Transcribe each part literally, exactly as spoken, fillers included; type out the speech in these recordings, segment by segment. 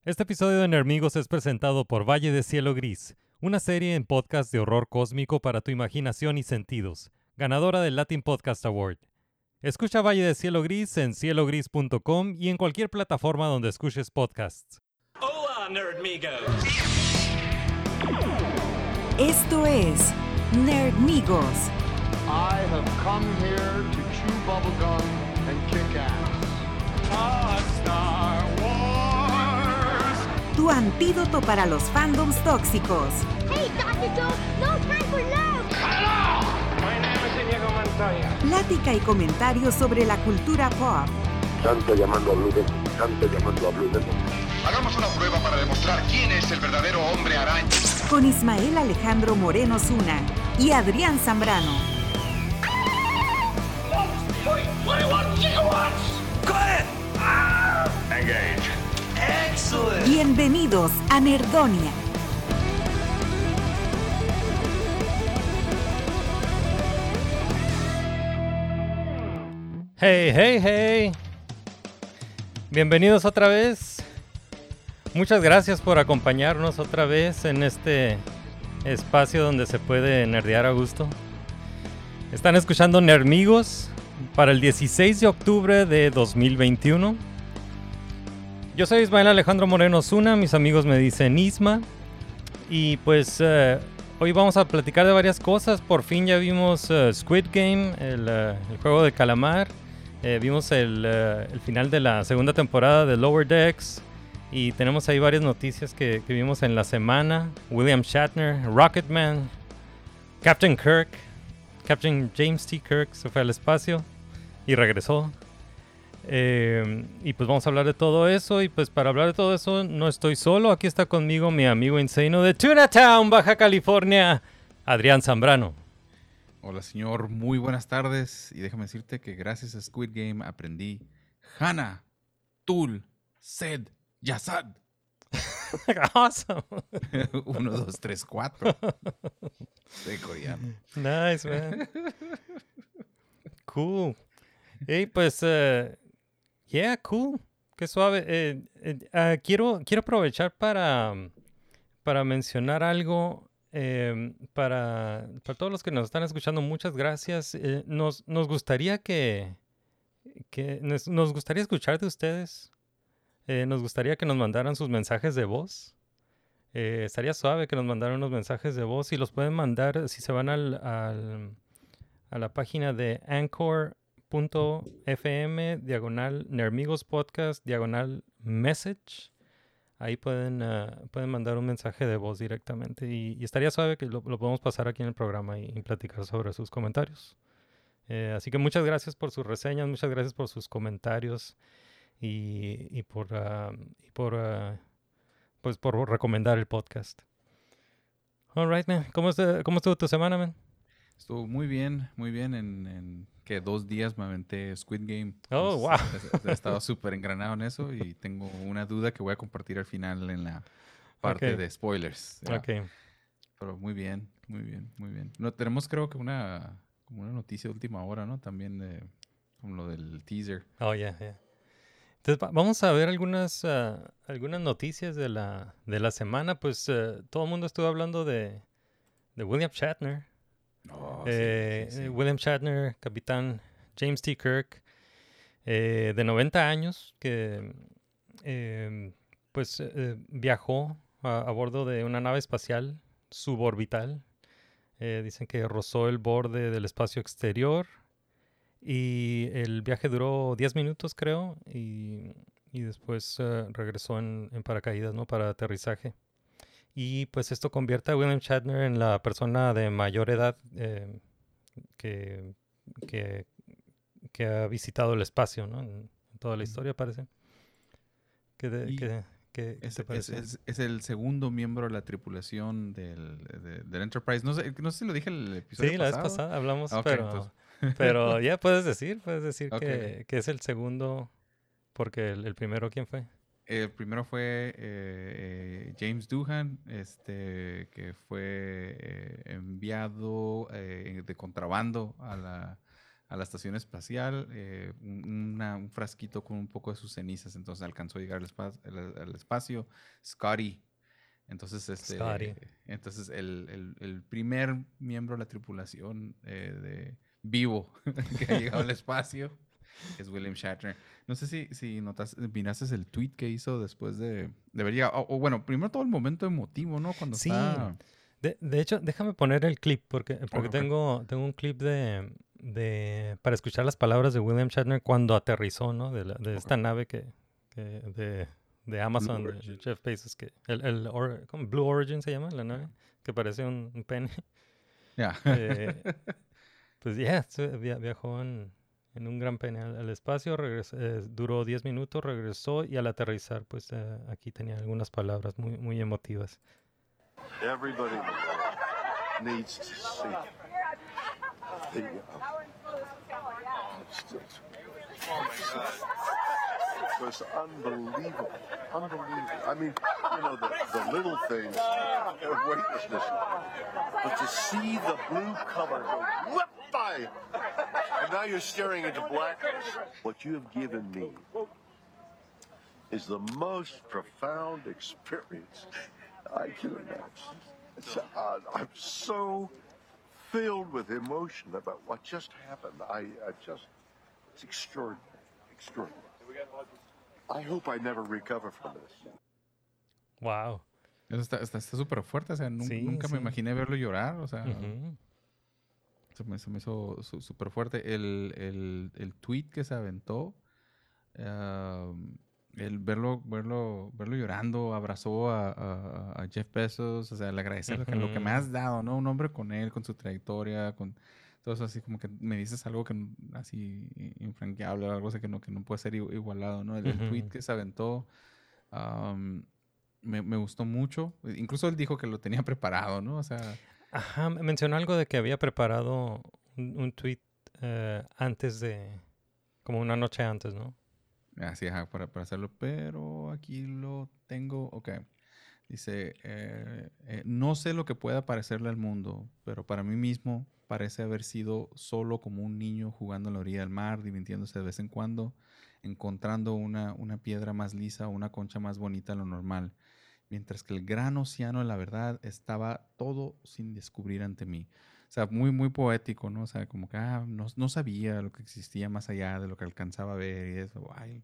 Este episodio de Nermigos es presentado por Valle de Cielo Gris, una serie en podcast de horror cósmico para tu imaginación y sentidos, ganadora del Latin Podcast Award. Escucha Valle de Cielo Gris en cielo gris punto com y en cualquier plataforma donde escuches podcasts. Hola, Nerdmigos. Esto es Nerdmigos. I have come here to chew bubblegum and kick ass. Ah, Star Wars. Tu antídoto para los fandoms tóxicos. Hey, doctor Joe, no time for love. Hello. My name is Inigo Montoya. Plática y comentarios sobre la cultura pop. Santo llamando a Blue Demon, Santo llamando a Blue Demon. Hagamos una prueba para demostrar quién es el verdadero hombre araña. Con Ismael Alejandro Moreno Zuna y Adrián Zambrano. twenty-one gigawatts. Quiet. Ah. Engage. Excellent. Bienvenidos a Nerdonia. Hey, hey, hey. Bienvenidos otra vez. Muchas gracias por acompañarnos otra vez en este espacio donde se puede nerdear a gusto. Están escuchando Nermigos para el dieciséis de octubre de dos mil veintiuno. Yo soy Ismael Alejandro Moreno Zuna, mis amigos me dicen Isma. Y pues uh, hoy vamos a platicar de varias cosas. Por fin ya vimos uh, Squid Game, el, uh, el juego de calamar. Eh, vimos el, uh, el final de la segunda temporada de Lower Decks. Y tenemos ahí varias noticias que, que vimos en la semana. William Shatner, Rocketman, Captain Kirk. Captain James T. Kirk se fue al espacio y regresó. Eh, y pues vamos a hablar de todo eso. Y pues para hablar de todo eso no estoy solo. Aquí está conmigo mi amigo insano de Tuna Town, Baja California, Adrián Zambrano. Hola señor, muy buenas tardes. Y déjame decirte que gracias a Squid Game aprendí Hana, Tul, Sed, Yasad. Awesome. Uno, dos, tres, cuatro. De coreano. Nice, man. Cool. Hey, pues, uh, yeah, cool. Qué suave. Eh, eh, uh, quiero, quiero aprovechar para, para mencionar algo. Eh, para, para todos los que nos están escuchando, muchas gracias. Eh, nos, nos gustaría que, que nos, nos gustaría escuchar de ustedes. Eh, nos gustaría que nos mandaran sus mensajes de voz. Eh, estaría suave que nos mandaran unos mensajes de voz y los pueden mandar si se van al, al, a la página de anchor punto f m diagonal Nermigos Podcast diagonal message. Ahí pueden, uh, pueden mandar un mensaje de voz directamente y, y estaría suave que lo, lo podemos pasar aquí en el programa y, y platicar sobre sus comentarios. Eh, así que muchas gracias por sus reseñas, muchas gracias por sus comentarios y, y por, uh, y por, uh, pues por recomendar el podcast. All right, man. ¿Cómo, est- cómo estuvo tu semana, man? Estuvo muy bien, muy bien. En, en que dos días me aventé Squid Game. Oh, wow. He, he estado súper engranado en eso y tengo una duda que voy a compartir al final en la parte Okay. de spoilers. ya. Ok. Pero muy bien, muy bien, muy bien. No, tenemos creo que una, como una noticia de última hora, ¿no? También de como lo del teaser. Oh, yeah, yeah. Entonces, va- vamos a ver algunas, uh, algunas noticias de la, de la semana. Pues uh, todo el mundo estuvo hablando de, de William Shatner. Oh, Eh, sí, sí, sí. eh, William Shatner, capitán James T. Kirk, eh, de noventa años, que eh, pues eh, viajó a, a bordo de una nave espacial suborbital. Eh, dicen que rozó el borde del espacio exterior y el viaje duró diez minutos, creo, y, y después eh, regresó en, en paracaídas, ¿no? Para aterrizaje. Y pues esto convierte a William Shatner en la persona de mayor edad eh, que, que, que ha visitado el espacio, ¿no? En, en toda la historia, parece. ¿Qué, de- Y qué- qué- qué Es, te es- parece? es- es el segundo miembro de la tripulación del, de- del Enterprise. No sé, no sé si lo dije el episodio Sí, la vez pasado. pasada hablamos, Ah, ok, pero, entonces. pero ya puedes decir, puedes decir Ok. que, que es el segundo, porque el, el primero, ¿quién fue? El primero fue eh, eh, James Doohan, este, que fue eh, enviado eh, de contrabando a la, a la estación espacial, eh, un, una- un frasquito con un poco de sus cenizas, entonces alcanzó a llegar al, espa- al- al espacio. Scotty. Entonces, este, Scotty. entonces el, el- el primer miembro de la tripulación eh, de vivo que ha llegado al espacio es William Shatner. No sé si, si notas, miraste el tweet que hizo después de, de haber llegado. O, o bueno, primero todo el momento emotivo, ¿no? Cuando Sí. está... De, de hecho, déjame poner el clip porque, porque ok. tengo, tengo un clip de, de para escuchar las palabras de William Shatner cuando aterrizó, ¿no? De, la- de esta nave que, que de, de Amazon, de, de Jeff Bezos, que el, el Or- ¿cómo? Blue Origin se llama la nave, que parece un, un pene. Ya. Eh, Pues ya, viajó en, en un gran pene al, al espacio, regresó, eh, duró diez minutos, regresó y al aterrizar, pues eh, aquí tenía algunas palabras muy, muy emotivas. Everybody in the world needs to see the, uh, it's just- oh my God. It was unbelievable, unbelievable. I mean, you know, the, the little things of weightlessness, but to see the blue color go whoop by, and now you're staring into blackness. What you have given me is the most profound experience I can imagine. It's, uh, I'm so filled with emotion about what just happened. I, I just, it's extraordinary, extraordinary. I hope I never recover from this. Wow. Eso está está- está súper fuerte, o sea, nun- Sí, nunca sí. me imaginé verlo llorar, o sea, Ujú. se, me, se me hizo su- súper fuerte. El, el, el tweet que se aventó, ah, el verlo, verlo, verlo llorando, abrazó a, a- a Jeff Bezos, o sea, le agradecer lo que- lo que me has dado, ¿no? Un hombre con él, con su trayectoria, con todo eso, así como que me dices algo que n- así infranqueable, algo así que no, que no puede ser igu- igualado, ¿no? El, el tweet Ujú. que se aventó, am, me, me gustó mucho. Incluso él dijo que lo tenía preparado, ¿no? O sea, Ajá, me- mencionó algo de que había preparado un, un tweet eh, antes de, como una noche antes, ¿no? así, ajá, para, para hacerlo, pero aquí lo tengo, ok. Dice, eh, eh, no sé lo que pueda parecerle al mundo, pero para mí mismo parece haber sido solo como un niño jugando en la orilla del mar, divirtiéndose de vez en cuando, encontrando una, una piedra más lisa o una concha más bonita de lo normal, mientras que el gran océano de la verdad estaba todo sin descubrir ante mí. O sea, muy, muy poético, ¿no? O sea, como que ah, no, no sabía lo que existía más allá de lo que alcanzaba a ver y eso. Ay.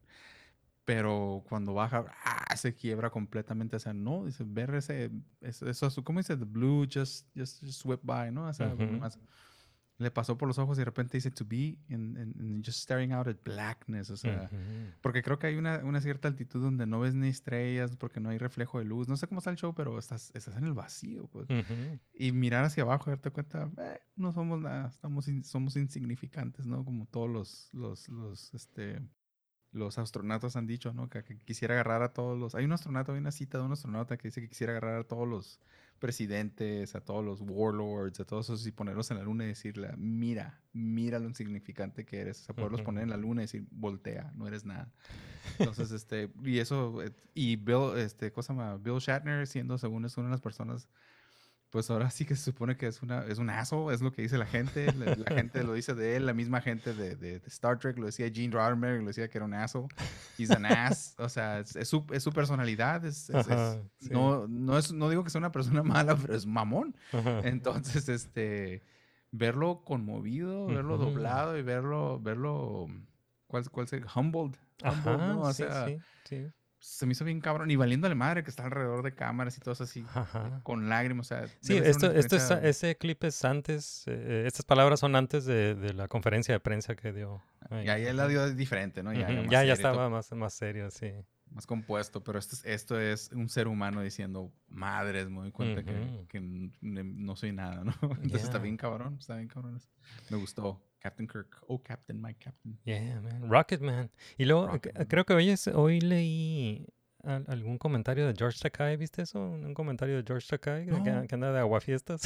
Pero cuando baja, ah, se quiebra completamente. O sea, no, dice, ver ese, eso, eso ¿cómo dice? The blue just, just, just swept by, ¿no? O sea, Ujú. nomás le pasó por los ojos y de repente dice to be and, and- and just staring out at blackness. O sea, Ujú. porque creo que hay una, una cierta altitud donde no ves ni estrellas, porque no hay reflejo de luz. No sé cómo está el show, pero estás, estás en el vacío, pues. Ujú. Y mirar hacia abajo y darte cuenta, eh, no somos nada, estamos in- somos insignificantes, ¿no? Como todos los, los, los, este, los astronautas han dicho, ¿no? Que, que quisiera agarrar a todos los... Hay un astronauta, hay una cita de un astronauta que dice que quisiera agarrar a todos los presidentes, a todos los warlords, a todos esos y ponerlos en la luna y decirle, mira, mira lo insignificante que eres. O sea, poderlos poner en la luna y decir, voltea, no eres nada. Entonces, este, y eso, eh, y Bill, este, cosa más, Bill Shatner siendo, según es una de las personas, pues ahora sí que se supone que es una es un aso, es lo que dice la gente. La, la gente lo dice de él, la misma gente de, de- de Star Trek lo decía Gene Roddenberry, lo decía que era un aso. He's an ass. O sea, es, es su, es su personalidad. Es, es- es- Ajá, sí. no, no, es, no digo que sea una persona mala, pero es mamón. Ajá. Entonces, este, verlo conmovido, verlo Ujú. doblado y verlo, verlo, ¿cuál, cuál sería? Humbled. Humbled, Ajá, ¿no? O sí, sea, sí, sí. se me hizo bien cabrón. Y valiéndole madre que está alrededor de cámaras y todo eso así, Ajá. con lágrimas. O sea, Sí, debe ser esto, una esto es, experiencia- ese clip es antes, eh, estas palabras son antes de, de la conferencia de prensa que dio. ahí. Y ahí él la dio diferente, ¿no? Ya, Ujú, más ya, ya serio, estaba más, más serio, sí. más compuesto. Pero esto es, esto es un ser humano diciendo, madres, me doy cuenta que- Ujú. que, n- no soy nada, ¿no? Entonces está Yeah. bien cabrón, está bien cabrón. Me gustó. Captain Kirk. Oh, Captain, my Captain. Yeah, man. Rocket Man. Y luego, Rocket c- Man. creo que hoy, es- hoy leí al- algún comentario de George Takei, ¿viste eso? Un, un comentario de George Takei que, No. que anda de aguafiestas.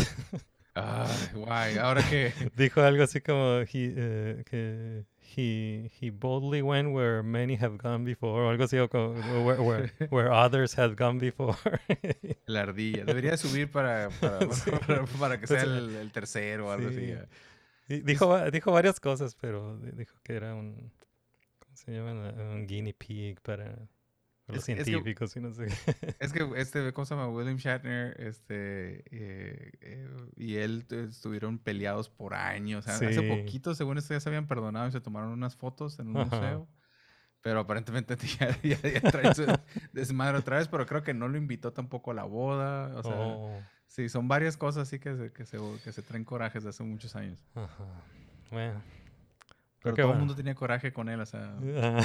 Ay, guay. Ahora que... Dijo algo así como he, eh, que he, he boldly went where many have gone before, o algo así, o como, where, where, where others had gone before. La ardilla. Debería subir para, para, para, para que sea el, el tercero o algo Sí. así. ya. Di- Dijo, va- dijo varias cosas, pero di- dijo que era un, ¿cómo se llama? Un guinea pig para, para los Es, es que, científicos y no sé qué. es que este, ¿cómo se llama? William Shatner, este, eh, eh, y él eh, estuvieron peleados por años. A- Hace Sí. poquito, según esto, ya se habían perdonado y se tomaron unas fotos en un Ajá. museo. Pero aparentemente ya, ya, ya trae su desmadre otra vez, pero creo que no lo invitó tampoco a la boda. O sea, Oh, sí, son varias cosas así que se, que se, que se traen corajes de hace muchos años. ajá. Bueno. Pero qué todo el bueno. mundo tenía coraje con él, o sea... Ah.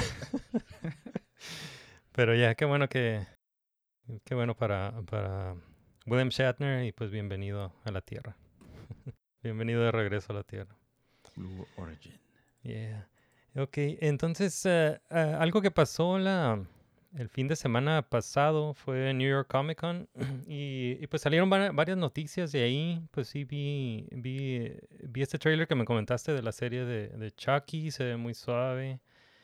Pero ya, qué bueno que... Qué bueno para, para William Shatner y pues bienvenido a la Tierra. Bienvenido de regreso a la Tierra. Blue Origin. Yeah. Ok, entonces eh, eh, algo que pasó la, el fin de semana pasado fue New York Comic Con y, y, pues salieron va- varias noticias de ahí. Pues sí vi, vi, vi este trailer que me comentaste de la serie de, de Chucky, se ve muy suave.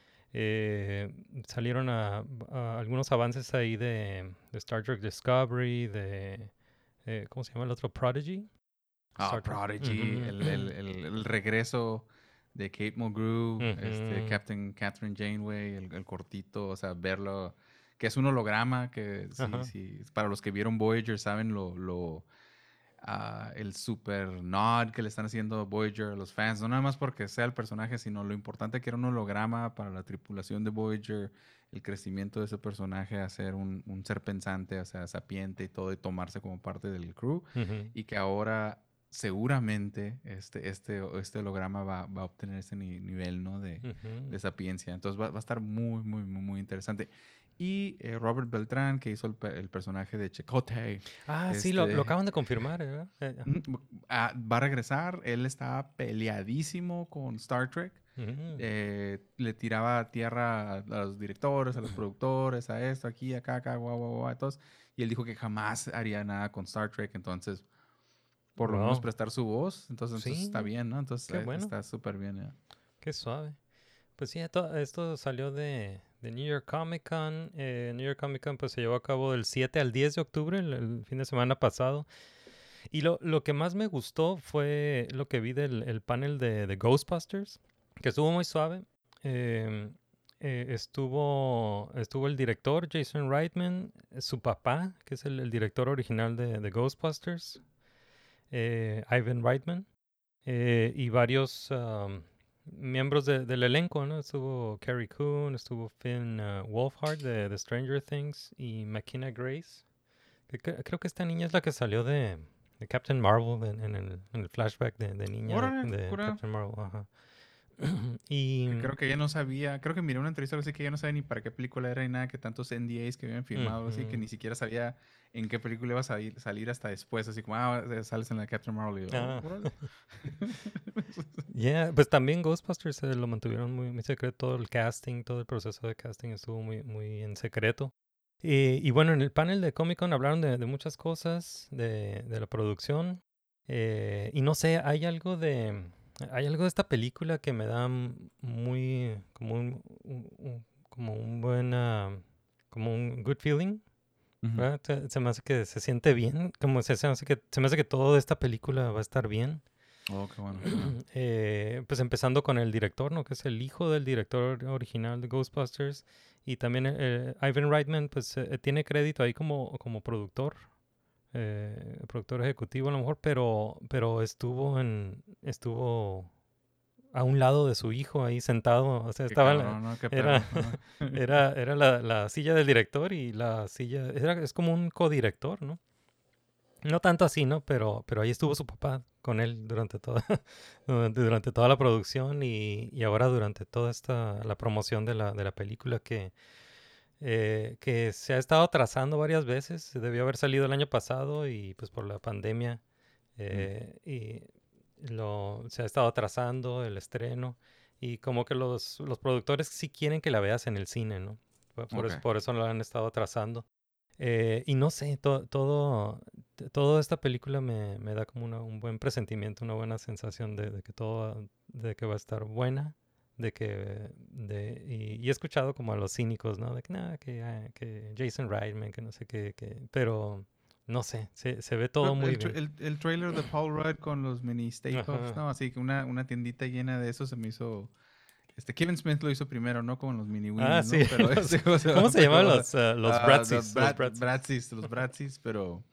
Eh, salieron a, a algunos avances ahí de, de Star Trek Discovery, de... eh, ¿cómo se llama el otro? Prodigy. Ah, Star Trek. Prodigy, Ujú. el, el, el, el regreso de Kate Mulgrew, este, Ujú. Captain Catherine Janeway, el, el cortito, o sea, verlo, que es un holograma, que Ajá. sí, sí, para los que vieron Voyager saben lo, lo ah, el super nod que le están haciendo a Voyager a los fans, no nada más porque sea el personaje, sino lo importante que era un holograma para la tripulación de Voyager, el crecimiento de ese personaje a ser un, un ser pensante, o sea, sapiente y todo, y tomarse como parte del crew, Ujú. y que ahora seguramente este, este, este holograma va, va a obtener ese ni- nivel, ¿no? de, Ujú. de sapiencia. Entonces va, va a estar muy, muy, muy, muy interesante. Y eh, Robert Beltrán, que hizo el, pe- el personaje de Chakotay, Ah, sí, lo, lo este, acaban de confirmar, ¿verdad? Eh, mm, ah, va a regresar. Él está peleadísimo con Star Trek. ujú. Eh, le tiraba tierra a, a los directores, a los productores, a esto, aquí, acá, acá, guau, guau, guau, a todos. Y él dijo que jamás haría nada con Star Trek. Entonces, por lo menos Wow. prestar su voz. Entonces, entonces Sí, está bien, ¿no? Entonces qué eh, bueno. está súper bien. ¿eh? Qué suave. Pues sí, esto, esto salió de, de New York Comic Con. Eh, New York Comic Con pues se llevó a cabo del siete al diez de octubre, el, el fin de semana pasado. Y lo, lo que más me gustó fue lo que vi del el panel de, de Ghostbusters, que estuvo muy suave. Eh, eh, estuvo, estuvo el director Jason Reitman, eh, su papá, que es el, el director original de, de Ghostbusters, eh, Ivan Reitman, eh, y varios um, miembros de- del elenco, ¿no? Estuvo Carrie Coon, estuvo Finn uh, Wolfhard de, de Stranger Things y McKenna Grace. Que cre- creo que esta niña es la que salió de, de Captain Marvel en, en el, en el flashback de, de niña de, Órale, de cura. Captain Marvel. Ajá. y Que creo que ella no sabía, creo que miré una entrevista así que ella no sabía ni para qué película era y nada, que tantos N D As que habían firmado, así que Ujú. ni siquiera sabía en qué película iba a salir, salir hasta después, así como, ah, eh, sales en la Captain Marvel. Y yo, Ah. "Oh, órale". Yeah, pues también Ghostbusters eh, lo mantuvieron muy, muy secreto, todo el casting, todo el proceso de casting estuvo muy, muy en secreto. Y, y bueno, en el panel de Comic Con hablaron de, de muchas cosas, de, de la producción. eh, y no sé, hay algo de hay algo de esta película que me da m- muy como un, un- un- como un buen ah, como un good feeling, Ujú. ¿verdad? Se, se me hace que se siente bien, como se, se me hace que se me hace que toda esta película va a estar bien. Oh, qué bueno. Ajá. Eh, pues empezando con el director, ¿no? Que es el hijo del director original de Ghostbusters. Y también eh, Ivan Reitman, pues eh, tiene crédito ahí como, como productor, eh, productor ejecutivo a lo mejor, pero, pero estuvo en, estuvo a un lado de su hijo ahí sentado. O sea, Qué estaba, en la- cabrón, ¿no? Qué era, perro. Ajá. era, era la, la silla del director y la silla, era, es como un codirector, ¿no? No tanto así, ¿no? Pero, pero ahí estuvo su papá con él durante toda, durante, durante toda la producción y, y ahora durante toda esta, la promoción de la, de la película que, eh, que se ha estado trazando varias veces. Debió haber salido el año pasado y pues por la pandemia eh, y lo, se ha estado atrasando el estreno y como que los, los productores sí quieren que la veas en el cine, ¿no? Por, por eso, Ok. por eso lo han estado atrasando. Eh, y no sé, to- todo, t- toda esta película me, me da como una- un buen presentimiento, una buena sensación de, de que todo, va- de que va a estar buena, de que, de, y, y he escuchado como a los cínicos, ¿no? De que nada, que, ah, que Jason Reitman, que no sé qué, que, pero, no sé, se, se ve todo Pero muy el, tra- bien. el, el trailer de Paul Rudd con los mini steak-offs, Ajá. ¿no? Así que una, una tiendita llena de eso se me hizo... Este, Kevin Smith lo hizo primero, ¿no? Con los mini Ah, Winnies, sí. ¿no? Pero los- este, ¿cómo se ¿Cómo llama? se llaman Pero, los, uh, los ah, Bratzies? the Los Brat- Bratzies. Bratzies, los Bratzies, pero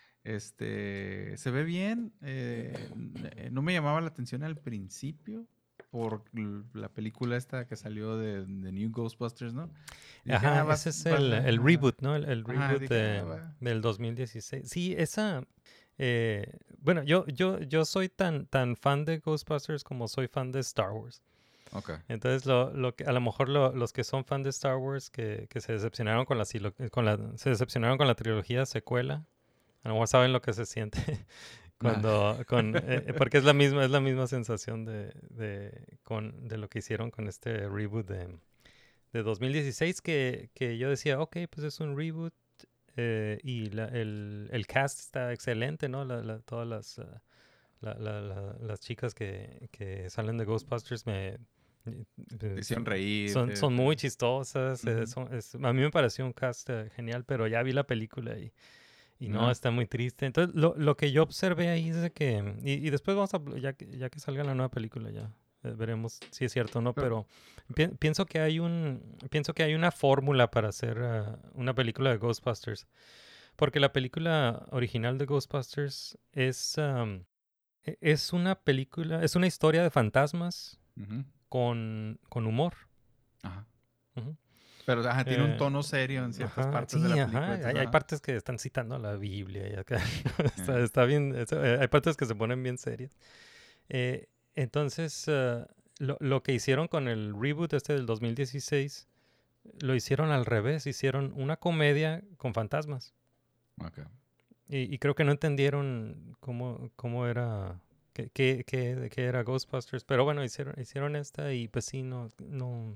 este se ve bien. eh, n- no me llamaba la atención al principio por l- la película esta que salió de, de New Ghostbusters, ¿no? Dije, Ajá, ah, va- ese es va- el, el ajá. reboot, ¿no? El, el Ajá, reboot dije, de- ah, va. del dos mil dieciséis. Sí, esa... eh, bueno, yo, yo, yo soy tan, tan fan de Ghostbusters como soy fan de Star Wars. Ok. Entonces, lo, lo que, a lo mejor lo- los que son fan de Star Wars, que, que se decepcionaron con la, silo- con la, se decepcionaron con la trilogía secuela, a lo mejor saben lo que se siente cuando, con, eh, eh, porque es la misma, es la misma sensación de, de, con, de lo que hicieron con este reboot de, de dos mil dieciséis, que, que yo decía, ok, pues es un reboot, eh, y la- el, el cast está excelente, ¿no? La, la- todas las, ah, la- la- la- las chicas que, que salen de Ghostbusters me... eh, Te eh, hicieron son, reír. son, te- son te- muy chistosas. eh, Ujú. son- es- a mí me pareció un cast eh, genial, pero ya vi la película y, y no, No. está muy triste. Entonces, lo, lo que yo observé ahí es de que... Y, y después vamos a... pl- Ya que, ya que salga la nueva película, ya eh, veremos si es cierto o no, Pero- pero pi- pienso que hay un... Pienso que hay una fórmula para hacer ah, una película de Ghostbusters. Porque la película original de Ghostbusters es... am, e- es una película... Es una historia de fantasmas Ujú. con, con humor. Ajá. Ujú. Pero ajá, tiene un Eh, tono serio en ciertas Ajá, partes sí, de la ajá, película. Hay, entonces, hay ajá. partes que están citando la Biblia y acá. está, Eh. está bien. eso, eh, hay partes que se ponen bien serias. Eh, entonces, eh, lo, lo que hicieron con el reboot este del dos mil dieciséis, lo hicieron al revés. Hicieron una comedia con fantasmas. Ok. Y, y creo que no entendieron cómo, cómo era, qué, qué, qué- de qué era Ghostbusters. Pero bueno, hicieron, hicieron esta y pues sí, no, no.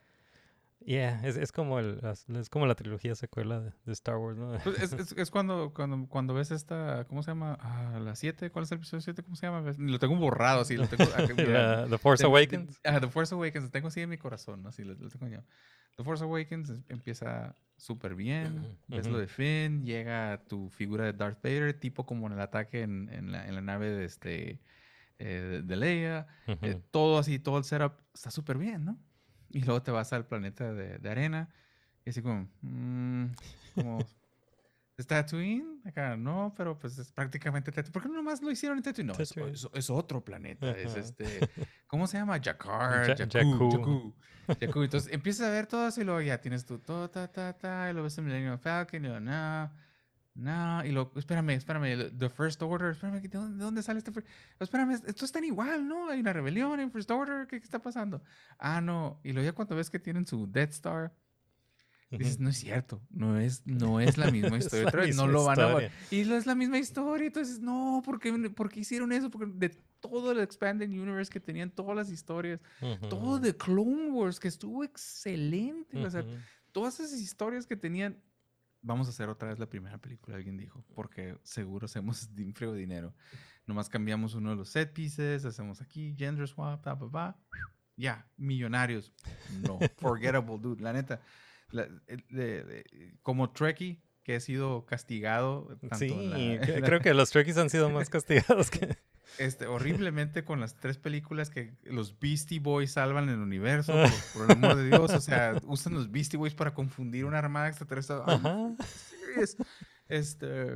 Yeah, es, es como el, las- es como la trilogía secuela de, de Star Wars, ¿no? Pues es, es, es cuando, cuando, cuando ves esta, ¿cómo se llama? Ah, la siete, ¿cuál es el episodio siete? ¿Cómo se llama? Ves- Lo tengo borrado, así, lo tengo... ah, que- mira, La- The Force tengo- Awakens. Ah, The Force Awakens, lo tengo así en mi corazón, ¿no? Así, lo, lo tengo yo. The Force Awakens es- empieza súper bien, Ujú, ves ujú. lo de Finn, llega tu figura de Darth Vader, tipo como en el ataque en, en, la, en la nave de, este, eh, de, de Leia, eh, Ujú. todo así, todo el setup está súper bien, ¿no? Y luego te vas al planeta de, de arena y así como, mm, como, ¿es Tatooine? Acá, no, pero pues es prácticamente Tatooine. ¿Por qué no nomás lo hicieron en Tatooine? No, es, Tatooine. es- es otro planeta. Es Ajá. este, ¿cómo se llama? Jakar, Ja- Jakku, Jakku. Jakku, Jakku. Entonces empiezas a ver todo eso y luego ya tienes tu todo, ta, ta, ta, y luego ves el Millennium Falcon y luego, no, no, y luego, espérame, espérame, The First Order, espérame, ¿de dónde, de dónde sale este? fir- Espérame, estos están igual, ¿no? Hay una rebelión en First Order, ¿qué, qué está pasando? Ah, no, y luego ya cuando ves que tienen su Death Star, dices, Ujú. no es cierto, no es, no es la misma Es historia. la Otra vez, no misma lo van a historia. Y no es la misma historia. Entonces, no, ¿por qué, por qué hicieron eso? Porque de todo el Expanded Universe que tenían todas las historias, todo Ujú. de Clone Wars, que estuvo excelente. O sea, Ujú. todas esas historias que tenían. Vamos a hacer otra vez la primera película, alguien dijo, porque seguro hacemos din- frío dinero. Nomás cambiamos uno de los set pieces, hacemos aquí, gender swap, pa, pa, pa. Ya, millonarios. No, forgettable, dude. La neta, la- el- de- de- como Trekkie, que he sido castigado tanto Sí, en la- que- en la- creo que los Trekkies han sido más castigados que... este, horriblemente con las tres películas que los Beastie Boys salvan el universo, por, por el amor de Dios. O sea, usan los Beastie Boys para confundir una armada extraterrestre. I'm Ajá. serious. Este,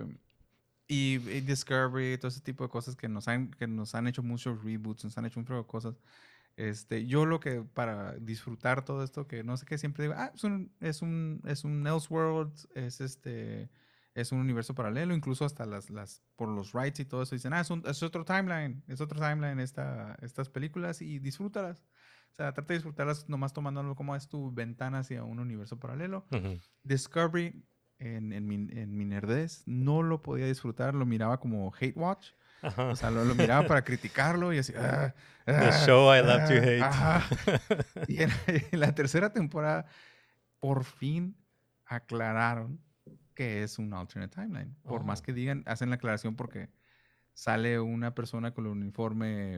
y, y Discovery, todo ese tipo de cosas que nos han, que nos han hecho muchos reboots, nos han hecho un poco de cosas. Este, yo lo que para disfrutar todo esto, que no sé qué siempre digo, ah, es un, es un, es un Elseworld, es este, es un universo paralelo, incluso hasta las, las, por los rights y todo eso, dicen, ah, es, un- es otro timeline, es otro timeline esta, estas películas y disfrútalas. O sea, trata de disfrutarlas nomás tomándolo como es tu ventana hacia un universo paralelo. Ujú. Discovery, en, en, mi, en mi nerdez, no lo podía disfrutar, lo miraba como hate watch. Ajá. O sea, lo, lo miraba para criticarlo y así. ah, The ah, show I love to ah, hate. ajá. Y en, en la tercera temporada, por fin aclararon que es un alternate timeline. Por más Oh. que digan, hacen la aclaración porque sale una persona con el uniforme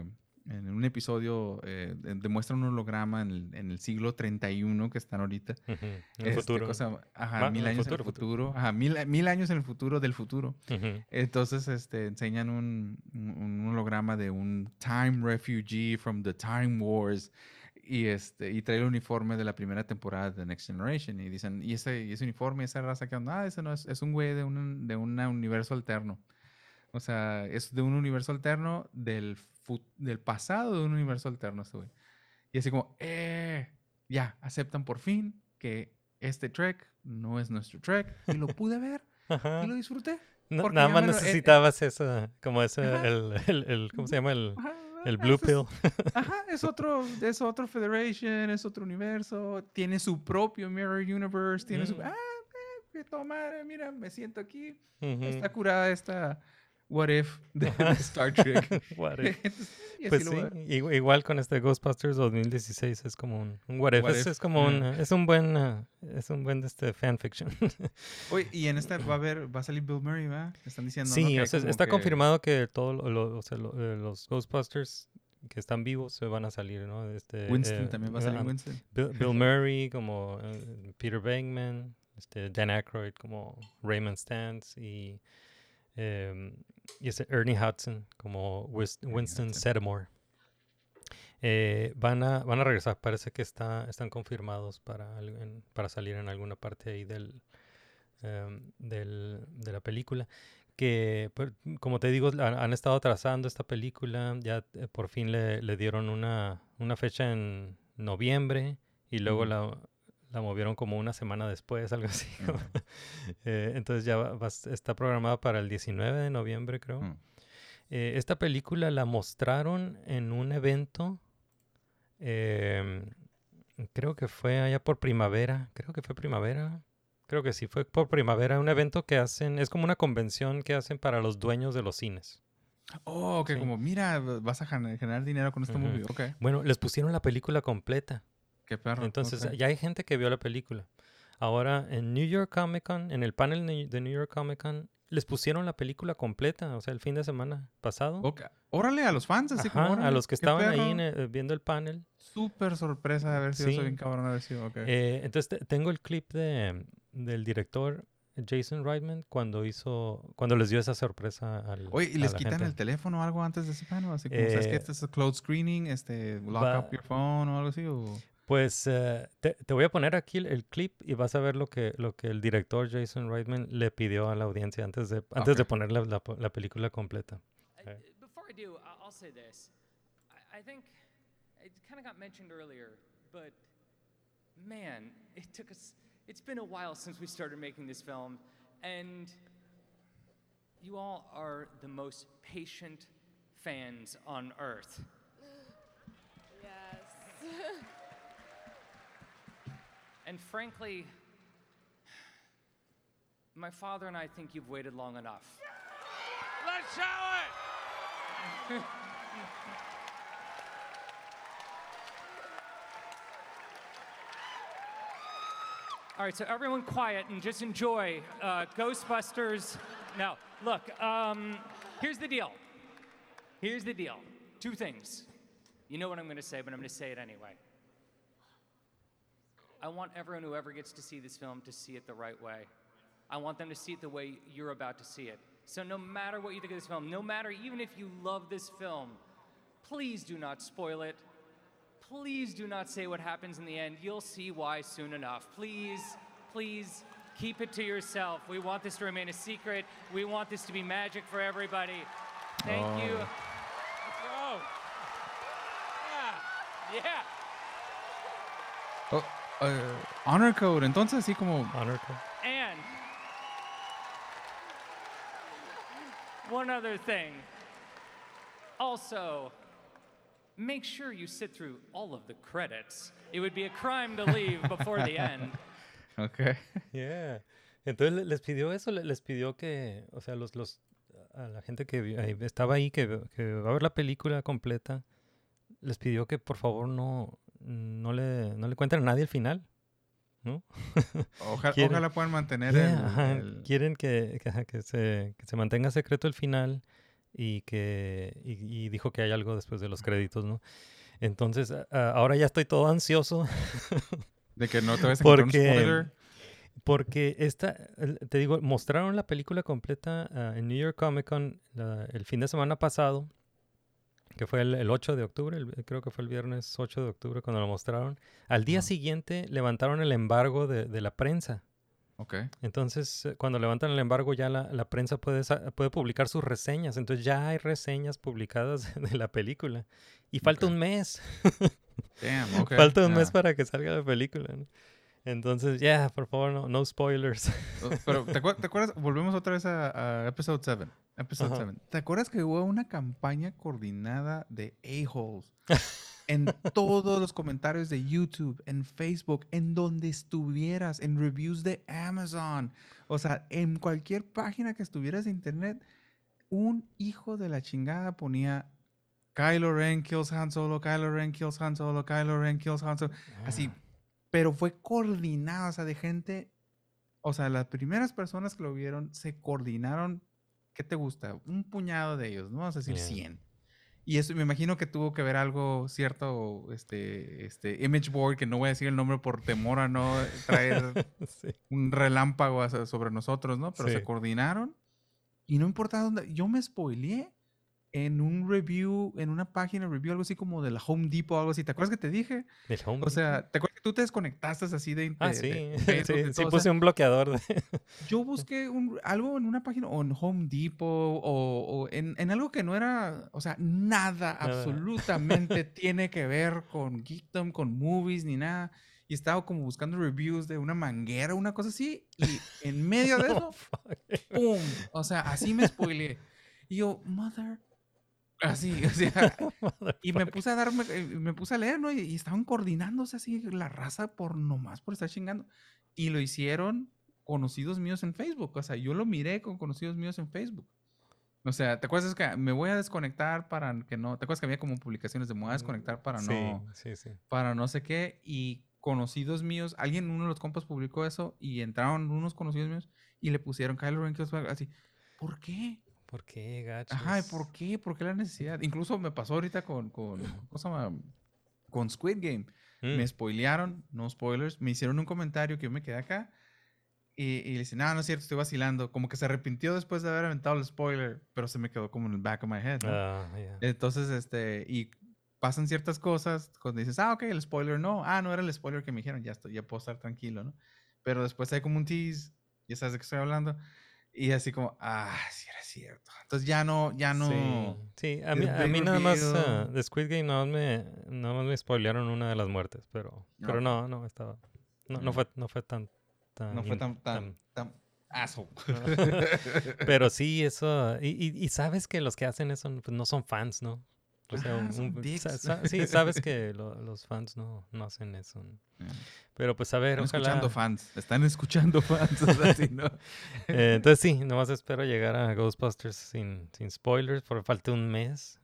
en un episodio eh, de- demuestra un holograma en el, en el siglo treinta y uno que están ahorita. Ujú, En el Este, futuro. cosa- ajá, Ma- mil en el años en futuro, el futuro. futuro. Ajá, mil, mil años en el futuro del futuro. Ujú. Entonces, este, enseñan un, un- un holograma de un time refugee from the Time Wars y este y trae el uniforme de la primera temporada de The Next Generation y dicen, ¿y ese, y ese uniforme, esa raza que onda? Ah, ese no es, es un güey de un de un universo alterno. O sea, es de un universo alterno del, fu- del pasado de un universo alterno ese güey. Y así como, eh, ya, aceptan por fin que este Trek no es nuestro Trek. Y lo pude ver Ajá. y lo disfruté. No- porque nada ya más me lo- eh, eh, necesitabas eso, como ese, Ajá. el, el, el- ¿cómo se llama? El, Ajá, el ah, Blue ese Pill. es- Ajá, es otro, es otro Federation, es otro universo, tiene su propio Mirror Universe, tiene su... Mm. Ah, eh, qué toda madre, mira, me siento aquí. Ujú. Está curada esta What If de, de Star Trek. What if. Entonces, y así Pues lo sí, voy a ver. igu- igual con este Ghostbusters dos mil dieciséis es como un, un what if. What es, if, es como un, ajá. es un buen, uh, es un buen este fanfiction. Oye, y en esta va a haber, va a salir Bill Murray, ¿verdad? Están diciendo, ¿no? Sí, Que o hay sea, como está que- confirmado que todos los Ghostbusters que están vivos se van a salir, ¿no? Este, Winston eh, también va a salir ah, Winston. Bill, Bill Murray como eh, Peter Venkman, este, Dan Aykroyd como Raymond Stantz y, em, y ese Ernie Hudson como Wis- Winston Hudson. Zeddemore. Eh, van a van a regresar, parece que está están confirmados para al- en- para salir en alguna parte ahí del, em, del de la película. Que, pues, como te digo, la- han estado trazando esta película, ya eh, por fin le, le dieron una, una fecha en noviembre y luego Ujú. la, la movieron como una semana después, algo así. Ujú. Eh, entonces ya va- va- está programada para el diecinueve de noviembre, creo. Mm. Eh, esta película la mostraron en un evento, em, creo que fue allá por primavera, creo que fue primavera. Creo que sí, fue por primavera, un evento que hacen, es como una convención que hacen para los dueños de los cines. Oh, que Sí. como, mira, vas a gen- generar dinero con este Ujú. movie. Ok, Bueno, les pusieron la película completa. qué perro. Entonces, ok. ya hay gente que vio la película. Ahora, en New York Comic Con, en el panel ne- de New York Comic Con, les pusieron la película completa, o sea, el fin de semana pasado. Ok. Órale, a los fans, así como, Ajá, a órale, los que qué estaban ahí perro. en el- viendo el panel. Súper sorpresa de haber sido eso Sí. bien cabrón haber sido. Ok. Eh, entonces, te- tengo el clip de, del director Jason Reitman cuando hizo, cuando les dio esa sorpresa al Oye, ¿y a les la quitan gente. el teléfono o algo antes de ese panel? Así como, ¿sabes qué? Eh, Este es cloud screening, este, lock va- up your phone o algo así. O... Pues eh, te, te voy a poner aquí el, el clip y vas a ver lo que, lo que el director Jason Reitman le pidió a la audiencia antes de, antes de Ok. poner la, la, la película completa. I- Before I do, I- I'll say this. I, I think it kind of got mentioned earlier, but man, it took us, it's been a while since we started making this film, and you all are the most patient fans on earth. Yes. And frankly, my father and I think you've waited long enough. Let's show it! All right, so everyone quiet and just enjoy uh, Ghostbusters. Now, look, um, here's the deal. Here's the deal. Two things. You know what I'm going to say, but I'm going to say it anyway. I want everyone who ever gets to see this film to see it the right way. I want them to see it the way you're about to see it. So no matter what you think of this film, no matter even if you love this film, please do not spoil it. Please do not say what happens in the end. You'll see why soon enough. Please, please keep it to yourself. We want this to remain a secret. We want this to be magic for everybody. Thank Oh. you. Let's go! Yeah! Yeah. Oh, eh, honor code, entonces así como... Honor code. And one other thing. Also, make sure you sit through all of the credits. It would be a crime to leave before the end. Ok. Yeah. Entonces le- les pidió eso, le- les pidió que, o sea, los, los, a la gente que vi- ahí estaba ahí, que, que va a ver la película completa, les pidió que por favor no, no le, no le cuenten a nadie el final, ¿no? Oja- Quieren- ojalá puedan mantener Yeah, el, ajá, el- quieren que, que, ajá, que se, que se mantenga secreto el final y que y, y dijo que hay algo después de los créditos, ¿no? Entonces, uh, ahora ya estoy todo ansioso. De que no te vayas a encontrar un porque, spoiler. porque esta, te digo, mostraron la película completa uh, en New York Comic Con la, el fin de semana pasado, que fue el, el ocho de octubre, el, creo que fue el viernes ocho de octubre cuando lo mostraron. Al día uh-huh. siguiente levantaron el embargo de, de la prensa. Okay. Entonces, cuando levantan el embargo, ya la, la prensa puede, puede publicar sus reseñas. Entonces, ya hay reseñas publicadas de la película. Y falta okay. un mes. Damn, okay. Falta un yeah. mes para que salga la película, ¿no? Entonces, ya, yeah, por favor, no, no spoilers. Pero, ¿te, acuer- ¿te acuerdas? Volvemos otra vez a, a Episode siete. Episode Ajá. siete. ¿Te acuerdas que hubo una campaña coordinada de a-holes? En todos los comentarios de YouTube, en Facebook, en donde estuvieras, en reviews de Amazon, o sea, en cualquier página que estuvieras de internet, un hijo de la chingada ponía Kylo Ren kills Han Solo, Kylo Ren kills Han Solo, Kylo Ren kills Han Solo, así, pero fue coordinado, o sea, de gente, o sea, las primeras personas que lo vieron se coordinaron, ¿qué te gusta? Un puñado de ellos, no vamos a decir yeah. cien. Y eso me imagino que tuvo que ver algo cierto, este, este image board, que no voy a decir el nombre por temor a no traer sí. un relámpago sobre nosotros, ¿no? Pero sí. se coordinaron y no importa dónde. Yo me spoileé en un review, en una página de review, algo así como de la Home Depot o algo así. ¿Te acuerdas que te dije? ¿Del Home O sea, ¿te acuerdas que tú te desconectaste así de... Ah, de, sí. de Facebook, sí, de sí todo? puse O sea, un bloqueador. De... Yo busqué un, algo en una página, o en Home Depot, o, o en, en algo que no era... O sea, nada, nada. absolutamente tiene que ver con Geekdom, con movies, ni nada. Y estaba como buscando reviews de una manguera, una cosa así. Y en medio de eso, oh, ¡pum! O sea, así me spoileé. Y yo, mother... Así, o sea, y me puse a darme, me puse a leer, ¿no? Y, y estaban coordinándose así la raza por nomás por estar chingando. Y lo hicieron conocidos míos en Facebook. O sea, yo lo miré con conocidos míos en Facebook. O sea, ¿te acuerdas que me voy a desconectar para que no? ¿Te acuerdas que había como publicaciones de me voy a desconectar para sí, no? Sí, sí. Para no sé qué. Y conocidos míos, alguien, uno de los compas publicó eso y entraron unos conocidos míos y le pusieron Kylo Ren así. ¿Por qué? ¿Por qué, gachos? Ajá, ¿por qué? ¿Por qué la necesidad? Incluso me pasó ahorita con, con, ¿cómo se llama? Con Squid Game. Mm. Me spoilearon, no spoilers, me hicieron un comentario que yo me quedé acá y, y le dije, no, no es cierto, estoy vacilando. Como que se arrepintió después de haber aventado el spoiler, pero se me quedó como en el back of my head, ¿no? Uh, yeah. Entonces, este, y pasan ciertas cosas cuando dices, ah, ok, el spoiler no. Ah, no era el spoiler que me dijeron, ya, estoy, ya puedo estar tranquilo, ¿no? Pero después hay como un tease, ya sabes de qué estoy hablando. Y así como, ah, sí era cierto. Entonces ya no, ya no... Sí, sí. a mí, a mí nada más uh, de Squid Game nada más, me, nada más me spoilearon una de las muertes, pero no, pero no, no estaba... No, no, fue, no fue tan... tan no fue tan... tan, tan, tan asshole. No. Pero sí, eso... Y, y, y sabes que los que hacen eso pues, no son fans, ¿no? O sea, ah, un, un, sa, sa, sí, sabes que lo, los fans no, no hacen eso, ¿no? Yeah. Pero pues a ver, están ojalá... escuchando fans, están escuchando fans, o sea, sí, ¿no? eh, entonces sí, nomás espero llegar a Ghostbusters sin, sin spoilers, por falta un mes.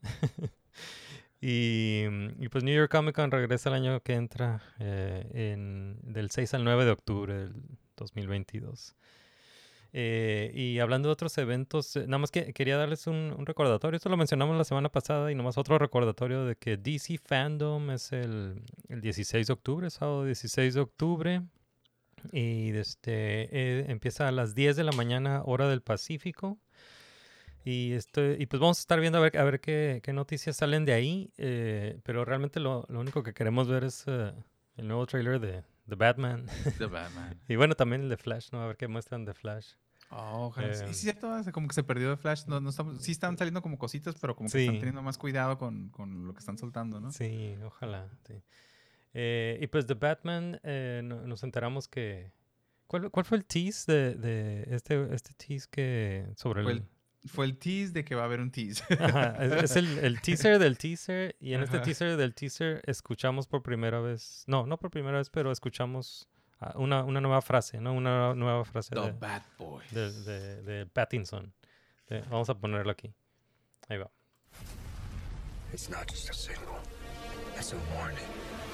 y, y pues New York Comic Con regresa el año que entra, eh, en, del seis al nueve de octubre del dos mil veintidós. Eh, y hablando de otros eventos, eh, nada más que quería darles un, un recordatorio. Esto lo mencionamos la semana pasada y nomás otro recordatorio de que D C Fandom es el, el dieciséis de octubre, sábado dieciséis de octubre. Y este, eh, empieza a las diez de la mañana, hora del Pacífico. Y, esto, y pues vamos a estar viendo a ver, a ver qué, qué noticias salen de ahí. Eh, pero realmente lo, lo único que queremos ver es uh, el nuevo trailer de The Batman. The Batman. Y bueno, también el de Flash, ¿no? A ver qué muestran de Flash. Oh, ojalá. Eh, sí, sí, cierto. Como que se perdió de Flash. No, no estamos, sí están saliendo como cositas, pero como que sí. están teniendo más cuidado con, con lo que están soltando, ¿no? Sí, ojalá. Sí. Eh, y pues The Batman, eh, no, nos enteramos que... ¿Cuál, cuál fue el tease de, de este, este tease que... sobre fue el... el... Fue el tease de que va a haber un tease. Ajá, es, es el, el teaser del teaser. Y en Ajá. este teaser del teaser escuchamos por primera vez... No, no por primera vez, pero escuchamos... Una, una nueva frase, ¿no? Una nueva frase The de, Bat Boy. De, de, de Pattinson. De, vamos a ponerlo aquí. Ahí va. It's not just a signal. It's a warning.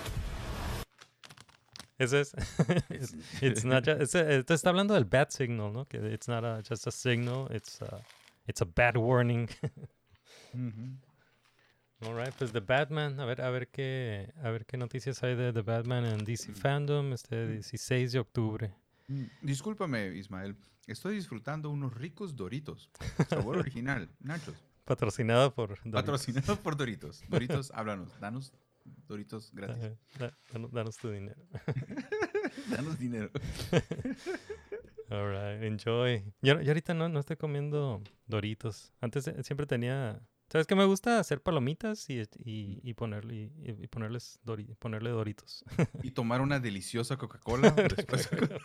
Ese es. it's, it's not just, it's a, te está hablando del bat signal, ¿no? Que it's not a, just a signal. It's a, it's a bad warning. Ujú. All right, pues The Batman, a ver, a ver qué, a ver qué noticias hay de The Batman en D C Fandom este dieciséis de octubre. Mm, Discúlpame, Ismael. Estoy disfrutando unos ricos Doritos. Sabor original. Nachos. Patrocinado por Doritos. Patrocinados por Doritos. Doritos, háblanos. Danos Doritos gratis. Ajá, da- danos, danos tu dinero. Danos dinero. All right, enjoy. Yo, yo ahorita no, no estoy comiendo Doritos. Antes eh, siempre tenía... ¿Sabes qué? Me gusta hacer palomitas y, y, y, ponerle, y, y ponerles dori- ponerle Doritos. Y tomar una deliciosa Coca-Cola. Después.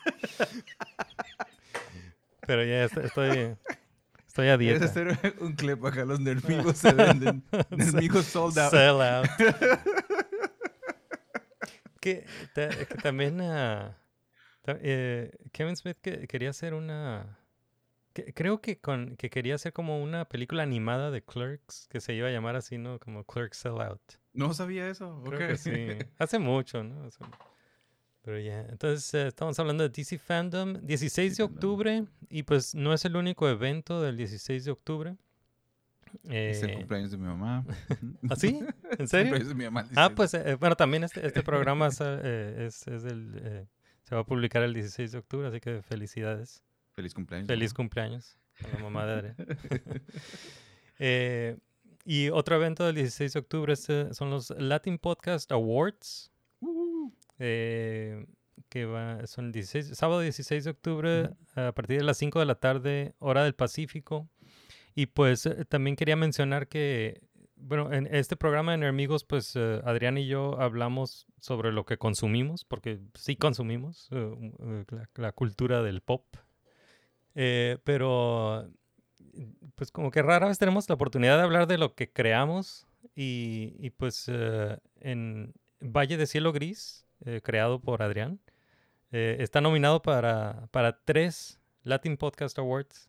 Pero ya est- estoy... Estoy a dieta. Debes hacer un clip acá. Los nermigos se venden. Nermigos sold out. Sell out. que, ta- que también ah, ta- eh, Kevin Smith que, quería hacer una... que- creo que, con, que quería hacer como una película animada de Clerks que se iba a llamar así, ¿no? Como Clerks Sell Out. No sabía eso. Creo Ok. que sí. Hace mucho, ¿no? Hace- Pero ya, entonces eh, estamos hablando de D C Fandom, dieciséis de octubre, y pues no es el único evento del dieciséis de octubre. Es el Eh, cumpleaños de mi mamá. ¿Ah, sí? ¿En El serio? cumpleaños de mi mamá. el Ah, dieciséis. pues eh, bueno, también este, este programa es, eh, es, es el, eh, se va a publicar el dieciséis de octubre, así que felicidades. Feliz cumpleaños. Feliz mamá. cumpleaños a la mamá de Adrián. Eh, y otro evento del dieciséis de octubre es, eh, son los Latin Podcast Awards. Uh, eh, que va, son el dieciséis, sábado dieciséis de octubre a partir de las cinco de la tarde, hora del Pacífico. Y pues eh, también quería mencionar que, bueno, en este programa de Enemigos, pues eh, Adrián y yo hablamos sobre lo que consumimos, porque sí consumimos eh, um, eh, la, la cultura del pop. Eh, pero pues como que rara vez tenemos la oportunidad de hablar de lo que creamos. Y, y pues eh, en Valle de Cielo Gris, eh, creado por Adrián, eh, está nominado para, para tres Latin Podcast Awards.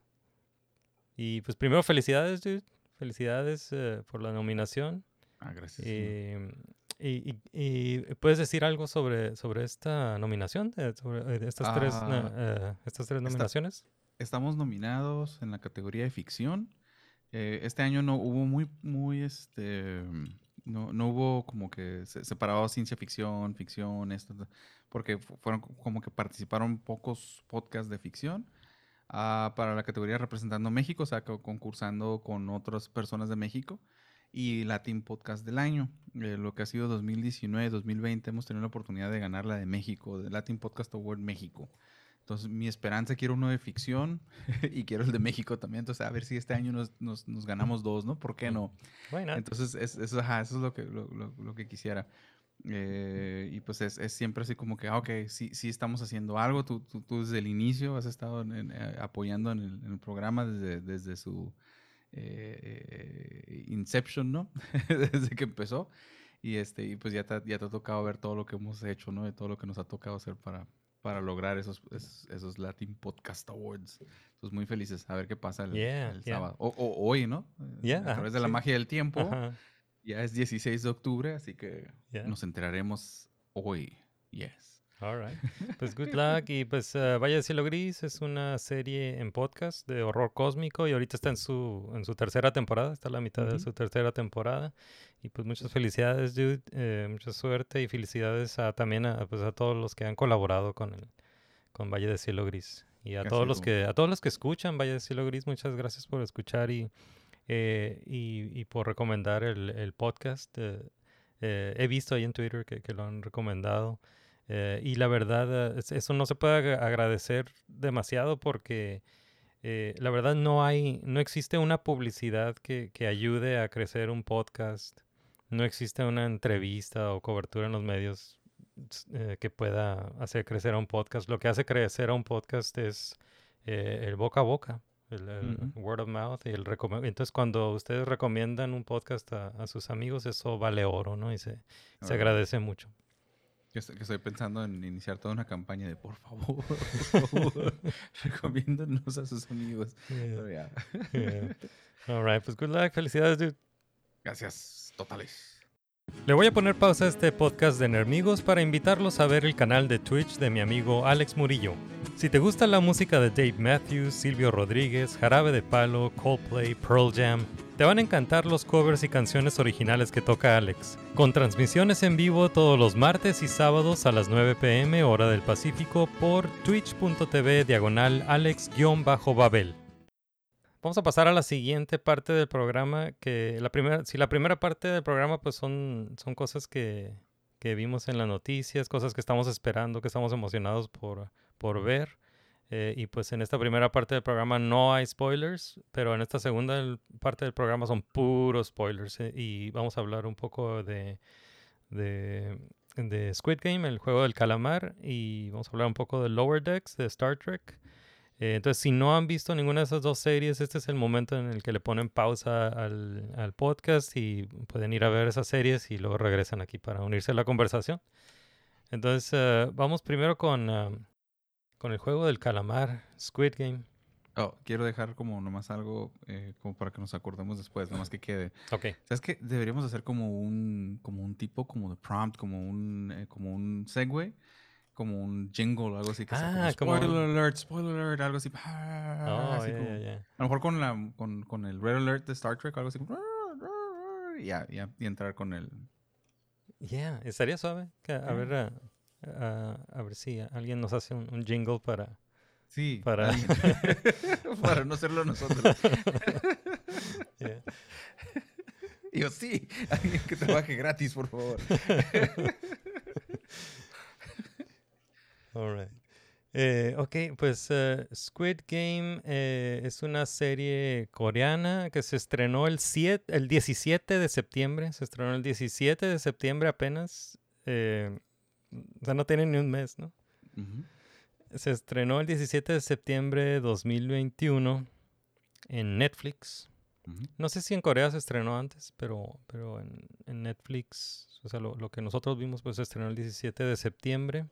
Y pues primero felicidades, dude. Felicidades eh, por la nominación. Ah, gracias. Eh, y, y- y puedes decir algo sobre, sobre esta nominación, de, sobre eh, estas, tres, Ah, na- eh, estas tres está- nominaciones. Estamos nominados en la categoría de ficción. Eh, este año no hubo muy, muy, este, no, no hubo como que se- separado ciencia ficción, ficción, esto, porque fu- fueron co- como que participaron pocos podcasts de ficción. Ah, para la categoría representando México, o sea, co- concursando con otras personas de México. Y Latin Podcast del año, eh, lo que ha sido dos mil diecinueve, dos mil veinte, hemos tenido la oportunidad de ganar la de México, de Latin Podcast Award México. Entonces, mi esperanza, quiero uno de ficción y quiero el de México también. Entonces, a ver si este año nos, nos, nos ganamos dos, ¿no? ¿Por qué no? Why not? Entonces, es, es- ajá, eso es lo que, lo, lo- lo que quisiera. Eh, y pues es, es siempre así como que, ah, ok, sí, sí estamos haciendo algo. Tú, tú, tú desde el inicio has estado en- en, eh, apoyando en el, en el programa desde, desde su eh, eh, inception, ¿no? Desde que empezó. Y, este, y pues ya te, ha- ya te ha tocado ver todo lo que hemos hecho, ¿no? De todo lo que nos ha tocado hacer para, para lograr esos, esos, esos Latin Podcast Awards. Entonces, muy felices. A ver qué pasa el, Yeah, el yeah. sábado. O, o hoy, ¿no? Eh, Yeah, A ajá, través de la sí. magia del tiempo. Ajá. Ya es dieciséis de octubre, así que Yeah. nos enteraremos hoy. Yes. All right. Pues good luck. Y pues eh, Valle de Cielo Gris es una serie en podcast de horror cósmico y ahorita está en su, en su tercera temporada, está a la mitad de Ujú. su tercera temporada. Y pues muchas felicidades, dude. Eh, mucha suerte y felicidades a, también a, pues, a todos los que han colaborado con, el, con Valle de Cielo Gris. Y a Que ha todos los sido- que a todos los que escuchan Valle de Cielo Gris, muchas gracias por escuchar y, eh, y, y por recomendar el, el podcast. Eh, eh, he visto ahí en Twitter que, que lo han recomendado. Eh, y la verdad, eh, es- eso no se puede ag- agradecer demasiado porque eh, la verdad no hay, no existe una publicidad que, que ayude a crecer un podcast. No existe una entrevista o cobertura en los medios s- eh, que pueda hacer crecer a un podcast. Lo que hace crecer a un podcast es eh, el boca a boca, el, el Ujú. word of mouth. Y el recome- Entonces, cuando ustedes recomiendan un podcast a, a sus amigos, eso vale oro, ¿no? Y se, se Ah. agradece mucho. Que estoy, que estoy pensando en iniciar toda una campaña de por favor, por favor, recomiéndanos a sus amigos. Pero ya. Yeah. All right, pues good luck. Felicidades, dude. Gracias, totales. Le voy a poner pausa a este podcast de Enemigos para invitarlos a ver el canal de Twitch de mi amigo Alex Murillo. Si te gusta la música de Dave Matthews, Silvio Rodríguez, Jarabe de Palo, Coldplay, Pearl Jam, Te van a encantar los covers y canciones originales que toca Alex, con transmisiones en vivo todos los martes y sábados a las nueve pe eme hora del Pacífico por twitch.tv diagonal alex-babel. Vamos a pasar a la siguiente parte del programa, que la primera, si la primera parte del programa pues son, son cosas que, que vimos en las noticias, cosas que estamos esperando, que estamos emocionados por, por ver. Eh, y pues en esta primera parte del programa no hay spoilers, pero en esta segunda el- parte del programa son puros spoilers. eh, y vamos a hablar un poco de, de, de Squid Game, el juego del calamar, y vamos a hablar un poco de Lower Decks, de Star Trek. Eh, entonces, si no han visto ninguna de esas dos series, este es el momento en el que le ponen pausa al, al podcast y pueden ir a ver esas series y luego regresan aquí para unirse a la conversación. Entonces, eh, vamos primero con... um, con el juego del calamar, Squid Game. Oh, quiero dejar como nomás algo eh, como para que nos acordemos después, nomás que quede. Ok. ¿Sabes qué? Deberíamos hacer como un como un tipo como de prompt, como un eh, como un segue, como un jingle, algo así que sea Ah, como como spoiler un- alert, spoiler alert, algo así. ah, Oh, así ya, como- ya, ya. A lo mejor con la con, con el red alert de Star Trek, algo así como y ya, ya, y entrar con el Yeah, estaría suave. Que, a, Yeah. ver, a, a- a ver si alguien nos hace un, un jingle para... sí, Para- alguien. para no hacerlo nosotros. Yeah. Y yo, sí, alguien que trabaje gratis, por favor. All right. Eh, ok, pues eh, Squid Game eh, es una serie coreana que se estrenó el, siete, el diecisiete de septiembre. Se estrenó el diecisiete de septiembre apenas. eh, o sea, no tiene ni un mes, ¿no? Ujú. Se estrenó el diecisiete de septiembre de dos mil veintiuno en Netflix. Ujú. No sé si en Corea se estrenó antes, pero, pero en, en Netflix, o sea, lo, lo que nosotros vimos, pues se estrenó el diecisiete de septiembre.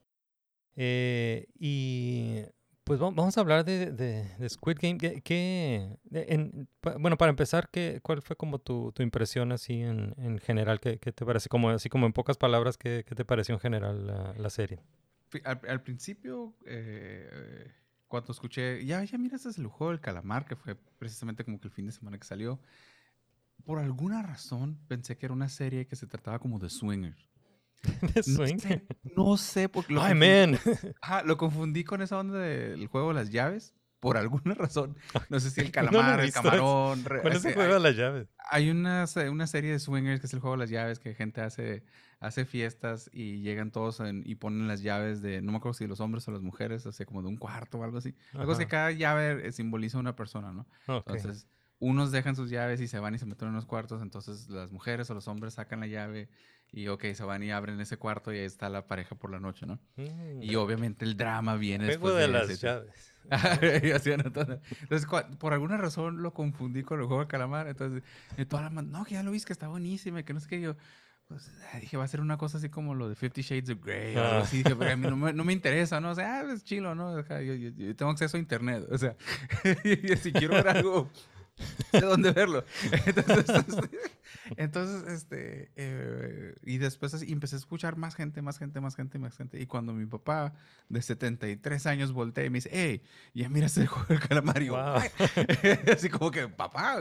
Eh, y pues va- vamos a hablar de, de, de Squid Game. ¿Qué, qué- de- en- pa- bueno, para empezar, ¿qué, ¿cuál fue como tu, tu impresión así en, en general? ¿Qué, qué te parece? Como, así como en pocas palabras, ¿qué, qué te pareció en general la, la serie? Fi- Al, al principio, eh, cuando escuché, ya, ya mira, este es el juego del calamar, que fue precisamente como que el fin de semana que salió, por alguna razón pensé que era una serie que se trataba como de swingers. ¿De swing? No sé, no sé por lo ¡Ay, confundí- man! Ajá, lo confundí con esa onda del juego de las llaves, por alguna razón. No sé si el No lo he calamar, el visto. camarón. re- ¿Cuál es el ese- juego hay- de las llaves? Hay una, se- una serie de swingers que es el juego de las llaves, que gente hace, hace fiestas y llegan todos en- y ponen las llaves de, no me acuerdo si los hombres o las mujeres, o sea, como de un cuarto o algo así. Algo es que Ajá. cada llave eh, simboliza una persona, ¿no? Ok. Entonces, unos dejan sus llaves y se van y se meten en unos cuartos, entonces las mujeres o los hombres sacan la llave y, ok, se van y abren ese cuarto y ahí está la pareja por la noche, ¿no? Mm. Y obviamente el drama viene Juego después de de las ese. llaves. Y así anotando. Entonces, cua- por alguna razón lo confundí con el juego de calamar. Entonces, y toda la man- no, que ya lo viste, que está buenísima, y que no sé qué. Yo, pues, ah, dije, va a ser una cosa así como lo de Fifty Shades of Grey, o algo Ah. así. Dije, pero a mí no me, no me interesa, ¿no? O sea, ah, es chilo, ¿no? Ajá, yo, yo- yo tengo acceso a internet, o sea, y si quiero ver algo, sé dónde verlo. Entonces, este, entonces, este, eh, y después así, y empecé a escuchar más gente, más gente, más gente, más gente. Y cuando mi papá de setenta y tres años voltea y me dice, hey, ya miras el juego del calamar. Y yo, Wow. "Ay". Así como que, papá,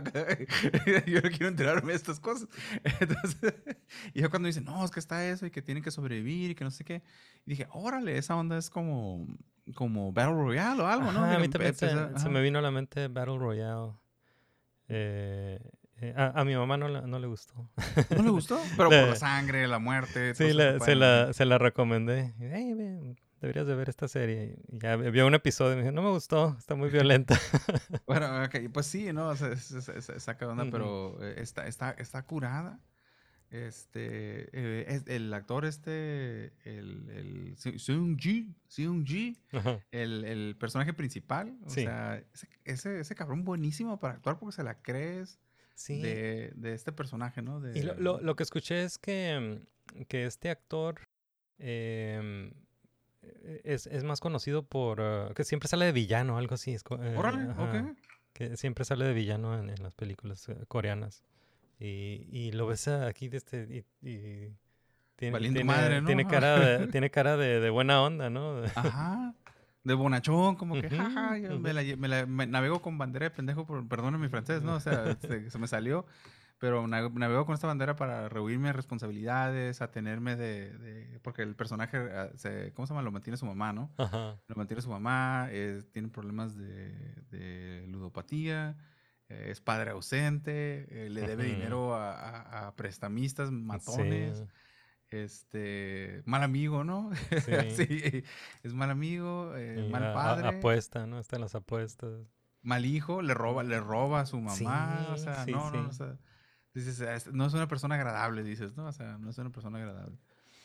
yo no quiero enterarme de estas cosas. Entonces, y yo cuando dice, no, es que está eso y que tienen que sobrevivir y que no sé qué. Y dije, órale, esa onda es como, como Battle Royale o algo, ¿no? Ajá, a mí Empe- también se, empecé- se ajá. me vino a la mente Battle Royale. Eh, eh, a, a mi mamá no, la- no le gustó. ¿No le gustó? Pero Le- por la sangre, la muerte. Sí, todo la- eso, se, bueno. la, se la recomendé. Hey, ve, deberías de ver esta serie. Y ya vio un episodio y me dijo, no me gustó, está muy violenta. Bueno, ok, pues sí, ¿no? O sea, es, es- es- es saca de onda, Ujú. pero eh, está, está, está curada. Este, eh, es- el actor este, el, el Se- Seung-ji, Seung-ji, Ajá. el, el personaje principal, o Sí. sea, ese, ese, ese cabrón buenísimo para actuar porque se la crees Sí. de, de este personaje, ¿no? De, Y lo, lo, lo que escuché es que, mm, que este actor em, eh, es, es más conocido por... ah, que siempre sale de villano, algo así. Es, co- eh, Órale, ajá, ok. que siempre sale de villano en, en las películas eh, coreanas. Y, y lo ves aquí de este... Y, y tiene, Valiendo tiene, madre, ¿no? tiene cara, de, tiene cara de, de buena onda, ¿no? Ajá. de bonachón, como que, Ujú, jaja, yo me, ujú. la, lle- me la- me navego con bandera de pendejo, por, perdone mi francés, ¿no? O sea, este, se me salió, pero na- navego con esta bandera para rehuirme de responsabilidades, atenerme de, de- porque el personaje, ah, se, ¿cómo se llama? Lo mantiene su mamá, ¿no? Ajá. Lo mantiene su mamá, eh, tiene problemas de, de ludopatía, eh, es padre ausente, eh, le debe Ujú. dinero a, a- a prestamistas, Sí. matones, este, mal amigo, ¿no? Sí. Sí, es mal amigo, eh, Y mal a- a- padre, apuesta, ¿no? Están las apuestas. mal hijo, le roba, le roba a su mamá, o Sí, sea, sí, no, no, no, o sí. sea, dices, "Es- no es una persona agradable", dices, ¿no? O sea, no es una persona agradable.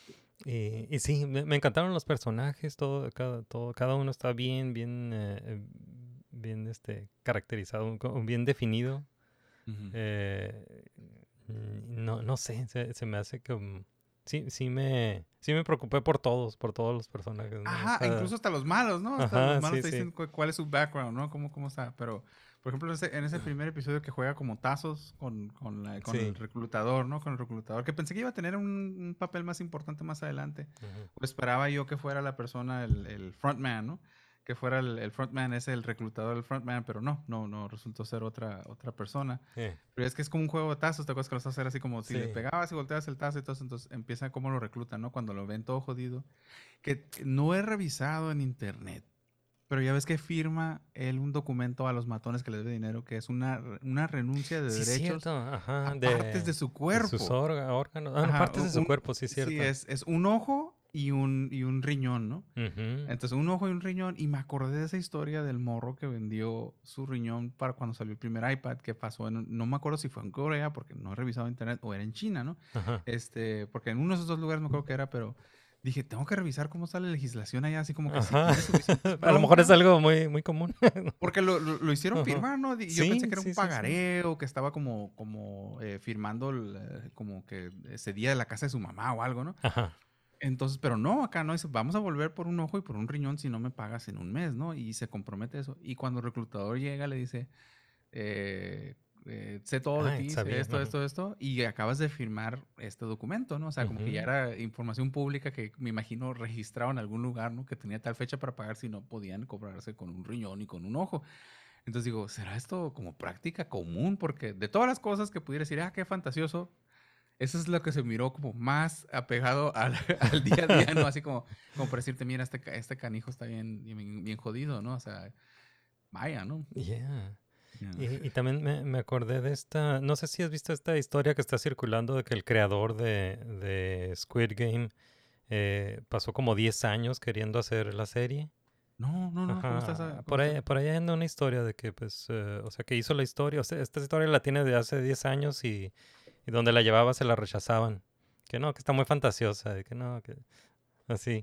Y, y sí, me, me encantaron los personajes, todo, cada, todo, cada uno está bien, bien, eh, eh, bien, este, caracterizado, co- bien definido. Ujú. Eh, mm, no, no sé, se, se me hace que sí, sí me, sí me preocupé por todos, por todos los personajes, ¿no? O Ajá, sea, incluso hasta los malos, ¿no? Hasta ajá, los malos sí, te sí. dicen cu- cuál es su background, ¿no? Cómo, cómo está. Pero, por ejemplo, en ese, en ese primer episodio que juega como tazos con, con, la- con Sí. el reclutador, ¿no? Con el reclutador, que pensé que iba a tener un, un papel más importante más adelante. Ujú. O esperaba yo que fuera la persona, el, el frontman, ¿no? Que fuera el, el frontman, ese el reclutador del frontman, pero no, no, no, resultó ser otra, otra persona. Eh, Pero es que es como un juego de tazos, ¿te acuerdas que los tazos era así como si le Sí. pegabas y volteabas el tazo y todo eso, entonces empieza cómo lo reclutan, ¿no? Cuando lo ven todo jodido. Que no he revisado en internet, pero ya ves que firma él un documento a los matones que les debe dinero, que es una, una renuncia de Sí, derechos cierto, ajá, a de, partes de su de cuerpo. sus orga- órganos, ah, no, Ajá, partes de su un- cuerpo, sí, cierto. Sí, es, es un ojo y un, y un riñón, ¿no? Ujú. Entonces, un ojo y un riñón. Y me acordé de esa historia del morro que vendió su riñón para cuando salió el primer iPad, que pasó en, no me acuerdo si fue en Corea, porque no he revisado internet, o era en China, ¿no? Ajá. Este, porque en uno de esos dos lugares me acuerdo que era, pero dije, tengo que revisar cómo está la legislación allá, así como que si Ajá. tiene suficientes A lo mejor es broncas. algo muy, muy común. Porque lo, lo, lo hicieron Ajá. firmar, ¿no? Di- Yo Sí, pensé que era sí, un sí, sí. pagaré o que estaba como, como eh, firmando el, eh, como que cedía de la casa de su mamá o algo, ¿no? Ajá. Entonces, pero no, acá no dice, vamos a volver por un ojo y por un riñón si no me pagas en un mes, ¿no? Y se compromete eso. Y cuando el reclutador llega, le dice, eh, eh, sé todo de Ay, ti, sé sabía, esto, ajá. esto, esto, y acabas de firmar este documento, ¿no? O sea, como que ya Ujú. era información pública que me imagino registrado en algún lugar, ¿no? Que tenía tal fecha para pagar si no podían cobrarse con un riñón y con un ojo. Entonces digo, ¿será esto como práctica común? Porque de todas las cosas que pudiera decir, ah, qué fantasioso, eso es lo que se miró como más apegado al, al día a día, ¿no? Así como, como para decirte, mira, este, ca- este canijo está bien, bien, bien jodido, ¿no? O sea, vaya, ¿no? Yeah. Ya. Y, y también me, me acordé de esta, no sé si has visto esta historia que está circulando de que el creador de, de Squid Game eh, pasó como diez años queriendo hacer la serie. No, no, no, ¿cómo estás? Ajá, ah, cómo por ahí, estás? por ahí anda una historia de que, pues, eh, o sea, que hizo la historia, o sea, esta historia la tiene de hace diez años y, y donde la llevaba se la rechazaban. Que no, que está muy fantasiosa, de que no, que así.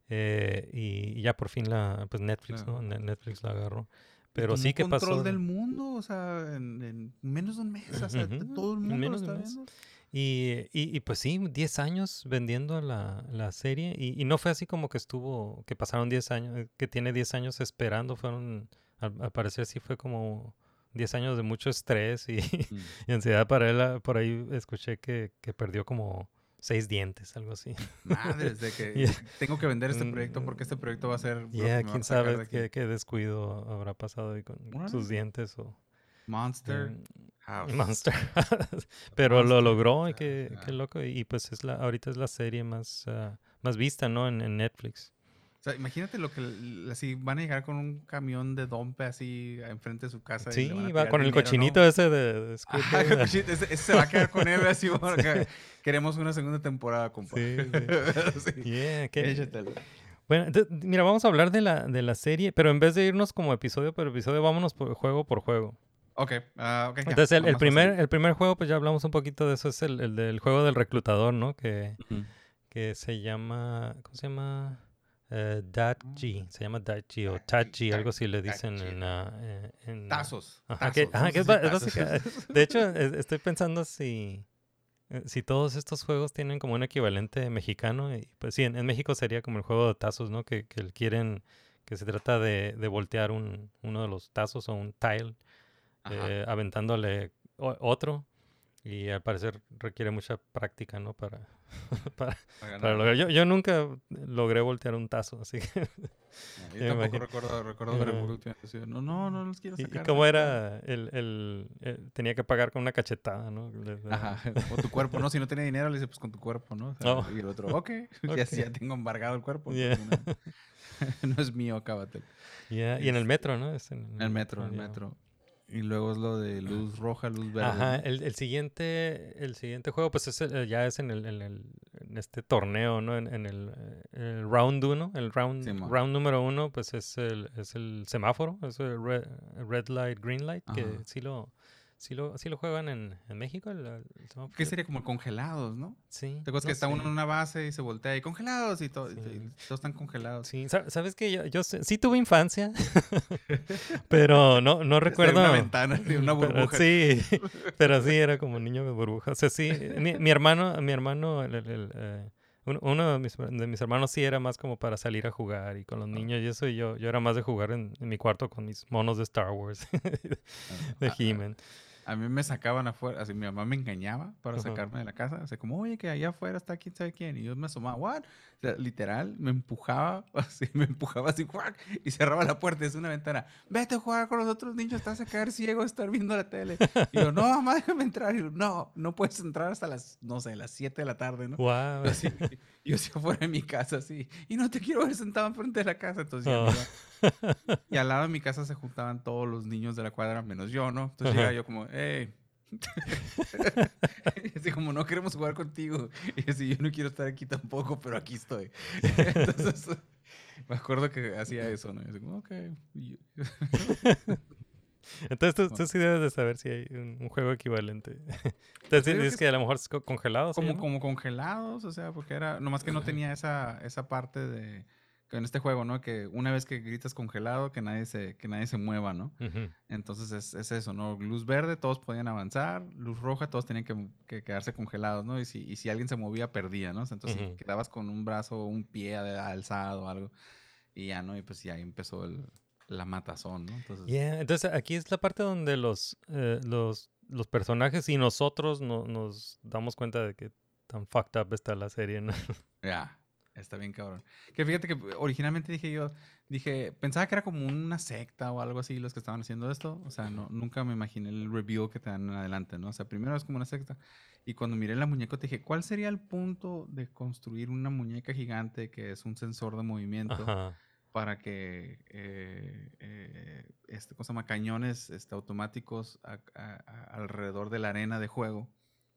Eh, y, y ya por fin la, pues Netflix, Claro. ¿no? Ne- Netflix la agarró. Y Pero tomó sí que control pasó. del mundo, o sea, en, en menos de un mes, o sea, de Ujú, todo el en mundo lo menos de está un mes. viendo. Y, y, y pues sí, diez años vendiendo la, la serie. Y, y no fue así como que estuvo, que pasaron diez años, eh, que tiene diez años esperando. Fueron, al, al parecer sí fue como diez años de mucho estrés y, Mm. y ansiedad para él. ah, Por ahí escuché que, que perdió como seis dientes, algo así. Madres, de que Yeah. tengo que vender este Mm, proyecto porque este proyecto va a ser lo que Ya, me va quién a sacar de sabe aquí. qué, qué descuido habrá pasado ahí con Órale. sus dientes o Monster eh, House. Monster. Pero lo Monster logró y House, qué, ah. qué loco. Y, y pues es la, ahorita es la serie más, ah, más vista, ¿no? En, en Netflix. O sea, imagínate lo que l- así van a llegar con un camión de dompe así enfrente de su casa. y Sí, le van a va tirar con el dinero, cochinito ¿no? ese de, de Squid Ajá, Game. cochito, ese, ese se va a quedar con él así, porque queremos una segunda temporada, compa. Sí, Sí. Yeah, qué- Échatelo. Bueno, ent- mira, vamos a hablar de la, de la serie, pero en vez de irnos como episodio por episodio, vámonos por juego por juego. Ok, ah, ok, ya, Entonces, el, el vamos a primer, seguir. el primer juego, pues ya hablamos un poquito de eso, es el, el del juego del reclutador, ¿no? Que, Ujú. que se llama, ¿cómo se llama? Eh, Datji, se llama Datji o Datji, Tatji, algo Dat- así le dicen Datji. en, ah, eh, en... Tazos. Ajá, tazos, que, ajá, vamos que a es, ba- decir es básica. tazos. De hecho, es- estoy pensando si, eh, si todos estos juegos tienen como un equivalente mexicano. Y pues sí, en, en México sería como el juego de tazos, ¿no? Que, que quieren, que se trata de, de voltear un, uno de los tazos o un tile, Ajá. eh, aventándole o- otro. Y al parecer requiere mucha práctica, ¿no? Para, para, Para para ganar. lograr. Yo, yo nunca logré voltear un tazo, así que... No, me yo tampoco imagino. recuerdo, recuerdo ver Ajá. el producto. No, no, no los quiero ¿Y, y sacar. cómo de- era el, el, el- tenía que pagar con una cachetada, ¿no? Le- le- Ajá, o tu cuerpo, ¿no? Si no tiene dinero, le dice, pues con tu cuerpo, ¿no? O sea, Oh. Y el otro, ok, ya, Ok. ya tengo embargado el cuerpo. Yeah. entonces No, no es mío, acábate. Yeah, Y en el metro, ¿no? Es en El metro, el yeah. metro. Y luego es lo de luz roja, luz verde. Ajá, ¿no? el, el siguiente el siguiente juego pues es el- ya es en el, en el en este torneo, ¿no? En, en el, eh, el round uno, el round Simón. round número uno pues es el es el semáforo, es el red, red light, green light, que Ajá. sí lo sí lo sí lo juegan en, en México el, el semáforo. ¿Qué sería como congelados, no? Sí. ¿Te acuerdas no que está uno sé. en una base y se voltea y congelados y, todo, y Sí. to- y todos están congelados? Sí, sa- sabes que yo, yo sé- sí tuve infancia, pero no, no Está en recuerdo. una ventana, de una Pero burbuja. sí, pero sí era como niño de burbuja. O sea, sí, mi, mi hermano, mi hermano, el- el- el, eh, uno, uno de, mis, de mis hermanos sí era más como para salir a jugar y con los niños y eso, y yo, yo era más de jugar en, en mi cuarto con mis monos de Star Wars, de Ah, He-Man. A mí me sacaban afuera, así mi mamá me engañaba para Ajá. sacarme de la casa. O sea, como, oye, que allá afuera está quién sabe quién. Y yo me asomaba, ¿what? O sea, literal, me empujaba, así, me empujaba así, ¡guac! Y cerraba la puerta, es una ventana. Vete a jugar con los otros niños, te vas a quedar ciego de estar viendo la tele. Y yo, no, mamá, déjame entrar. Y yo, no, no puedes entrar hasta las, no sé, las siete de la tarde, ¿no? Wow. Yo así, yo así afuera de mi casa, así. Y no te quiero ver sentado enfrente de la casa. Entonces ya me Oh. iba. Y al lado de mi casa se juntaban todos los niños de la cuadra, menos yo, ¿no? Entonces Ajá. llegaba yo como, hey. Y así como, no queremos jugar contigo. Y así, yo no quiero estar aquí tampoco, pero aquí estoy. Entonces, me acuerdo que hacía eso, ¿no? Y así como, ok. Y yo- Entonces tú, tú sí debes de saber si hay un, un juego equivalente. Entonces creo dices que que a lo mejor es co- congelado. ¿se como, llama? como congelados, o sea, porque era, nomás que no tenía esa, esa parte de, que en este juego, ¿no? Que una vez que gritas congelado, que nadie se, que nadie se mueva, ¿no? Ujú. Entonces es, es eso, ¿no? Luz verde, todos podían avanzar. Luz roja, todos tenían que, que quedarse congelados, ¿no? Y si, y si alguien se movía, perdía, ¿no? O sea, entonces Ujú. si quedabas con un brazo o un pie a- alzado o algo, y ya, ¿no? Y pues ya ahí empezó el, la matazón, ¿no? Entonces, Yeah, entonces aquí es la parte donde los, eh, los, los personajes y nosotros no, nos damos cuenta de que tan fucked up está la serie, ¿no? ya, está bien cabrón. Que fíjate que originalmente dije yo, dije, pensaba que era como una secta o algo así los que estaban haciendo esto. O sea, no, nunca me imaginé el reveal que te dan en adelante, ¿no? O sea, primero es como una secta. Y cuando miré la muñeca te dije, ¿cuál sería el punto de construir una muñeca gigante que es un sensor de movimiento? Ajá. Para que eh, eh, este, cosa se llama? Cañones este, automáticos a- a- a- alrededor de la arena de juego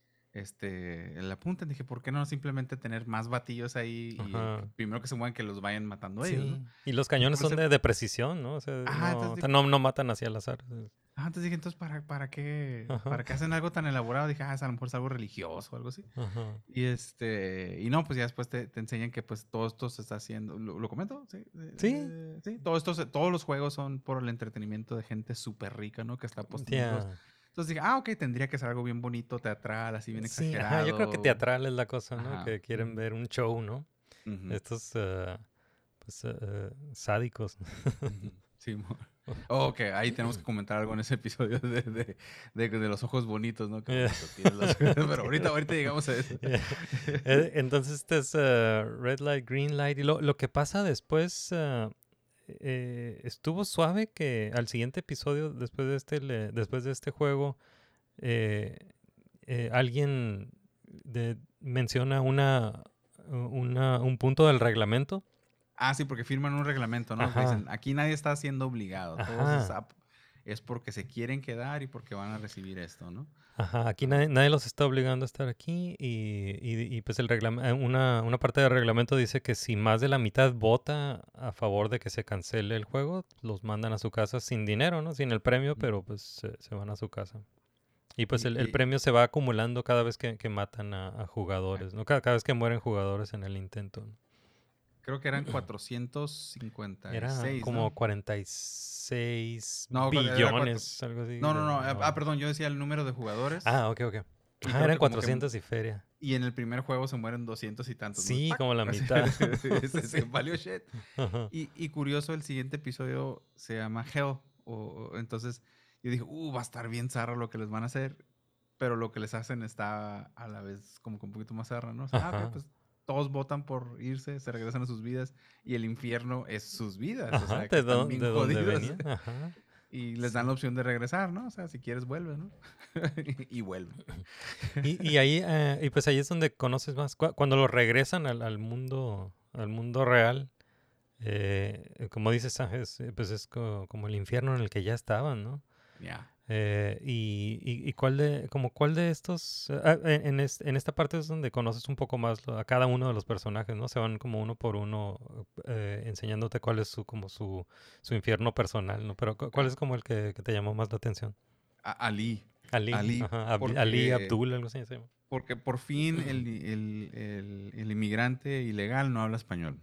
este, la apunten. Dije, ¿por qué no simplemente tener más batillos ahí y Ajá. el primero que se muevan que los vayan matando ellos? Sí. ¿no? Y los cañones ¿Cómo son se- de, de precisión, ¿no? O sea, Ajá, no, entonces o di- sea, no, no matan así al azar. Ah, entonces dije, entonces, ¿para, para qué? Ajá. ¿Para qué hacen algo tan elaborado? Dije, ah, es a lo mejor es algo religioso o algo así. Ajá. Y este, y no, pues ya después te, te enseñan que pues todo esto se está haciendo. ¿Lo, lo comento? Sí. eh, Sí. eh, sí. Todo esto, se- todos los juegos son por el entretenimiento de gente súper rica, ¿no? Que está apostando. Yeah. Entonces dije, ah, ok, tendría que ser algo bien bonito, teatral, así bien Sí, exagerado. ajá, yo creo que teatral es la cosa, ¿no? Ajá. Que quieren ver un show, ¿no? Ujú, Estos, eh, pues, eh, eh, sádicos. ujú. Sí, mo- oh, ok, ahí tenemos que comentar algo en ese episodio de, de, de, de los ojos bonitos, ¿no? Que Yeah. bonito tienes los- Pero ahorita, ahorita llegamos a eso. Yeah. Eh, Entonces, este es eh, Red Light, Green Light. Y lo, lo que pasa después, eh, eh, estuvo suave que al siguiente episodio, después de este, le- después de este juego, eh, eh, alguien de- menciona una, una, un punto del reglamento. Ah, sí, porque firman un reglamento, ¿no? Que Ajá. dicen, aquí nadie está siendo obligado. Todos Ajá. es, ap- es porque se quieren quedar y porque van a recibir esto, ¿no? Ajá, aquí nadie, nadie los está obligando a estar aquí y, y- y, pues el reglam- eh, una, una parte del reglamento dice que si más de la mitad vota a favor de que se cancele el juego, los mandan a su casa sin dinero, ¿no? Sin el premio, pero pues se, se van a su casa. Y pues Y- el, el y- premio se va acumulando cada vez que, que matan a, a jugadores, ¿no? Cada, cada vez que mueren jugadores en el intento, ¿no? Creo que eran cuatrocientos cincuenta y Era seis, como ¿no? cuarenta y seis No, era billones, algo así. No, no, no. de- ah, Ah, perdón, yo decía el número de jugadores. Ah, ok, ok. Y Ah, creo eran que como que- cuatrocientos y feria. Y en el primer juego se mueren doscientos y tantos. ¿no? Sí, ¡Pac! como la Así, mitad. se, se valió shit. Ajá. Y, y curioso, el siguiente episodio se llama Hell. O, o- entonces yo dije, uh, va a estar bien zarro lo que les van a hacer. pero lo que les hacen está a la vez como que un poquito más cerrado, ¿no? O sea, ah, Ajá. ok, pues todos votan por irse, se regresan a sus vidas y el infierno es sus vidas. O Ajá, sea, que ¿de, están dó- bien de dónde jodidas. venían? Ajá. Y les dan la opción de regresar, ¿no? O sea, si quieres vuelve, ¿no? y vuelve. Y, y ahí, eh, y pues ahí es donde conoces más. Cu- Cuando lo regresan al, al mundo, al mundo real, eh, como dices, ah, es, eh, pues es co- como el infierno en el que ya estaban, ¿no? Ya. Eh, y, y, y cuál de, como cuál de estos, eh, ah, en, en es- en esta parte es donde conoces un poco más lo- a cada uno de los personajes, ¿no? Se van como uno por uno eh, enseñándote cuál es su, como su, su infierno personal, ¿no? Pero cu- ¿cuál es como el que, que te llamó más la atención? A- Ali. Ali, Ali, ajá, Ab- porque- Ali Abdul, algo así se llama. Porque por fin el, el, el, el inmigrante ilegal no habla español.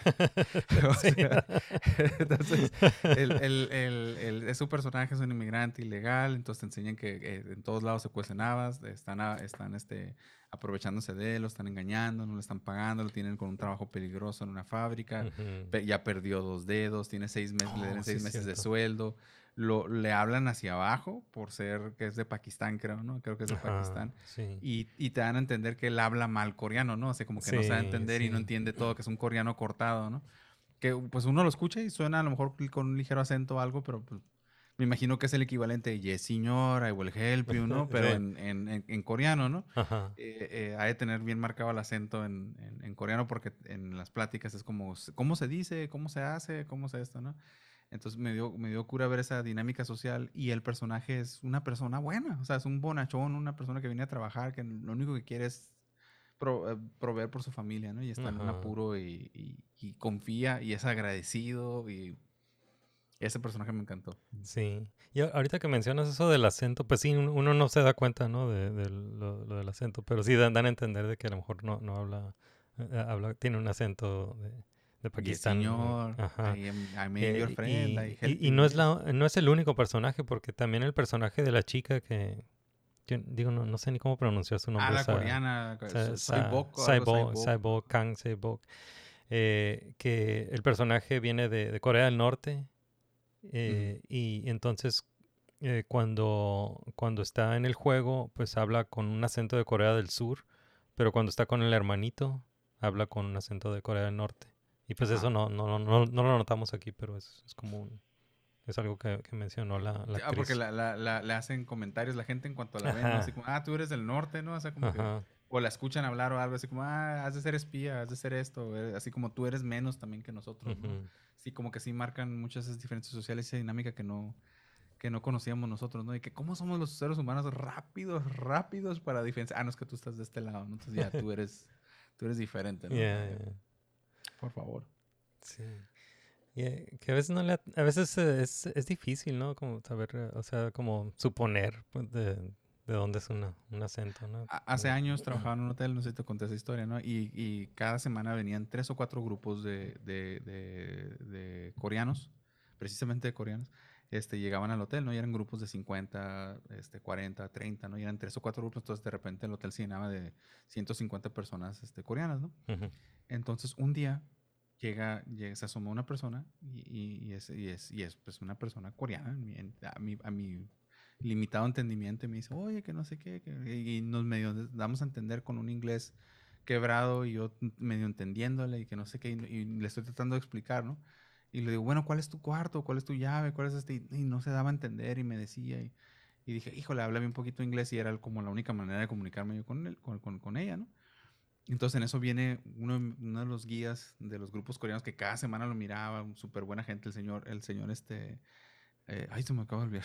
O Sí. sea, entonces, el, el, el, el- es su personaje es un inmigrante ilegal, entonces te enseñan que eh, en todos lados se cuecen habas, están, a- están este, aprovechándose de él, lo están engañando, no le están pagando, lo tienen con un trabajo peligroso en una fábrica, Ujú. pe- ya perdió dos dedos, tiene seis meses, le Oh, deben sí, seis meses de cierto. sueldo, lo, le hablan hacia abajo por ser que es de Pakistán, creo, ¿no? Creo que es de Ajá, Pakistán. sí. Y, y te dan a entender que él habla mal coreano, ¿no? O sea, como que no sabe Sí, entender y no sí. entiende todo, que es un coreano cortado, ¿no? Que pues uno lo escucha y suena a lo mejor con un ligero acento o algo, pero pues me imagino que es el equivalente de yes, señor, I will help you, ¿no? Pero Sí. en, en, en, en coreano, ¿no? Ajá. Eh, eh, ha de tener bien marcado el acento en, en, en coreano porque en las pláticas es como, ¿cómo se dice? ¿Cómo se hace? ¿Cómo se esto, no? Entonces me dio, me dio cura ver esa dinámica social y el personaje es una persona buena, o sea, es un bonachón, una persona que viene a trabajar, que lo único que quiere es pro- eh, proveer por su familia, ¿no? Y está en un Ajá. apuro y, y- y confía y es agradecido y ese personaje me encantó. Sí. Y a- ahorita que mencionas eso del acento, pues sí, un- uno no se da cuenta, ¿no? De, de lo, lo del acento, pero sí dan, dan a entender de que a lo mejor no, no habla, eh, habla, tiene un acento de, de Yes, Pakistán. ¿no? señor, Ajá. I am, I am Eh, your friend, I y, help y- y you, no es yes. la, no es el único personaje, porque también el personaje de la chica que, yo digo, no, no sé ni cómo pronunciar su nombre. Ah, la Sa- coreana, Sa- Sa- Sa- Saibok o algo, Saibok, Saibok. Saibok, Kang Saibok, eh, que el personaje viene de, de Corea del Norte eh, y entonces eh, cuando, cuando está en el juego pues habla con un acento de Corea del Sur, pero cuando está con el hermanito habla con un acento de Corea del Norte y pues eso no, no, no, no, no lo notamos aquí, pero es, es como un, es algo que, que mencionó la, la Ah, porque actriz. la, la, la- le hacen comentarios la gente en cuanto la ven, ¿no? Ajá. Así como, ah, tú eres del norte, ¿no? O sea, como que, Ajá. o la escuchan hablar o algo así como, ah, has de ser espía, has de ser esto, eh, así como tú eres menos también que nosotros, ¿no? Ujú. Sí, como que sí marcan muchas esas diferencias sociales y esa dinámica que no, que no conocíamos nosotros, ¿no? Y que cómo somos los seres humanos rápidos, rápidos para diferenciar. Ah, no, es que tú estás de este lado, ¿no? Entonces ya tú eres, tú eres diferente, ¿no? Yeah, Eh, yeah. Por favor. Sí. Y, eh, que a veces no le, at- a veces eh, es, es difícil, ¿no? Como saber, eh, o sea, como suponer pues, de, de dónde es una, un acento, ¿no? A- Hace Como- años trabajaba en un hotel, no sé si te conté esa historia, ¿no? Y, y cada semana venían tres o cuatro grupos de, de, de- de coreanos, precisamente de coreanos, este, llegaban al hotel, ¿no? Y eran grupos de cincuenta, este, cuarenta, treinta, ¿no? Y eran tres o cuatro grupos, entonces de repente el hotel se llenaba de ciento cincuenta personas este, coreanas, ¿no? Ujú. Entonces un día llega, llega se asoma una persona y, y- y es, y, es, y es pues una persona coreana, en mi- en- a mi, a mi limitado entendimiento, y me dice, oye, que no sé qué, que- y y nos medio damos a entender con un inglés quebrado y yo medio entendiéndole y que no sé qué, y, y le estoy tratando de explicar, ¿no? Y le digo, bueno, ¿cuál es tu cuarto? ¿Cuál es tu llave? ¿Cuál es este? Y, y no se daba a entender y me decía, y, y dije, híjole, háblame un poquito inglés y era como la única manera de comunicarme yo con, él, con, con, con ella, ¿no? Entonces en eso viene uno, uno de los guías de los grupos coreanos que cada semana lo miraba, un súper buena gente, el señor, el señor este, eh, ay, se me acaba de olvidar,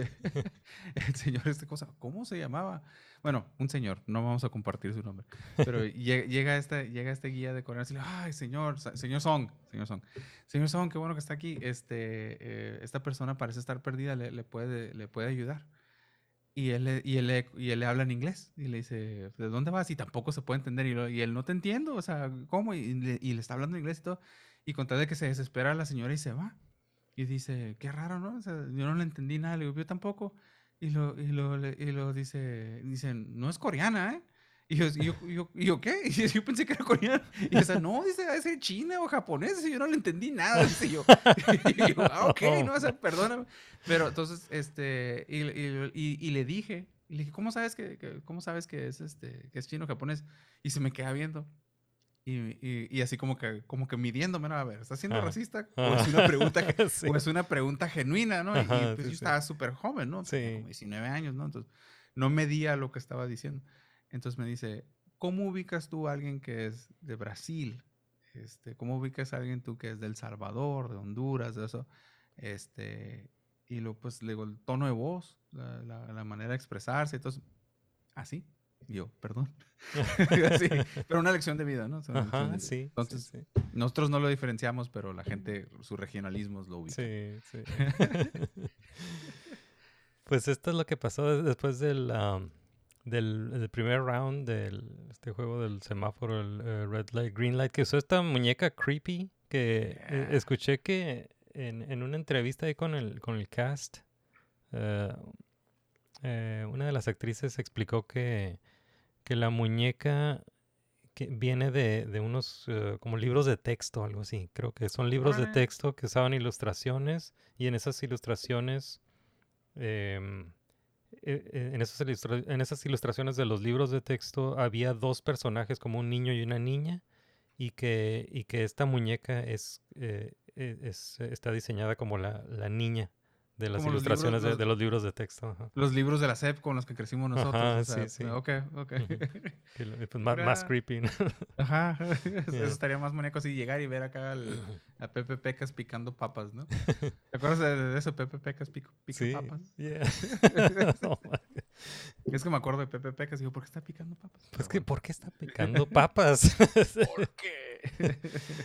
el señor este cosa, ¿cómo se llamaba? Bueno, un señor, no vamos a compartir su nombre, pero llega, llega, este, llega este guía de coreano y le dice, ay, señor, sa- señor Song, señor Song, señor Song, qué bueno que está aquí, este, eh, esta persona parece estar perdida, le, le, puede, le puede ayudar. Y él, le- y, él, le- y él le habla en inglés y le dice, ¿de dónde vas? Y tampoco se puede entender. Y, lo- y él, no te entiendo, o sea, ¿cómo? Y le, y le está hablando en inglés y todo. Y con tal de que se desespera la señora y se va. Y dice, qué raro, ¿no? O sea, yo no le entendí nada, le digo, yo tampoco. Y lo, y lo, le- y lo dice, dicen, no es coreana, ¿eh? Y yo, y yo, y yo, y yo, ¿qué? Y yo, yo pensé que era coreana. Y o sea, no, dice, debe ser china o japonés. Y yo no le entendí nada, dice yo. Y yo, ah, ok, no, o sea, perdóname. Pero entonces, este, y, y- y- y le dije Y le dije, ¿cómo sabes que, que- cómo sabes que es este, que es chino japonés? Y se me queda viendo. Y, y- y así como que, como que midiéndome, ¿no? A ver, ¿está siendo Ajá. racista? O Ajá. es una pregunta, ge- Sí. o es una pregunta genuina, ¿no? Y, y, Ajá, pues sí, yo sí. estaba súper joven, ¿no? Tenía Sí. como diecinueve años, ¿no? Entonces, no medía lo que estaba diciendo. Entonces me dice, ¿cómo ubicas tú a alguien que es de Brasil? Este, ¿cómo ubicas a alguien tú que es de El Salvador, de Honduras, de eso? Este, y luego, pues, le digo, el tono de voz, la, la- la manera de expresarse, entonces, así. Y yo, perdón. Sí, pero una lección de vida, ¿no? O sea, una lección Ajá, de vida. sí, sí, Entonces, sí. nosotros no lo diferenciamos, pero la gente, sus regionalismos lo ubican. Sí, sí. Pues esto es lo que pasó des- después del, am, del, del primer round del este juego del semáforo, el eh, red light, green light, que usó esta muñeca creepy que eh, Yeah. escuché que en, en una entrevista ahí con el, con el cast, eh, eh, una de las actrices explicó que, que la muñeca que viene de, de unos eh, como libros de texto, algo así. Creo que son libros de Órale. texto que usaban ilustraciones y en esas ilustraciones, em, eh, eh, en, esas ilustra- en esas ilustraciones de los libros de texto había dos personajes como un niño y una niña y que, y que esta muñeca es, eh, eh, es, eh, está diseñada como la, la niña de las Como los libros, ilustraciones de, los, de los libros de texto. Ajá, los libros de la S E P con los que crecimos nosotros. Ajá, O sea, sí, sí. ok, ok. Ujú. Que lo- pues, más, más Mira. creepy, ¿no? Ajá, eso Yeah. estaría más muñeco así llegar y ver acá al, a Pepe Pecas picando papas, ¿no? ¿Te acuerdas de, de eso, Pepe Pecas pico, pica Sí, papas? yeah. Oh my God. Es que me acuerdo de Pepe Pecas y digo, ¿por qué está picando papas? Pues Pero que, bueno. ¿por qué está picando papas? ¿Por qué?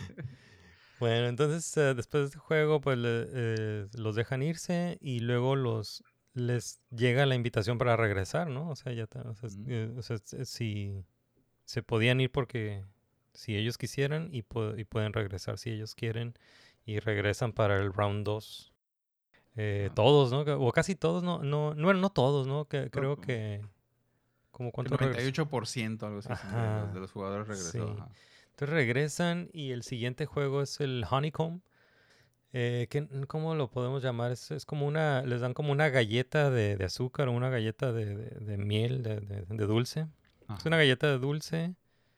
Bueno, entonces eh, después de este juego, pues le- eh, los dejan irse y luego los les llega la invitación para regresar, ¿no? O sea, ya ta- o sea, es- Ujú. eh, o sea, es- es si se podían ir porque si ellos quisieran y, pu- y pueden regresar si ellos quieren y regresan para el round dos. Eh, Ah. todos, ¿no? O casi todos, no, no, no, no todos, ¿no? Que, creo como- que como Que cuántos noventa y regresó. ocho por ciento, algo así, sí, de los, Ajá, de los jugadores regresó. sí. Ajá. Entonces regresan y el siguiente juego es el Honeycomb. Eh, que, n- ¿cómo lo podemos llamar? Es, es como una, les dan como una galleta de, de azúcar o una galleta de, de- de miel, de, de- de dulce. Es Ajá. una galleta de dulce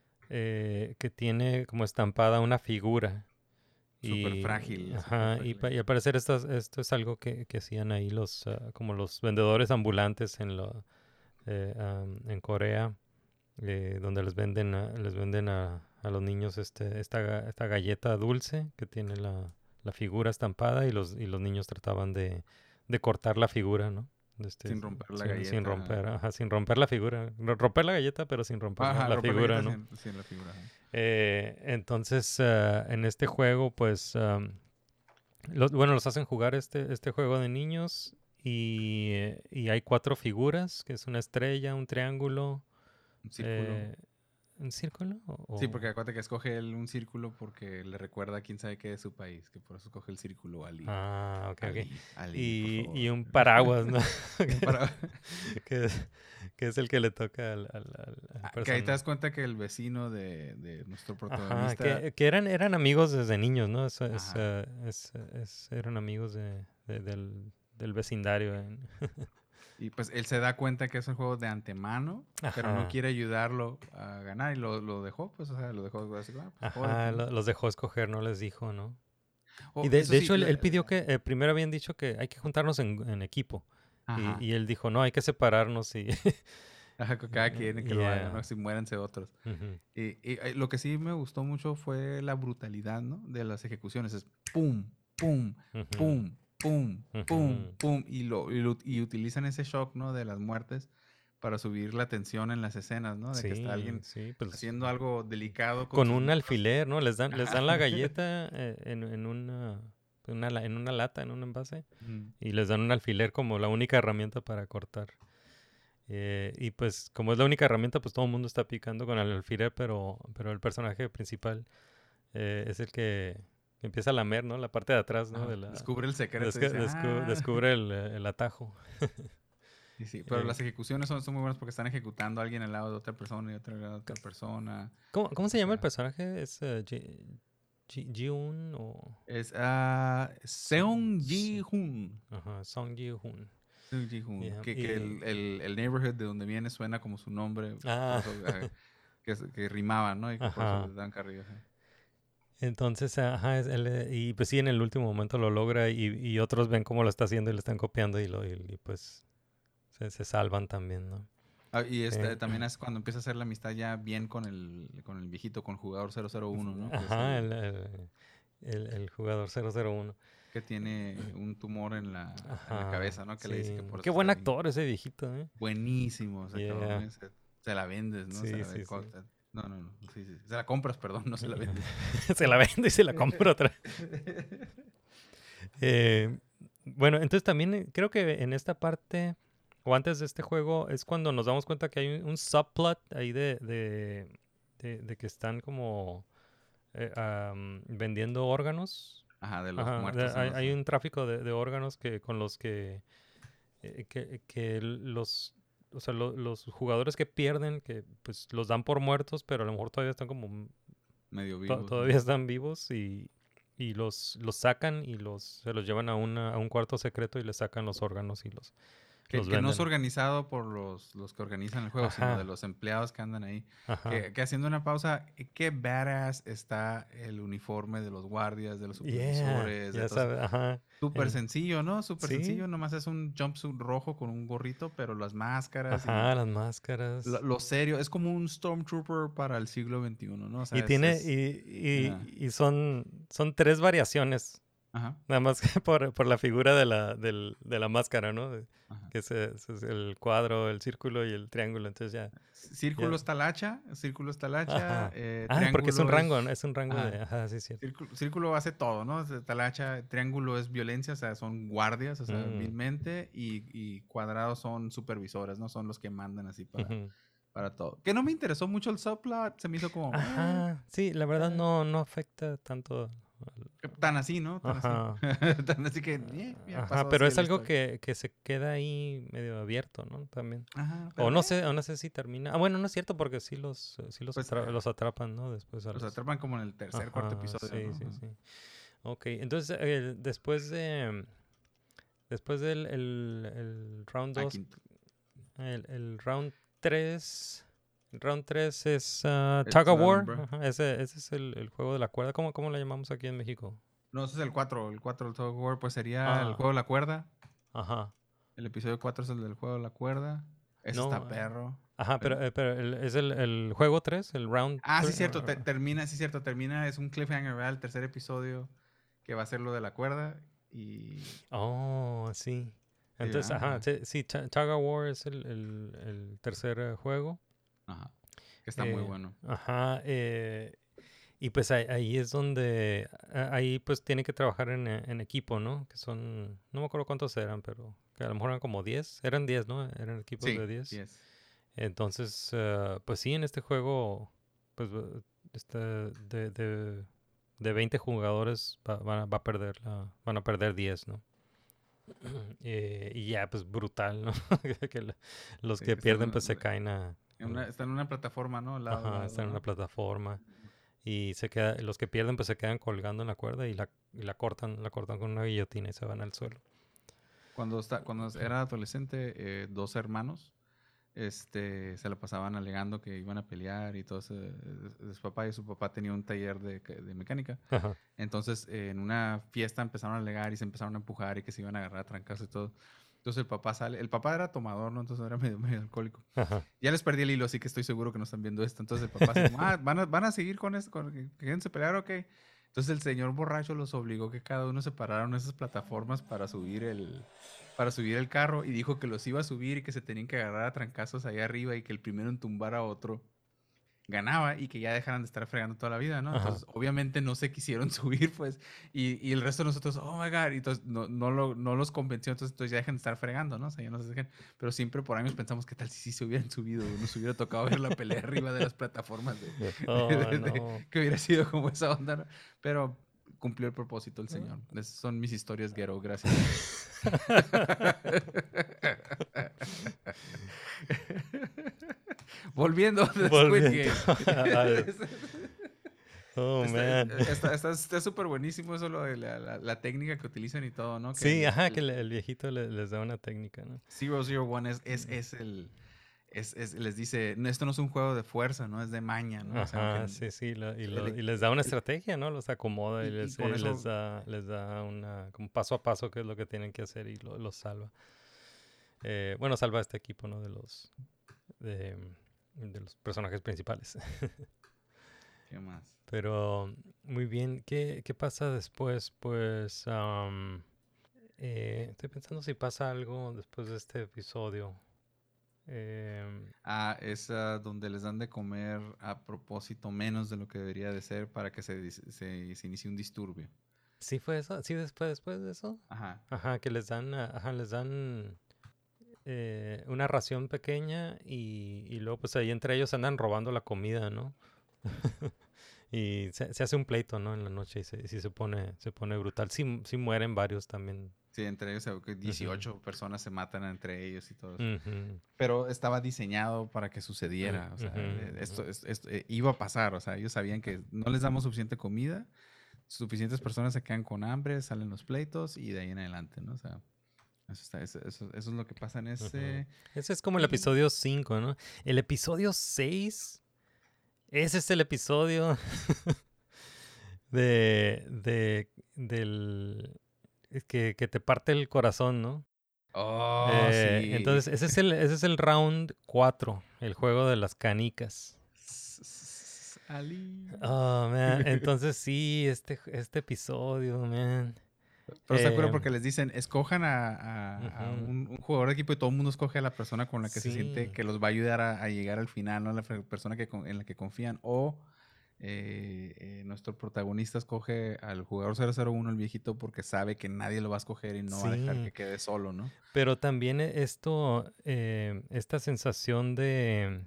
eh, que tiene como estampada una figura. Súper Y, frágil, súper ajá, y, frágil. pa- y al parecer esto, es- esto es algo que, que hacían ahí los, ah, como los vendedores ambulantes en, lo, eh, am, en Corea, eh, donde les venden, a, les venden a, a los niños este, esta, ga- esta galleta dulce que tiene la, la figura estampada y los, y los niños trataban de, de cortar la figura, ¿no? De este, Sin romper la sin, galleta. sin romper, ajá, sin romper la figura. Ro- Romper la galleta, pero sin romper la- Ajá, la, romper la figura, galleta ¿no? sin, sin la figura. ajá. Eh, entonces, ah, en este juego, pues, am, los, bueno, los hacen jugar este, este juego de niños y, eh, y hay cuatro figuras, que es una estrella, un triángulo, Un círculo. eh, ¿un círculo? O, Sí, o- porque acuérdate que escoge él un círculo porque le recuerda a quién sabe qué de su país, que por eso escoge el círculo Ali. Ah, ok, ok. Ali, Ali, Y, por y favor. un paraguas, ¿no? Un para- que, es, que es el que le toca al, al, al- al Ah, que ahí te persona- das cuenta que el vecino de, de nuestro Ajá, protagonista. que, que eran, eran amigos desde niños, ¿no? Es, es, Ajá. eh, es- es- eran amigos de, de- del, del vecindario. en- Y pues él se da cuenta que es un juego de antemano, pero no Ajá. quiere ayudarlo a ganar y lo, lo dejó, pues, o sea, lo dejó así, ah, pues, Ajá, jódete, ¿no? lo- los dejó escoger, no les dijo, ¿no? Oh, y de, eso de sí, hecho, él, la- él pidió que, eh, primero habían dicho que hay que juntarnos en, en equipo. Ajá. Y, y él dijo, no, hay que separarnos y... Ajá, con cada quien que lo haga, Yeah. ¿no? Si muéranse otros. Ujú. Y, y, eh, lo que sí me gustó mucho fue la brutalidad, ¿no? De las ejecuciones. Es pum, pum, Ujú. pum, pum, pum, Ujú. pum. Y, lo, y, lo- y utilizan ese shock, ¿no? De las muertes para subir la tensión en las escenas, ¿no? De que está alguien sí, pues, haciendo algo delicado con sus un manos. alfiler, ¿no? Les dan, les Ajá. dan la galleta eh, en, en una, una la- en una lata, en un envase, Ujú. y les dan un alfiler como la única herramienta para cortar. Eh, y pues como es la única herramienta, pues todo el mundo está picando con el alfiler, pero, pero el personaje principal eh, es el que empieza a lamer, ¿no? La parte de atrás, ¿no? Ajá, De la, descubre el secreto. y descu- dice, descu- "Ah". descubre el, eh, el atajo. Y sí, pero Eh, las ejecuciones son, son muy buenas porque están ejecutando a alguien al lado de otra persona y otra al lado de otra persona. ¿Cómo, cómo se llama el Ajá. personaje? ¿Es eh, Ji- Ji- Ji-un o...? Es ah, Seong Ji-hoon. Ajá, Song Ji-hoon. Sung Ji-hoon. Yeah, Que, y- que el, el, el neighborhood de donde viene suena como su nombre. por Ah. eso, eh, que, que rimaba, ¿no? Y que por Ajá. eso le dan carrillo. ajá. Entonces, ajá, es- él, eh, y pues sí, en el último momento lo logra y, y otros ven cómo lo está haciendo y le están copiando y, lo, y, y, pues se, se salvan también, ¿no? Ah, y este, Eh, también es cuando empieza a hacer la amistad ya bien con el, con el viejito, con el jugador cero cero uno, ¿no? Que, es Ajá, el- el, el, el, el jugador cero cero uno. que tiene un tumor en la, en la Ajá, cabeza, ¿no? Que le dice que sí. por Qué eso buen está bien. actor ese viejito, ¿eh? Buenísimo. O sea, Yeah. cabrón, ¿eh? se, se la vendes, ¿no? Sí, se la sí, ve- co- sí. se- No, no, no. Sí, sí. Se la compras, perdón, no se la vendes. Se la vende y se la compra otra. Eh, bueno, entonces también eh, creo que en esta parte, o antes de este juego, es cuando nos damos cuenta que hay un, un subplot ahí de, de, de, de que están como eh, am, vendiendo órganos. Ajá, de los Ajá, muertos. de- en hay, los- hay un tráfico de, de órganos que con los que, eh, que, que los, o sea, lo- los jugadores que pierden, que pues los dan por muertos, pero a lo mejor todavía están como medio To- vivos. ¿no? todavía están vivos y, y los, los sacan y los, se los llevan a, una, a un cuarto secreto y les sacan los órganos y los, Que, los que no es venden. organizado por los, los que organizan el juego, sino Ajá. de los empleados que andan ahí. Ajá. Que, que haciendo una pausa, qué badass está el uniforme de los guardias, de los Yeah, supervisores. de ya todos. sabes, ajá. Súper El- sencillo, ¿no? Súper Sí. sencillo. Nomás es un jumpsuit rojo con un gorrito, pero las máscaras. y Ajá, las máscaras. lo, lo serio. Es como un Stormtrooper para el siglo veintiuno, ¿no? O sea, y es- tiene, es- y, y, Ajá. y son, son tres variaciones. Ajá. Nada más que por, por la figura de la, del, de la máscara, ¿no? De- Ajá. Que es, es- es el cuadro, el círculo y el triángulo. Entonces ya. Círculo Ya. está el hacha, círculo está el hacha. Ajá. eh, Ah, porque es un triángulo rango, ¿no? Es un rango Ajá. de. Ajá, sí, sí. Círculo, círculo hace todo, ¿no? Está el hacha, triángulo es violencia, o sea, son guardias, o sea, Mm. vilmente, y, y cuadrados son supervisores, ¿no? Son los que mandan así para, Ujú. para todo. Que no me interesó mucho el subplot, se me hizo como... Ajá, sí, la verdad no, no afecta tanto. eh, tan así, ¿no? Tan Ajá. así. Tan así que... eh, ya Ajá, pasó pero así es la algo historia. que, que se queda ahí medio abierto, ¿no? También. Ajá, O pero, no eh, sé, o no sé si termina. Ah, bueno, no es cierto porque sí los, sí los, Pues, atra- eh, los atrapan, ¿no? Después a Los los- atrapan como en el tercer, cuarto Ajá, episodio, Sí, ¿no? sí, Ajá. sí. Ok, entonces eh, después de... Después del el, el round Ah, dos, quinto. el, el round tres... El round tres es uh, Es Tug of Tug of War. War. Ajá, ese, ese es el, el juego de la cuerda. ¿Cómo, cómo le llamamos aquí en México? No, ese es el cuatro, el cuatro del Tug of War, pues sería el Ah. juego de la cuerda. Ajá. El episodio cuatro es el del juego de la cuerda. Ese No, está eh, perro. Ajá, pero, eh, pero el- es el, el juego tres, el round Ah, sí, tres, cierto, ah, te- termina, sí, cierto, termina, es un cliffhanger, ¿verdad? El tercer episodio que va a ser lo de la cuerda y... Oh, sí. Entonces, ah, ajá, ah. sí, sí, Ta- Tug of War es el, el, el tercer eh, juego. Ajá, que está muy Eh, bueno. Ajá, eh, y pues ahí, ahí es donde, a- ahí pues tiene que trabajar en, eh, en equipo, ¿no? Que son, no me acuerdo cuántos eran, pero que a lo mejor eran como diez, eran diez, ¿no? Eran equipos Sí, de diez. yes. Entonces, eh, pues sí, en este juego, pues eh, este, de, de, de veinte jugadores va, van a, va a perder la, van a perder diez, ¿no? Eh, y ya, pues brutal, ¿no? que la- los Sí, que que están pierden, en- pues se caen a... En una- está en una plataforma, ¿no? Al lado, al Ajá, lado, están en ¿no? una plataforma. Y se queda, los que pierden, pues se quedan colgando en la cuerda y la, y la cortan, la cortan con una guillotina y se van al suelo. Cuando, está, cuando era adolescente, eh, dos hermanos este, se la pasaban alegando que iban a pelear y todo eso. eh, de su papá y su papá tenía un taller de, que- de mecánica. Ajá. Entonces, eh, en una fiesta empezaron a alegar y se empezaron a empujar y que se iban a agarrar a trancas y todo. Entonces el papá sale, el papá era tomador, ¿no? Entonces era medio, medio alcohólico. Ajá. Ya les perdí el hilo, así que estoy seguro que no están viendo esto. Entonces el papá se como, ah, ¿van a, van a seguir con esto? Con, que- ¿Quieren se pelear o qué? Entonces el señor borracho los obligó que cada uno se pararan en esas plataformas para subir el para subir el carro y dijo que los iba a subir y que se tenían que agarrar a trancazos allá arriba y que el primero en tumbar a otro ganaba y que ya dejaran de estar fregando toda la vida, ¿no? Ajá. Entonces, obviamente no se quisieron subir, pues, y, y el resto de nosotros, oh my God, y entonces no, no, lo, no los convenció, entonces, entonces ya dejan de estar fregando, ¿no? O sea, ya no se dejan, pero siempre por años pensamos, ¿qué tal si sí se hubieran subido? Nos hubiera tocado ver la pelea arriba de las plataformas, de, Oh, de- de- no. que hubiera sido como esa onda, ¿no? Pero cumplió el propósito el señor. Esas son mis historias ghetto, gracias. Volviendo de Squid Volviendo Game. al- Oh, Está man. está- está- está súper buenísimo eso, lo de la, la- la técnica que utilizan y todo, ¿no? Que Sí, el, ajá, el que le- el viejito le- les da una técnica, ¿no? cero cero uno es, es, es el... Es, es- les dice, "No, esto no es un juego de fuerza, ¿no? Es de maña, ¿no? O sea, Ajá, aunque sí, sí, lo- y, el- lo- el- y les da una el- estrategia, ¿no? Los acomoda y, y- y les, con y les eso- da, les da una, como paso a paso qué es lo que tienen que hacer y lo- los salva. Eh, bueno, salva a este equipo, ¿no? De los, de, de los personajes principales. ¿Qué más? Pero, muy bien, ¿qué, qué pasa después? Pues, am, eh, estoy pensando si pasa algo después de este episodio. Em, Ah, es ah, donde les dan de comer a propósito menos de lo que debería de ser para que se, dis- se, se inicie un disturbio. ¿Sí fue eso? ¿Sí después, después de eso? Ajá. Ajá, que les dan, ah, ajá, les dan eh, una ración pequeña y, y luego pues ahí entre ellos andan robando la comida, ¿no? Y se, se hace un pleito, ¿no? En la noche y se, y sí se pone, se pone brutal. Sí, sí mueren varios también. Sí, entre ellos eh, que dieciocho personas se matan entre ellos y todo eso. Ujú. Pero estaba diseñado para que sucediera. O sea, Ujú, eh, ujú. esto, es- esto, eh, iba a pasar. O sea, ellos sabían que no les damos suficiente comida, suficientes personas se quedan con hambre, salen los pleitos y de ahí en adelante, ¿no? O sea, eso, está- eso, eso- eso es lo que pasa en ese... Ese es como el y- episodio cinco, ¿no? El episodio seis, ese es el episodio de, de, del, es que, que te parte el corazón, ¿no? Oh, Eh, sí. Entonces, ese es el, ese es el round cuatro, el juego de las canicas. Ali. Oh, man. Entonces, sí, este, este episodio, man. Pero se acuerdan Eh, porque les dicen, escojan a, a- a Ujú. un, un jugador de equipo y todo el mundo escoge a la persona con la que se siente Sí. que los va a ayudar a, a llegar al final, ¿no? La fe- persona que, con- en la que confían. O eh, eh, nuestro protagonista escoge al jugador cero cero uno, el viejito, porque sabe que nadie lo va a escoger y no va a dejar Sí. que quede solo, ¿no? Pero también e- esto, eh, esta sensación de,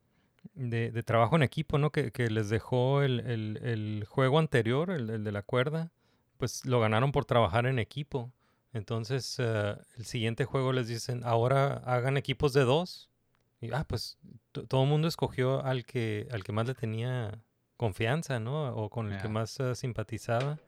de, de trabajo en equipo, ¿no? Que, que les dejó el, el- el juego anterior, el, el de la cuerda, pues lo ganaron por trabajar en equipo. Entonces, eh, el siguiente juego les dicen, ahora hagan equipos de dos. Y, ah, pues to- todo el mundo escogió al que, al que más le tenía confianza, ¿no? O con el que Ya. más eh, simpatizaba.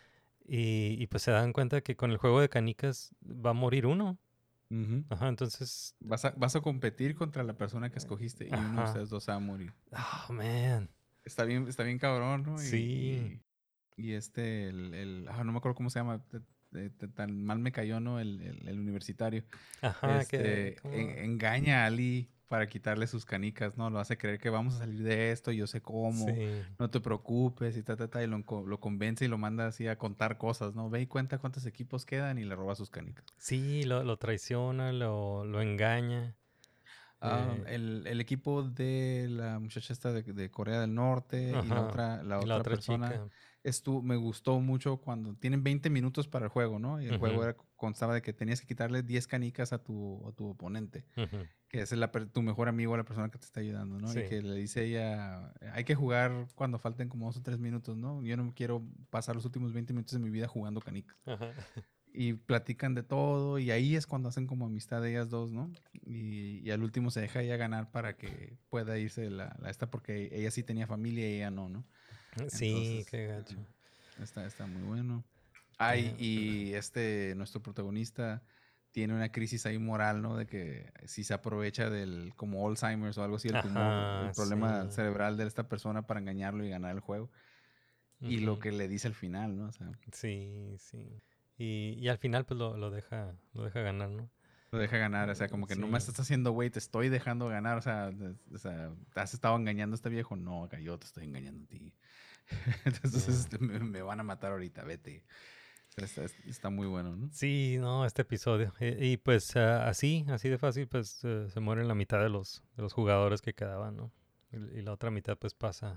Y, y pues se dan cuenta que con el juego de canicas va a morir uno. Ujú. Ajá, entonces, Vas, a, vas a competir contra la persona que escogiste y uno de Ajá. ustedes dos va a morir. oh, man. Está bien, está bien cabrón, ¿no? Y, Sí. Y, y este, el, el- ah, no me acuerdo cómo se llama, te- te- te- tan mal me cayó, ¿no? El, el- el universitario. Ajá, Este, que... ¿cómo? en- engaña a Ali para quitarle sus canicas, ¿no? Lo hace creer que vamos a salir de esto, yo sé cómo, Sí. no te preocupes y ta, ta, ta, y lo, enco- lo convence y lo manda así a contar cosas, ¿no? Ve y cuenta cuántos equipos quedan y le roba sus canicas. Sí, lo, lo traiciona, lo, lo engaña. Ah, Eh, el, el equipo de la muchacha esta de, de Corea del Norte y la Ajá, otra, la y otra, la otra persona chica. estu- me gustó mucho cuando tienen veinte minutos para el juego, ¿no? Y el juego Ujú. era, constaba de que tenías que quitarle diez canicas a tu, a tu oponente, Ujú. que es la per- tu mejor amigo, la persona que te está ayudando, ¿no? Sí. Y que le dice ella, hay que jugar cuando falten como dos o tres minutos, ¿no? Yo no quiero pasar los últimos veinte minutos de mi vida jugando canicas. Ajá. Y platican de todo y ahí es cuando hacen como amistad ellas dos, ¿no? Y, y al último se deja ella ganar para que pueda irse la, la esta porque ella sí tenía familia y ella no, ¿no? Sí, Entonces, qué gacho. Está, está muy bueno. Ay, Damn. y este, nuestro protagonista tiene una crisis ahí moral, ¿no? De que si se aprovecha del, como Alzheimer's o algo así, el tumor, Ajá, el problema sí. cerebral de esta persona para engañarlo y ganar el juego. Y lo Ujú. que le dice al final, ¿no? O sea, Sí, sí. Y, y al final pues lo, lo deja, lo deja ganar, ¿no? lo deja ganar, o sea, como que no me Sí. estás haciendo, güey, te estoy dejando ganar, o sea, de- o sea, ¿te has estado engañando a este viejo? No, acá yo te estoy engañando a ti. Entonces Yeah. este, me, me van a matar ahorita, vete. O sea, está, está muy bueno, ¿no? Sí, no, este episodio. Y, y, pues ah, así, así de fácil, pues eh, se mueren la mitad de los, de los jugadores que quedaban, ¿no? Y, y la otra mitad pues pasa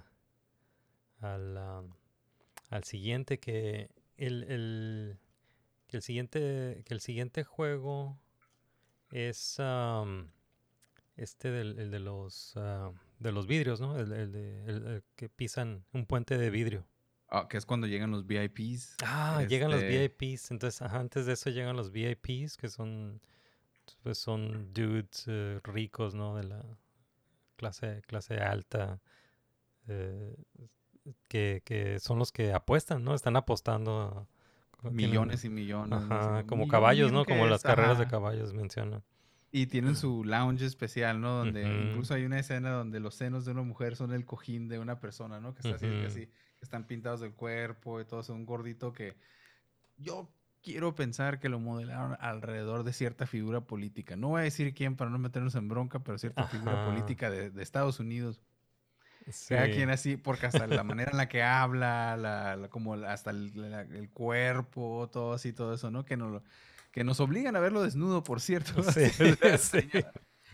al, am, al siguiente que el, el, que el siguiente que el siguiente juego es am, este del el de los ah, de los vidrios, ¿no? El, el de, el- el que pisan un puente de vidrio. Ah, que es cuando llegan los V I Ps. Ah, llegan los este, V I Ps. Entonces, ajá, antes de eso llegan los V I Ps, que son, pues son dudes eh, ricos, ¿no? De la clase, clase alta. eh, que, que son los que apuestan, ¿no? Están apostando. Millones tienen, y millones. Ajá, No como sé, caballos, millón ¿no? que Como es, las carreras de ajá. caballos mencionan. Y tienen su lounge especial, ¿no? Donde Ujú. incluso hay una escena donde los senos de una mujer son el cojín de una persona, ¿no? Que está así, Ujú. que así, que están pintados del cuerpo y todo, es un gordito que yo quiero pensar que lo modelaron alrededor de cierta figura política. No voy a decir quién para no meternos en bronca, pero cierta figura Ajá. política de, de Estados Unidos. Sí. Cada quien así, porque hasta la manera en la que habla, la, la- como la- hasta el, la- el cuerpo, todo así, todo eso, ¿no? Que, no, que nos obligan a verlo desnudo, por cierto. Sí, así, la sí. señora.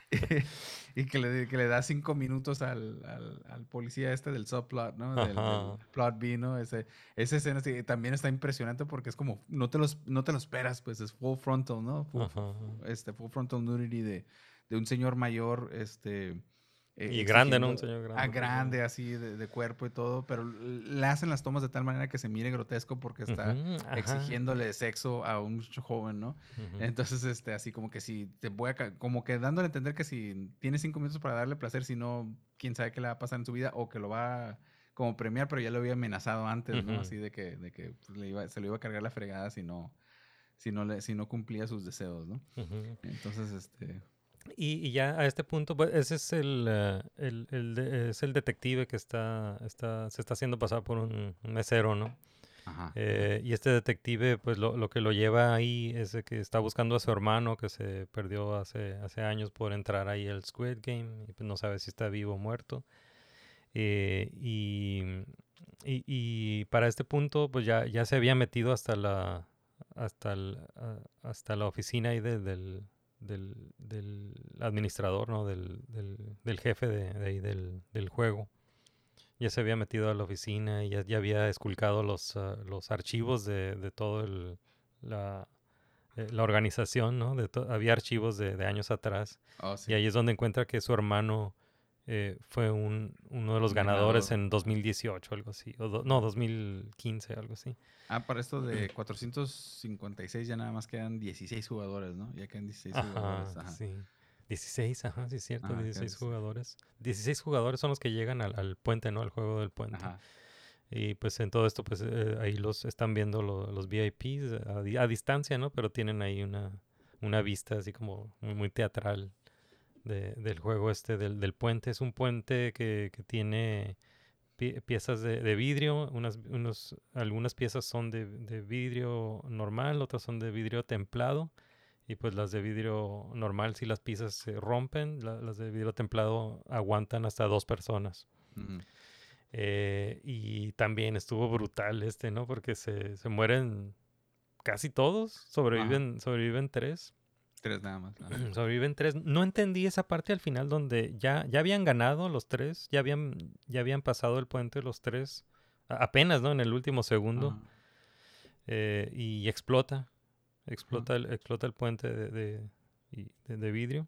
Y que le, que le da cinco minutos al, al, al policía este del subplot, ¿no? Del, del Ajá. plot B, ¿no? Ese, esa escena sí, también está impresionante porque es como, no te, los, no te lo esperas, pues es full frontal, ¿no? Full, Ajá. este, full frontal nudity de, de un señor mayor, este... eh, Y grande, ¿no? exigiendo- Un señor grande. Ah, pues, grande, así, de, de cuerpo y todo, pero le hacen las tomas de tal manera que se mire grotesco porque está Ujú, ajá. exigiéndole sexo a un muchacho joven, ¿no? Ujú. Entonces, este, así como que si te voy a, ca- como que dándole a entender que si tiene cinco minutos para darle placer, si no, quién sabe qué le va a pasar en su vida o que lo va a como premiar, pero ya lo había amenazado antes, ¿no? Ujú. Así de que, de que pues, le iba, se le iba a cargar la fregada si no, si no, le, si no cumplía sus deseos, ¿no? Ujú. Entonces, este... Y, y ya a este punto, pues ese es el, eh, el, el de- es el detective que está, está, se está haciendo pasar por un, un mesero, ¿no? Ajá. Eh, y este detective, pues lo, lo que lo lleva ahí es de que está buscando a su hermano que se perdió hace, hace años por entrar ahí al Squid Game y pues no sabe si está vivo o muerto. Eh, y, y, y para este punto, pues ya, ya se había metido hasta la, hasta el, a- hasta la oficina ahí de- del, del, del administrador, ¿no? Del, del, del jefe de, de ahí del, del juego. Ya se había metido a la oficina y ya, ya había esculcado los, ah, los archivos de, de todo el, la, eh, la organización, ¿no? De to- había archivos de, de años atrás. Oh, Y sí. ahí es donde encuentra que su hermano eh, fue un, uno de los Un ganadores ganador. en dos mil dieciocho, algo así. O do- no, dos mil quince, algo así. Ah, para esto de cuatrocientos cincuenta y seis ya nada más quedan dieciséis jugadores, ¿no? Ya quedan dieciséis Ajá, jugadores. Ajá. sí. dieciséis, ajá, sí es cierto, Ajá, quedan dieciséis dieciséis. jugadores. dieciséis jugadores son los que llegan al, al puente, ¿no? Al juego del puente. Ajá. Y pues en todo esto, pues eh, ahí los están viendo lo- los V I Ps a, di- a distancia, ¿no? Pero tienen ahí una, una vista así como muy, muy teatral de- del juego este del, del puente. Es un puente que, que tiene pie- piezas de, de vidrio, unas, unos, algunas piezas son de, de vidrio normal, otras son de vidrio templado. Y pues las de vidrio normal, si las piezas se rompen, la- las de vidrio templado aguantan hasta dos personas. Ujú. Eh, y también estuvo brutal este, ¿no? Porque se, se mueren casi todos, sobreviven, sobreviven tres. Tres nada más. Ajá. Sobreviven tres. No entendí esa parte al final donde ya, ya habían ganado los tres, ya habían, ya habían pasado el puente los tres, a- apenas, ¿no? En el último segundo. Ajá. eh, y explota, explota, el, explota el puente de, de, y- de- de vidrio.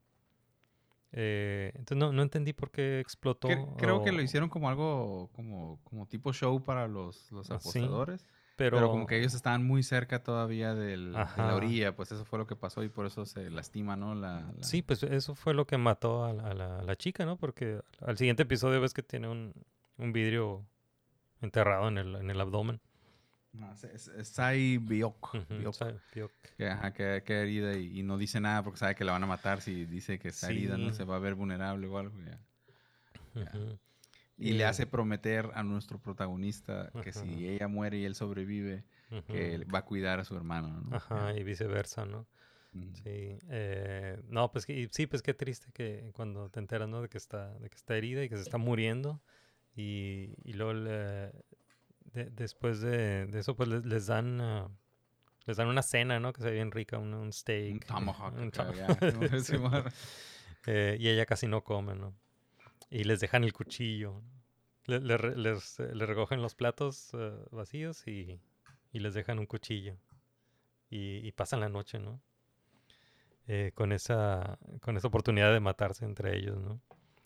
Eh, entonces no, no entendí por qué explotó. Cre- Creo que lo o- hicieron como algo, como, como tipo show para los, los Ah, sí, apostadores. pero, Pero como que ellos estaban muy cerca todavía del, de Ajá. la orilla, pues eso fue lo que pasó y por eso se lastima, ¿no? La, la- Sí, pues eso fue lo que mató a la, a la- a la chica, ¿no? Porque al siguiente episodio ves que tiene un, un vidrio enterrado en el, en el abdomen. No, es- es- es Sai Biok. Ujú, Biok, Sai Biok. que, ajá, que, que herida y, y no dice nada porque sabe que la van a matar si dice que está herida, no Sí. se va a ver vulnerable o algo. Ya. Ujú. Y le Eh, hace prometer a nuestro protagonista que Ajá. si ella muere y él sobrevive, que ujú. va a cuidar a su hermano, ¿no? Ajá, y viceversa, ¿no? Ujú. Sí. eh, no, pues que- y sí, pues qué triste que cuando te enteras, ¿no? De que está, de que está herida y que se está muriendo. Y, y luego le- de- después de, de eso, pues les, les dan ah, les dan una cena, ¿no? Que se ve bien rica, un, un steak. Un tomahawk. un acá, tom- ya, Simón, Sí. Simón. Eh, y ella casi no come, ¿no? Y les dejan el cuchillo. Le- le re- les, eh, le recogen los platos eh, vacíos y, y les dejan un cuchillo. Y, y pasan la noche, ¿no? Eh, con esa con esa oportunidad de matarse entre ellos, ¿no?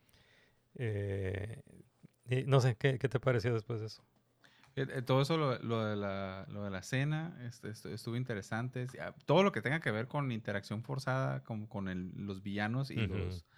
Eh, y no sé, ¿qué, qué te pareció después de eso? Eh, eh, Todo eso, lo, lo de, la, lo de la cena, este, estu- estuvo interesante. Sí, ah, todo lo que tenga que ver con interacción forzada con, con el- los villanos y, Ujú. los,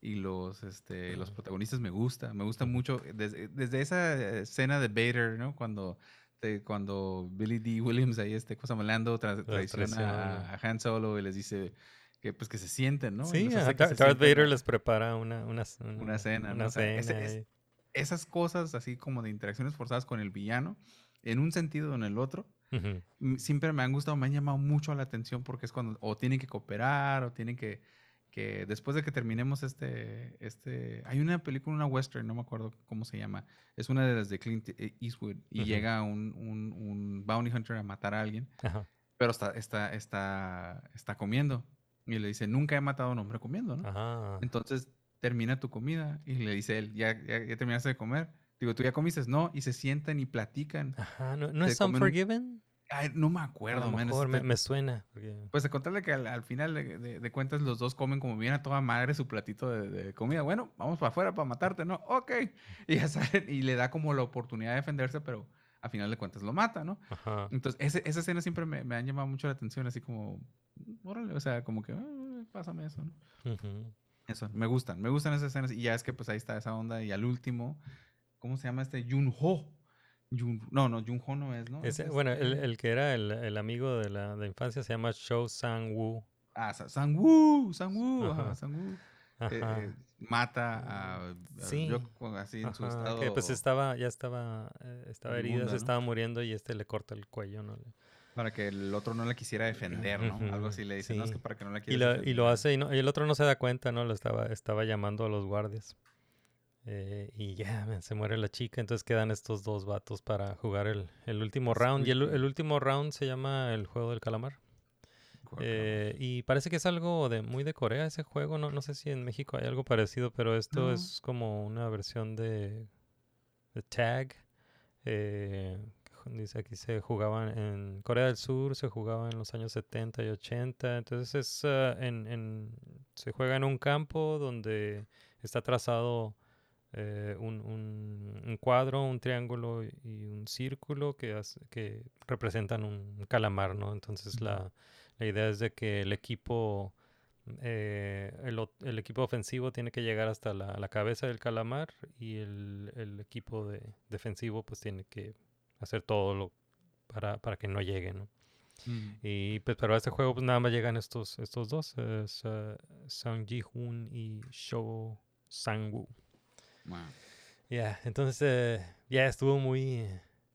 y los, este, los protagonistas me gusta. Me gusta mucho desde, desde esa escena de Vader, ¿no? Cuando, te- cuando Billy D. Williams ahí, este cosa malando, tra- Los traiciona traiciona. a, a Han Solo y les dice que pues que se sienten, ¿no? Y Sí, los ajá, hace que Dar- se Darth sienten Vader a- les prepara una, una, una una, cena, ¿no? una O sea, ese- cena. es- y- esas cosas así como de interacciones forzadas con el villano, en un sentido o en el otro, Ujú. m- siempre me han gustado, me han llamado mucho la atención porque es cuando o tienen que cooperar o tienen que, que después de que terminemos este, este, hay una película, una western, no me acuerdo cómo se llama, es una de las de Clint E- Eastwood y Ujú. llega un, un, un bounty hunter a matar a alguien, Ajá. pero está, está, está, está comiendo y le dice, nunca he matado a un hombre comiendo, ¿no? Ajá. Entonces termina tu comida y le dice él, ¿ya, ya, ya terminaste de comer? Digo, ¿tú ya comiste? No, y se sientan y platican. Ajá. ¿No, no Se es comen un- Unforgiven? Ay, no me A acuerdo, lo man. mejor me, este- me suena. porque- Pues de contarle que al, al final de, de- de cuentas los dos comen como bien a toda madre su platito de, de comida. Bueno, vamos para afuera para matarte, ¿no? Ok. Y ya salen y le da como la oportunidad de defenderse, pero a final de cuentas lo mata, ¿no? Ajá. Entonces, ese- esa escena siempre me, me han llamado mucho la atención, así como, órale, o sea, como que, "Ah, pásame eso, ¿no?" Ujú. Eso, me gustan, me gustan esas escenas. Y ya es que pues ahí está esa onda. Y al último, ¿cómo se llama este? Junho. Jun, no, no, Junho no es, ¿no? Es Ese- bueno, el, este- el que era el, el amigo de la de infancia se llama Shou Sang-woo. Ah, Sa- Sang-woo, Sang-woo, ajá, Ajá. Sang-woo. Eh, Ajá. eh, mata a, a Sí. Yoko así en su Ajá, estado. que pues estaba, ya estaba, eh, estaba herida, moribunda, se ¿no? estaba muriendo y este le corta el cuello, ¿no? Para que el otro no la quisiera defender, ¿no? Algo Ujú, así le dice, no, es sí. que para que no la Y quieras lo, defender. y lo hace y, no- y el otro no se da cuenta, ¿no? Lo estaba, estaba llamando a los guardias. Eh, y ya, man, se muere la chica, entonces quedan estos dos vatos para jugar el, el último round. Y el, el último round se llama el juego del calamar. Eh, y parece que es algo de muy de Corea ese juego. No, no sé si en México hay algo parecido, pero esto No. es como una versión de, de Tag. Eh, dice aquí se jugaban en Corea del Sur, se jugaba en los años setenta y ochenta. Entonces es ah, en, en- se juega en un campo donde está trazado eh, un, un- un cuadro, un triángulo y un círculo que, hace- que representan un calamar, ¿no? Entonces la, la idea es de que el equipo, eh, el, o- el equipo ofensivo tiene que llegar hasta la, la cabeza del calamar y el, el equipo de, defensivo pues tiene que hacer todo lo para, para que no llegue, ¿no? Mm. Y pues pero a este juego pues nada más llegan estos, estos dos, es, uh, Sang Ji-hoon y Shou Sang-woo. Wow. Ya, entonces eh, ya estuvo muy,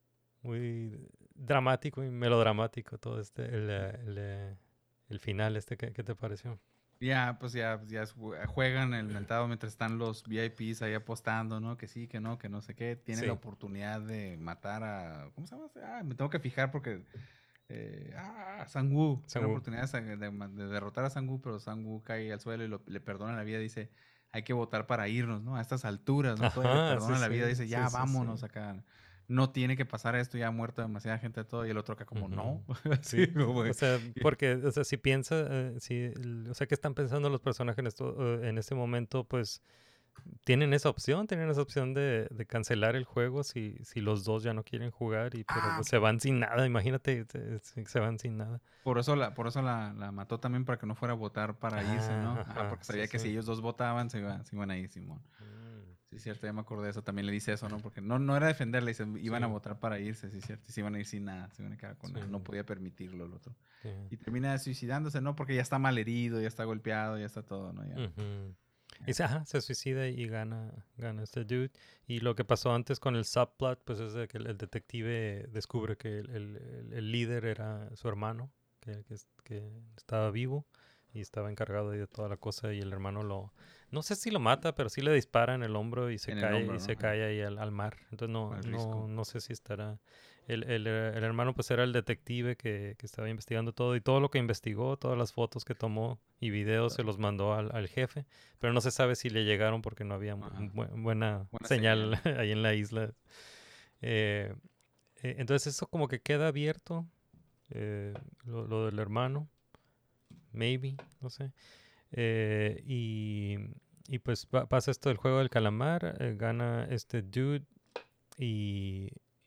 muy dramático y melodramático todo este, el, eh, el, eh, el final este, ¿qué, qué te pareció? Ya, pues ya, ya su- juegan el mentado mientras están los V I Ps ahí apostando, ¿no? Que sí, que no, que no sé qué. Tiene Sí. la oportunidad de matar a... ¿Cómo se llama? Ah, me tengo que fijar porque... Eh, ah, Sang-woo. Tiene la Sang-woo. oportunidad de, sa- de ma- de derrotar a Sang-woo, pero Sang-woo cae al suelo y lo- le perdona la vida. Dice, hay que votar para irnos, ¿no? A estas alturas, ¿no? Todavía le Ajá, perdona sí, la vida. sí, Dice, sí, ya, sí, vámonos sí. acá. No tiene que pasar esto, ya ha muerto demasiada gente todo. Y el otro acá como, no. Ujú. Así Sí, como, o sea, porque, o sea, si piensa, eh, si, el- o sea, ¿qué están pensando los personajes en, esto, eh, en este momento? Pues tienen esa opción, tienen esa opción de, de cancelar el juego si, si los dos ya no quieren jugar y pero Ah. pues, se van sin nada, imagínate, se, se- se van sin nada. Por eso la, por eso la, la mató también para que no fuera a votar para irse, ¿no? Ah, Ajá, ajá, porque sí, sabía que sí. si ellos dos votaban, se, iba- se iban a ir, Simón. Sí, cierto, ya me acordé de eso. También le dice eso, ¿no? Porque no, no era defenderle, dice, iban a Sí. votar para irse, sí, cierto. Y se iban a ir sin nada, se iban a quedar con nada. No Sí. podía permitirlo el otro. Sí. Y termina suicidándose, ¿no? Porque ya está mal herido, ya está golpeado, ya está todo, ¿no? Ya. Ujú. Y se, ajá, se suicida y gana, gana este dude. Y lo que pasó antes con el subplot, pues es de que el, el detective descubre que el, el- el- el líder era su hermano, que, que, es- que estaba vivo y estaba encargado ahí de toda la cosa. Y el hermano lo, no sé si lo mata, pero sí le dispara en el hombro y se En el cae hombro, y ¿no? se Ajá. cae ahí al, al mar. Entonces no, Al risco. no, no sé si estará. El, el, eh, el hermano pues era el detective que, que estaba investigando todo y todo lo que investigó, todas las fotos que tomó y videos se los mandó al, al jefe, pero no se sabe si le llegaron porque no había Ajá. bu- bu- buena, Buena señal, ahí en la isla. Eh, eh, entonces eso como que queda abierto, eh, lo, lo del hermano, maybe, no sé. Eh, y, y pues pa- pasa esto del juego del calamar, eh, gana este dude y,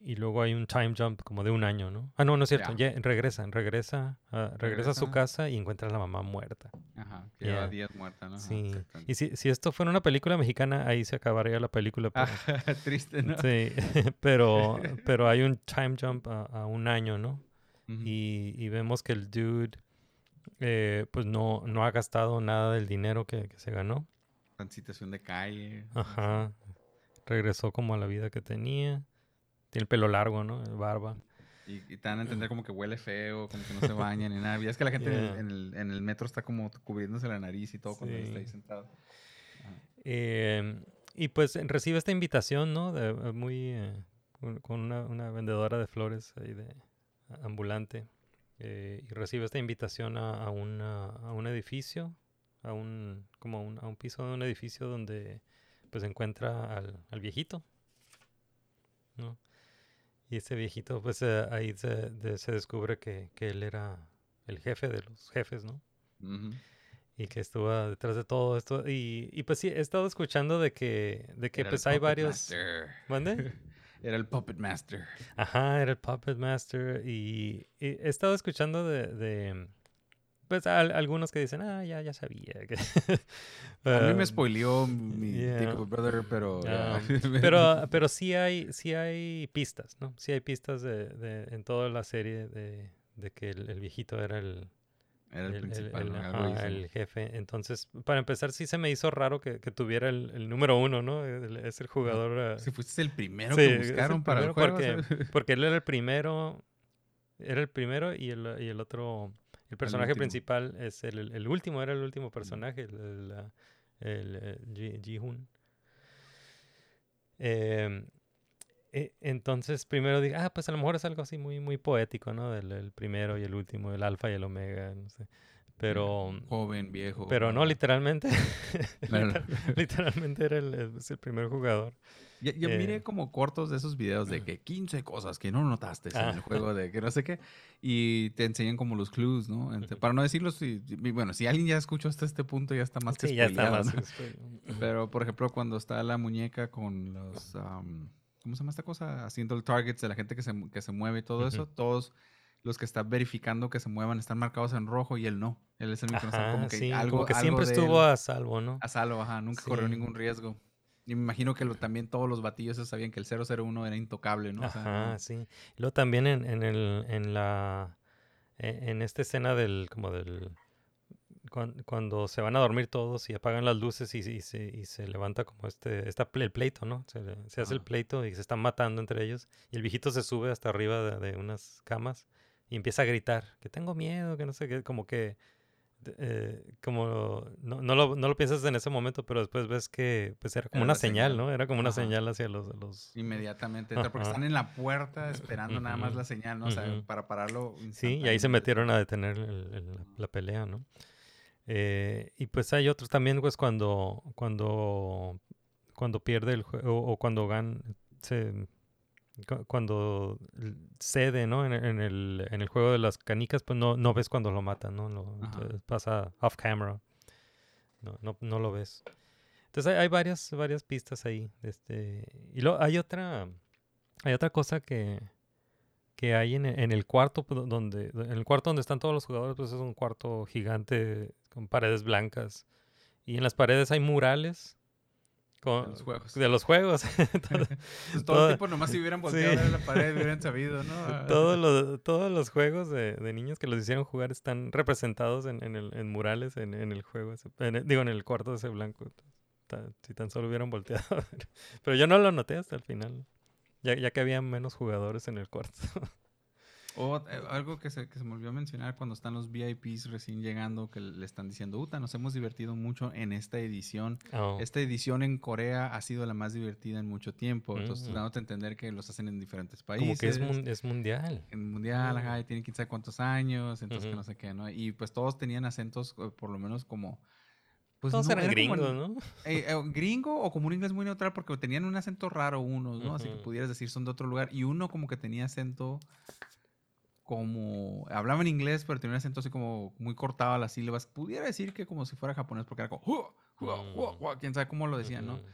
y luego hay un time jump como de un año, ¿no? Ah, no, no es cierto. Ya. Ya, regresa, regresa, ah, regresa a su Regresa. casa y encuentra a la mamá muerta. Ajá, que Ya. lleva días muerta, ¿no? Ajá, Sí. exactamente. Y si, si esto fuera una película mexicana, ahí se acabaría la película. Pero, Ah, triste, ¿no? sí, pero, pero hay un time jump a, a un año, ¿no? Ujú. Y, y vemos que el dude, eh, pues no, no ha gastado nada del dinero que, que se ganó. En situación de calle. Ajá. Regresó como a la vida que tenía. Tiene el pelo largo, ¿no? Barba. Y, y te dan a entender como que huele feo, como que no se baña ni nada. Y es que la gente en, Yeah. el, en, el, en el metro está como cubriéndose la nariz y todo cuando él está ahí Sí. sentado. Ajá. Eh, y pues recibe esta invitación, ¿no? De, eh, muy eh, con, con una, una vendedora de flores ahí de ambulante. Eh, y recibe esta invitación a, a, una, a un edificio, a un como un, a un piso de un edificio donde pues encuentra al, al viejito, ¿no? Y ese viejito, pues eh, ahí se, de- se descubre que, que él era el jefe de los jefes, ¿no? Ujú. Y que estuvo detrás de todo esto. Y, y pues sí, he estado escuchando de que, de que Era el pues hay Puppet varios... Master. ¿Mande? Era el Puppet Master. Ajá, era el Puppet Master. Y, y he estado escuchando de... de, pues al- algunos que dicen, ah, ya, ya sabía. que-" A mí Um, me spoileó mi yeah. Tico Brother, pero... ya. Um, pero, pero sí hay, sí hay pistas, ¿no? Sí hay pistas de, de, en toda la serie de, de que el, el viejito era el, Era el, el, el- principal, el- ¿no? ajá, Algo dicen. el jefe. Entonces, para empezar, sí se me hizo raro que, que tuviera el, el número uno, ¿no? El- es el jugador. ah, Si fuiste el primero sí, que es el buscaron para el primero juego. porque, ¿sabes? porque él era el primero. Era el primero y el, y el otro. El personaje último. principal es el, el, el último, era el último personaje, el, el, ah, el, eh, Ji- Ji-hoon. Em, e- entonces, primero digo, ah, pues a lo mejor es algo así muy, muy poético, ¿no? Del el primero y el último, el alfa y el omega, no sé. Pero, Joven, viejo. pero no, ah. literalmente, Claro. liter- literalmente era el, el- es el primer jugador. Ya, ya Eh, miré como cortos de esos videos de que quince cosas que no notaste en Ah. el juego de que no sé qué. Y te enseñan como los clues, ¿no? Ente- para no decirlo, si, y bueno, si alguien ya escuchó hasta este punto, ya está más que Sí, ya está spoileado, más. ¿no? este, Pero, por ejemplo, cuando está la muñeca con los... am, ¿cómo se llama esta cosa? Haciendo el targets de la gente que se, mu- que se mueve y todo eso. Ujú. Todos los que están verificando que se muevan están marcados en rojo y él no. Él es el único que no está Ajá, como que sí, algo, como que algo siempre de estuvo él a salvo, ¿no? a salvo, ajá. Nunca corrió Sí. ningún riesgo. Y me imagino que lo, también todos los batillos esos sabían que el cero cero uno era intocable, ¿no? O sea, Ajá, no- sí. Y luego también en, en el, en la, e- en esta escena del, como del, cuan- cuando se van a dormir todos y apagan las luces y, y se, y se levanta como este, esta, ple- el pleito, ¿no? Se, le- se hace el Ajá. pleito y se están matando entre ellos y el viejito se sube hasta arriba de, de unas camas y empieza a gritar, que tengo miedo, que no sé qué, como que, de- eh, como, no, no lo, no lo piensas en ese momento, pero después ves que, pues era como Era una la señal, señal. ¿no? Era como una Ajá. señal hacia los, los... Inmediatamente entra, porque Ajá. están en la puerta esperando nada más Ujú, la señal, ¿no? O sea, ujú. para pararlo. Sí, y ahí se instantáneamente. metieron a detener el- el- la, la pelea, ¿no? Eh, y pues hay otros también, pues cuando cuando cuando pierde el juego o cuando gan se cu- cuando l- cede, ¿no? En, en el en el juego de las canicas, pues no no ves cuando lo matan, ¿no? Lo, Ajá. entonces pasa off camera, no no no lo ves. Entonces hay, hay varias varias pistas ahí, este y luego hay otra hay otra cosa que que hay en, e- en el cuarto pues, donde en el cuarto donde están todos los jugadores, pues es un cuarto gigante con paredes blancas y en las paredes hay murales con, De los juegos. de los juegos. Todo- Pues todo todo- el tiempo nomás si hubieran volteado sí. a ver la pared hubieran sabido, ¿no? Ah, todos los todos los juegos de, de niños que los hicieron jugar están representados en, en, el, en murales en, en el juego, ese- en el- digo en el cuarto ese blanco. Ta- Si tan solo hubieran volteado a ver. Pero yo no lo noté hasta el final, ya, ya que había menos jugadores en el cuarto. O eh, algo que se, que se me olvidó mencionar cuando están los V I Ps recién llegando, que le están diciendo, Uta, nos hemos divertido mucho en esta edición. Oh. Esta edición en Corea ha sido la más divertida en mucho tiempo. Entonces, Mm. dándote a entender que los hacen en diferentes países. Como que es, mun- es mundial. En mundial, Mm. ajá, y tienen quién sabe cuántos años, entonces que Ujú. no sé qué, ¿no? Y pues todos tenían acentos, eh, por lo menos como... Pues Todos no, eran era como gringos, en- ¿no? eh, eh, gringo o como un inglés muy neutral porque tenían un acento raro unos, ¿no? Así que Ujú. pudieras decir son de otro lugar. Y uno como que tenía acento como... Hablaba en inglés, pero tenía un acento así como muy cortado a las sílabas. Pudiera decir que como si fuera japonés porque era como... "Hua, hua, hua, Mm. hua", quién sabe cómo lo decían, ¿no? Ujú.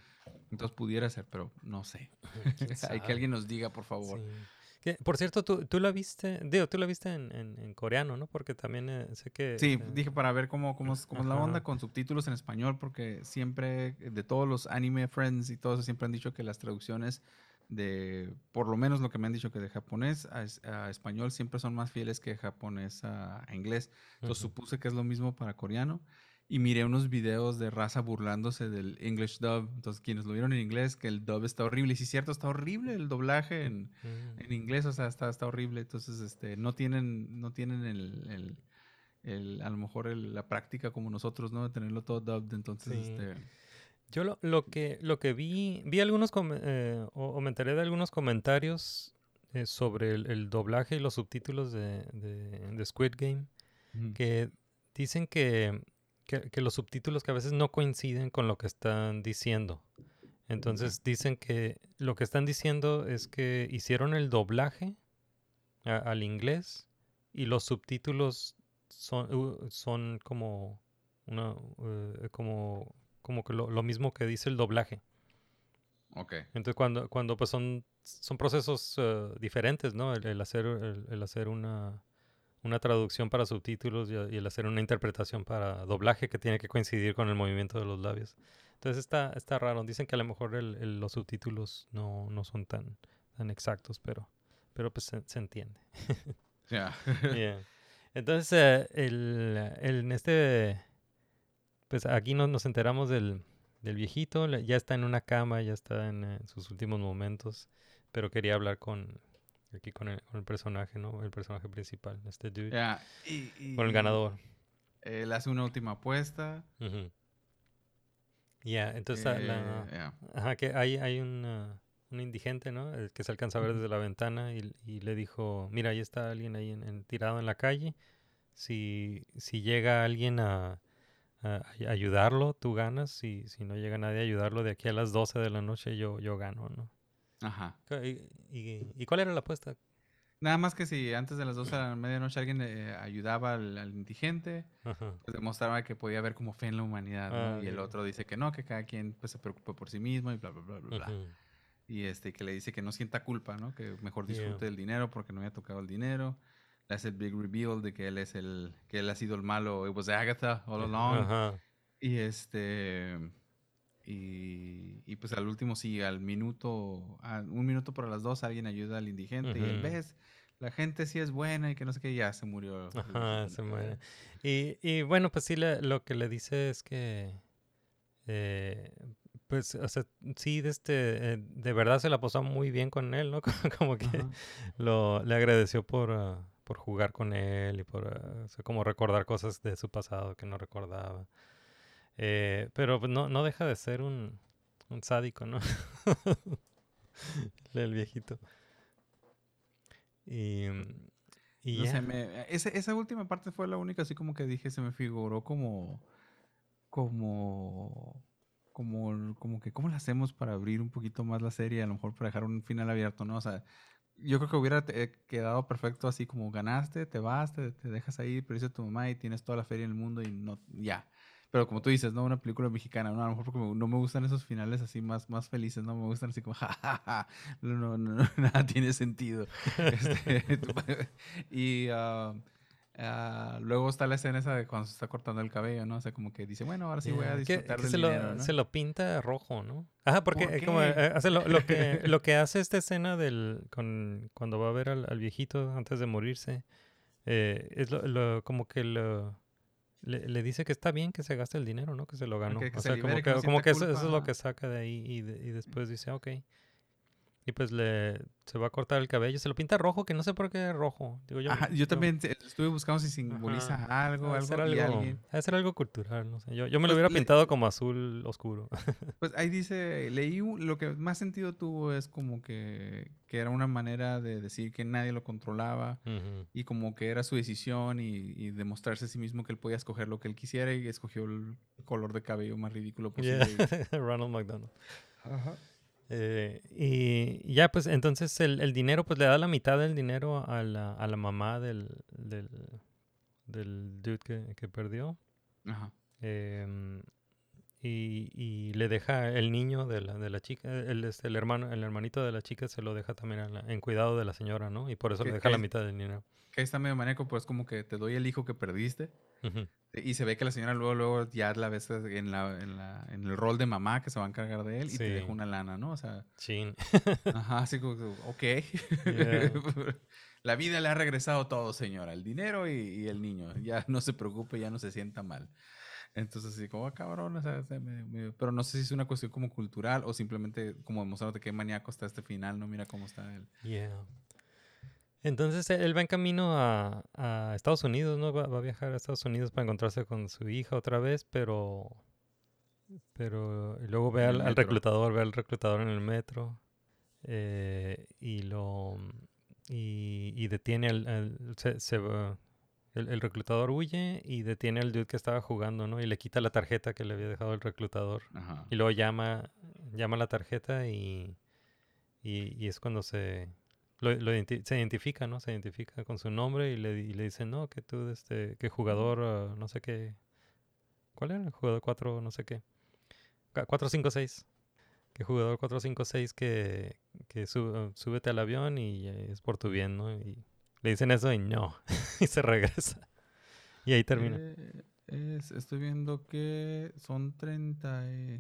Entonces pudiera ser, pero no sé. ¿Quién Hay sabe? que alguien nos diga, por favor. Sí. Que, por cierto, tú, tú la viste, digo, tú la viste en, en, en coreano, ¿no? Porque también eh, sé que... Sí, eh, dije para ver cómo, cómo, es, cómo es la onda Ajá. con subtítulos en español, porque siempre, de todos los anime friends y todos, siempre han dicho que las traducciones de, por lo menos lo que me han dicho que de japonés a, es- a español siempre son más fieles que de japonés a, a inglés. Entonces Ujú. supuse que es lo mismo para coreano. Y miré unos videos de raza burlándose del English dub. Entonces, quienes lo vieron en inglés, que el dub está horrible. Y sí, es cierto, está horrible el doblaje en, Mm. en inglés, o sea, está, está horrible. Entonces, este, no tienen, no tienen el, el- el- a lo mejor el- la práctica como nosotros, ¿no? De tenerlo todo dubbed. Entonces, Sí. este, Yo lo, lo que lo que vi, vi algunos come- eh, o, o me enteré de algunos comentarios eh, sobre el, el doblaje y los subtítulos de, de, de Squid Game, ujú. que dicen que, que, que los subtítulos que a veces no coinciden con lo que están diciendo. Entonces dicen que lo que están diciendo es que hicieron el doblaje a- al inglés y los subtítulos son, uh, son como una eh, como como que lo, lo mismo que dice el doblaje. Ok. Entonces cuando cuando pues son son procesos eh, diferentes, ¿no? El, el hacer el, el hacer una una traducción para subtítulos y, a- y el hacer una interpretación para doblaje que tiene que coincidir con el movimiento de los labios. Entonces está está raro. Dicen que a lo mejor el- el- los subtítulos no, no son tan tan exactos, pero pero pues se, se entiende. Ya. Yeah. Entonces, eh, el, el- en este, pues aquí nos, nos enteramos del, del viejito, le- ya está en una cama, ya está en, eh, sus últimos momentos, pero quería hablar con, aquí con el, con el personaje, ¿no? El personaje principal, este dude, Ya, y, con el y ganador. él hace una última apuesta. Ujú. Ya, entonces a la, eh, ya. ajá, que hay, hay un, ah, un indigente, ¿no? El que se alcanza a ver Ujú. desde la ventana y, y le dijo, mira, ahí está alguien ahí en- en- tirado en la calle. Si, si llega alguien a, a- a ayudarlo, tú ganas. Si, si no llega nadie a ayudarlo de aquí a las doce de la noche, yo, yo gano, ¿no? Ajá. Ca- ¿Y, y, y cuál era la apuesta? Nada más que si antes de las doce de la medianoche alguien eh, ayudaba al, al indigente, Ajá. pues demostraba que podía haber como fe en la humanidad, ¿no? Ah, Y el ok. otro dice que no, que cada quien pues se preocupe por sí mismo y bla, bla, bla, bla, bla. Ujú. Y este, que le dice que no sienta culpa, ¿no? Que mejor Yeah. disfrute del dinero porque no había tocado el dinero. Le hace el big reveal de que él es el, que él ha sido el malo. It was Agatha all along. Ajá. Y este, y, y pues al último sí, al minuto, a un minuto por las dos alguien ayuda al indigente y él, Ujú. ves, la gente sí es buena y que no sé qué, ya se murió. el Ajá, viejito, se ¿no? muere. Y, y bueno, pues sí, le- lo que le dice es que, eh, pues, o sea, sí, de, este, eh, de verdad se la pasó muy bien con él, ¿no? Como que Ajá. lo, le agradeció por, ah, por jugar con él y por, ah, o sea, como recordar cosas de su pasado que no recordaba. Eh, pero pues, no, no deja de ser un, un sádico, ¿no? El viejito. Y, mm, y No ya. sé, me, esa, esa última parte fue la única así como que dije, se me figuró como, como, como, como que, ¿cómo lo hacemos para abrir un poquito más la serie? A lo mejor para dejar un final abierto, ¿no? O sea, yo creo que hubiera te- quedado perfecto así como ganaste, te vas, te, te dejas ahí, pero dice tu mamá y tienes toda la feria en el mundo y no, ya. Pero como tú dices, ¿no? Una película mexicana, ¿no? A lo mejor porque me- no me gustan esos finales así más, más felices, ¿no? Me gustan así como, ja, ja, ja, no, no, no, nada tiene sentido. Este, y ah, ah, luego está la escena esa de cuando se está cortando el cabello, ¿no? O sea, como que dice, bueno, ahora sí voy a Yeah, que, disfrutar que del se dinero, lo, ¿no? se lo pinta rojo, ¿no? Ajá, porque ¿Por eh, como qué? eh, hace lo, lo que lo que hace esta escena del con cuando va a ver al, al viejito antes de morirse, eh, es lo, lo- como que lo le, le dice que está bien que se gaste el dinero, ¿no? Que se lo ganó. Que, que O se sea, libere, como que no que como sienta que eso, culpa. eso es lo ajá. que saca de ahí y, de- y después dice, ok. Y pues le se va a cortar el cabello, se lo pinta rojo, que no sé por qué es rojo. Digo yo. Ajá, yo yo- también te- estuve buscando si simboliza Ajá. algo, Ha de ser algo, y algo, alguien... ha de ser algo cultural, no sé. Yo, yo me lo Pues, hubiera le- pintado como azul oscuro. Pues ahí dice, leí un- lo que más sentido tuvo es como que, que era una manera de decir que nadie lo controlaba Ujú. y como que era su decisión y, y demostrarse a sí mismo que él podía escoger lo que él quisiera y escogió el color de cabello más ridículo Yeah, posible. Ronald McDonald. Ajá. Eh, y ya, pues entonces el, el dinero, pues le da la mitad del dinero a la, a la mamá del, del, del dude que, que perdió. Ajá. Em, y, y le deja el niño de la, de la chica, el, este, el hermano, el hermanito de la chica se lo deja también en, la- en cuidado de la señora, ¿no? Y por eso le Que, deja que, la es- mitad del dinero. que está medio maníaco, pues como que te doy el hijo que perdiste. Ujú. Y se ve que la señora luego, luego ya la ves en, la, en, la, en el rol de mamá que se va a encargar de él y te Sí. deja una lana, ¿no? O sea, Chin. ajá, así como, que, ok. Yeah. La vida le ha regresado todo, señora, el dinero y, y el niño. Ya no se preocupe, ya no se sienta mal. Entonces, así como, ah, cabrón, o sea, se me- me- pero no sé si es una cuestión como cultural o simplemente como demostrándote qué maníaco está este final, ¿no? Mira cómo está él. Yeah. Entonces él va en camino a, a Estados Unidos, ¿no? Va, va a viajar a Estados Unidos para encontrarse con su hija otra vez, pero, pero y luego ve En el al, al metro. reclutador, ve al reclutador en el metro eh, y lo y, y detiene al, al- se, se va- el, el reclutador huye y detiene al dude que estaba jugando, ¿no? Y le quita la tarjeta que le había dejado el reclutador. Ajá. Y luego llama, llama la tarjeta y, y, y es cuando se, lo, lo identi- se identifica, ¿no? Se identifica con su nombre y le, di- y le dice, no, que tú, este, que jugador, ah, no sé qué. ¿Cuál era? El jugador cuatro, no sé qué. Ca- cuatro cinco seis. Que jugador cuatro cinco seis que, que su- ah, súbete al avión y eh, es por tu bien, ¿no? Y le dicen eso y no. Y se regresa. Y ahí termina. Eh, es- estoy viendo que son treinta, eh,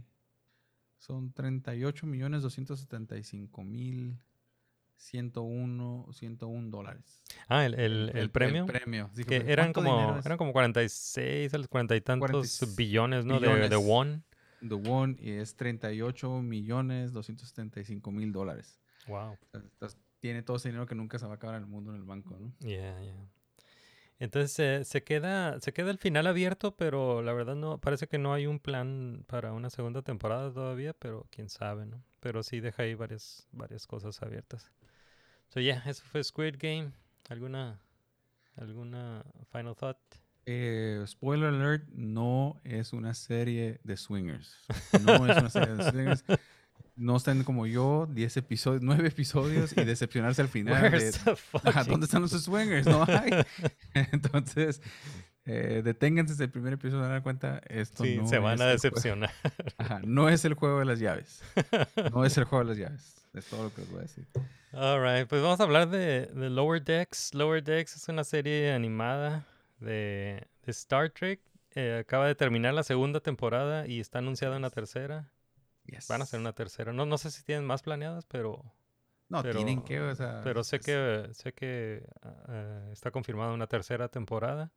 son treinta y ocho millones doscientos setenta y cinco mil ciento uno dólares. Ah, el, el, El, el el- premio. el premio. Dije, Que "¿Pero eran ¿cuánto dinero como, es?" eran como cuarenta y seis, a los cuarenta y cuarenta tantos y- billones, ¿no? De, de billones. won. The One y es treinta y ocho millones doscientos setenta y cinco mil dólares. Wow. Entonces, tiene todo ese dinero que nunca se va a acabar en el mundo en el banco, ¿no? Yeah, yeah. Entonces eh, se queda, se queda el final abierto, pero la verdad no, parece que no hay un plan para una segunda temporada todavía, pero quién sabe, ¿no? Pero sí deja ahí varias, varias cosas abiertas. So yeah, eso fue Squid Game. ¿Alguna, alguna final thought? Eh, spoiler alert, no es una serie de swingers. No es una serie de swingers. No están como yo, diez episodios, nueve episodios y decepcionarse al final. Where's de, the "Ajá, fucking-" ¿dónde están los swingers? No hay. Entonces, eh, deténganse desde el primer episodio, se dan cuenta, esto Sí, no se van es a el jue- decepcionar. Ajá, no es el juego de las llaves. No es el juego de las llaves. Es todo lo que les voy a decir. All right, pues vamos a hablar de, de Lower Decks. Lower Decks es una serie animada de, de Star Trek. Eh, acaba de terminar la segunda temporada y está anunciada una tercera. Yes. Van a hacer una tercera. No, no sé si tienen más planeadas, pero... No, pero, tienen que, o sea, Pero es- sé es- que, sé que ah, ah, está confirmada una tercera temporada.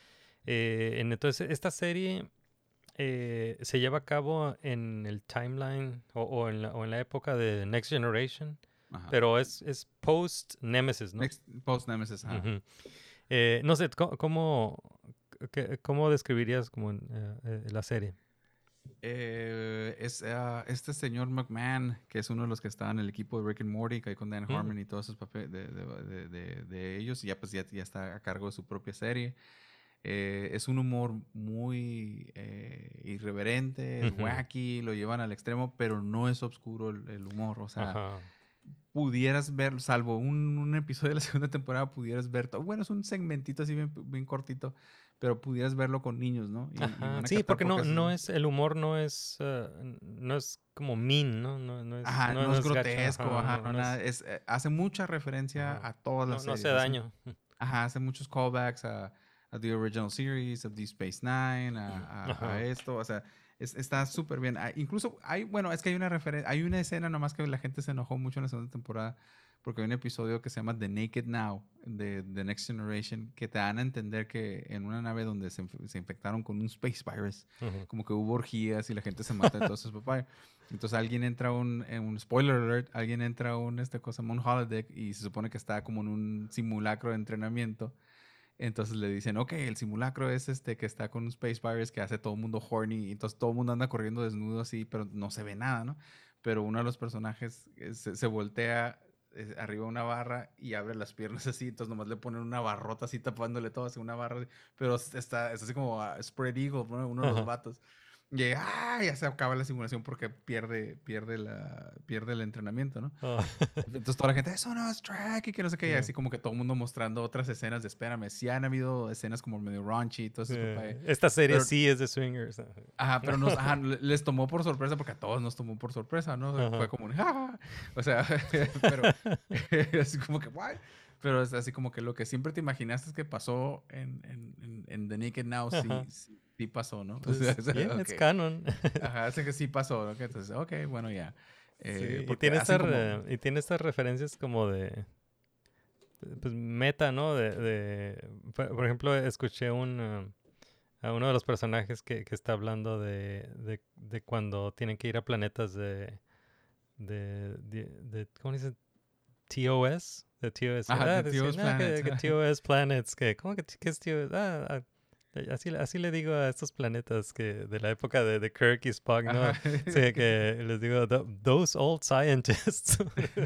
Eh, en- entonces, esta serie eh, se lleva a cabo en el timeline o, o en la, o en la época de Next Generation. Ajá. Pero es, es post-Nemesis, ¿no? Next, post Nemesis, ajá. Ujú. Eh, no sé, ¿cómo, cómo, qué- cómo describirías como en, eh, eh, la serie? Eh, es ah, este señor McMahon, que es uno de los que estaba en el equipo de Rick and Morty, que hay con Dan Mm. Harmon y todos esos papeles de, de- de- de- de ellos, y ya pues ya, ya está a cargo de su propia serie. Eh, es un humor muy eh, irreverente, es Ujú. wacky, lo llevan al extremo, pero no es oscuro el, el humor. O sea, Ajá. pudieras ver, salvo un, un episodio de la segunda temporada, pudieras ver, to- bueno, es un segmentito así bien, bien cortito, pero pudieras verlo con niños, ¿no? Y- y Ajá. van a Sí, captar porque no, es- no es, el humor no es, eh, no es como mean, ¿no? No, no es, Ajá, no, es gacho, grotesco, ajá, no, no, no nada, es- es, eh, hace mucha referencia Ajá. a todas no, las no series. hace hace- daño. Ajá, hace muchos callbacks a, a The Original Series, a Deep Space Nine, a, a- a Ajá. esto, o sea, es- está súper bien. Ah, incluso hay, bueno, es que hay una referencia, hay una escena nomás que la gente se enojó mucho en la segunda temporada porque hay un episodio que se llama The Naked Now de The Next Generation que te dan a entender que en una nave donde se, inf- se infectaron con un space virus, Ujú. como que hubo orgías y la gente se mata, entonces papá. Entonces alguien entra a un, en un spoiler alert, alguien entra a un esta cosa, un holodeck y se supone que está como en un simulacro de entrenamiento. Entonces le dicen, ok, el simulacro es este que está con un space virus que hace todo el mundo horny. Y entonces todo el mundo anda corriendo desnudo así, pero no se ve nada, ¿no? Pero uno de los personajes eh, se, se voltea eh, arriba de una barra y abre las piernas así. Entonces nomás le ponen una barrota así tapándole todo, así una barra. así, Pero está, es así como ah, spread eagle, ¿no? Uno de los Ajá. vatos. Y ah, ya se acaba la simulación porque pierde, pierde, la, pierde el entrenamiento, ¿no? Oh. Entonces toda la gente, eso no es Shrek y que no sé qué. Y Yeah. así como que todo el mundo mostrando otras escenas de espérame. Sí han habido escenas como medio raunchy y todo eso. Yeah. Esta serie pero, sí es de swingers. Ajá, pero nos, ajá, les tomó por sorpresa porque a todos nos tomó por sorpresa, ¿no? Ajá. Fue como un ¡ah! O sea, pero así como que ¿what? Pero es así como que lo que siempre te imaginaste que pasó en, en, en, en The Naked Now sí, sí, sí pasó, ¿no? Pues, o sea, o sea, yeah, okay. it's canon. Ajá, así que sí pasó, ¿no? Entonces, ok, bueno, ya. Eh, Sí, y, tiene hacen esta, como... re- y tiene estas referencias como de, pues, meta, ¿no? De, de por, por ejemplo, escuché un, uh, a uno de los personajes que, que está hablando de, de, de cuando tienen que ir a planetas de, de, de, de ¿cómo dice? T O S. De T O S. Ajá, Ah, de decía, T O S "No, planets". que, que T O S planets. Que, ¿Cómo que qué es T O S? Ah, ah, así, así le digo a estos planetas que de la época de, de Kirk y Spock, ¿no? Ajá. Sí, que les digo, "Th- those old scientists."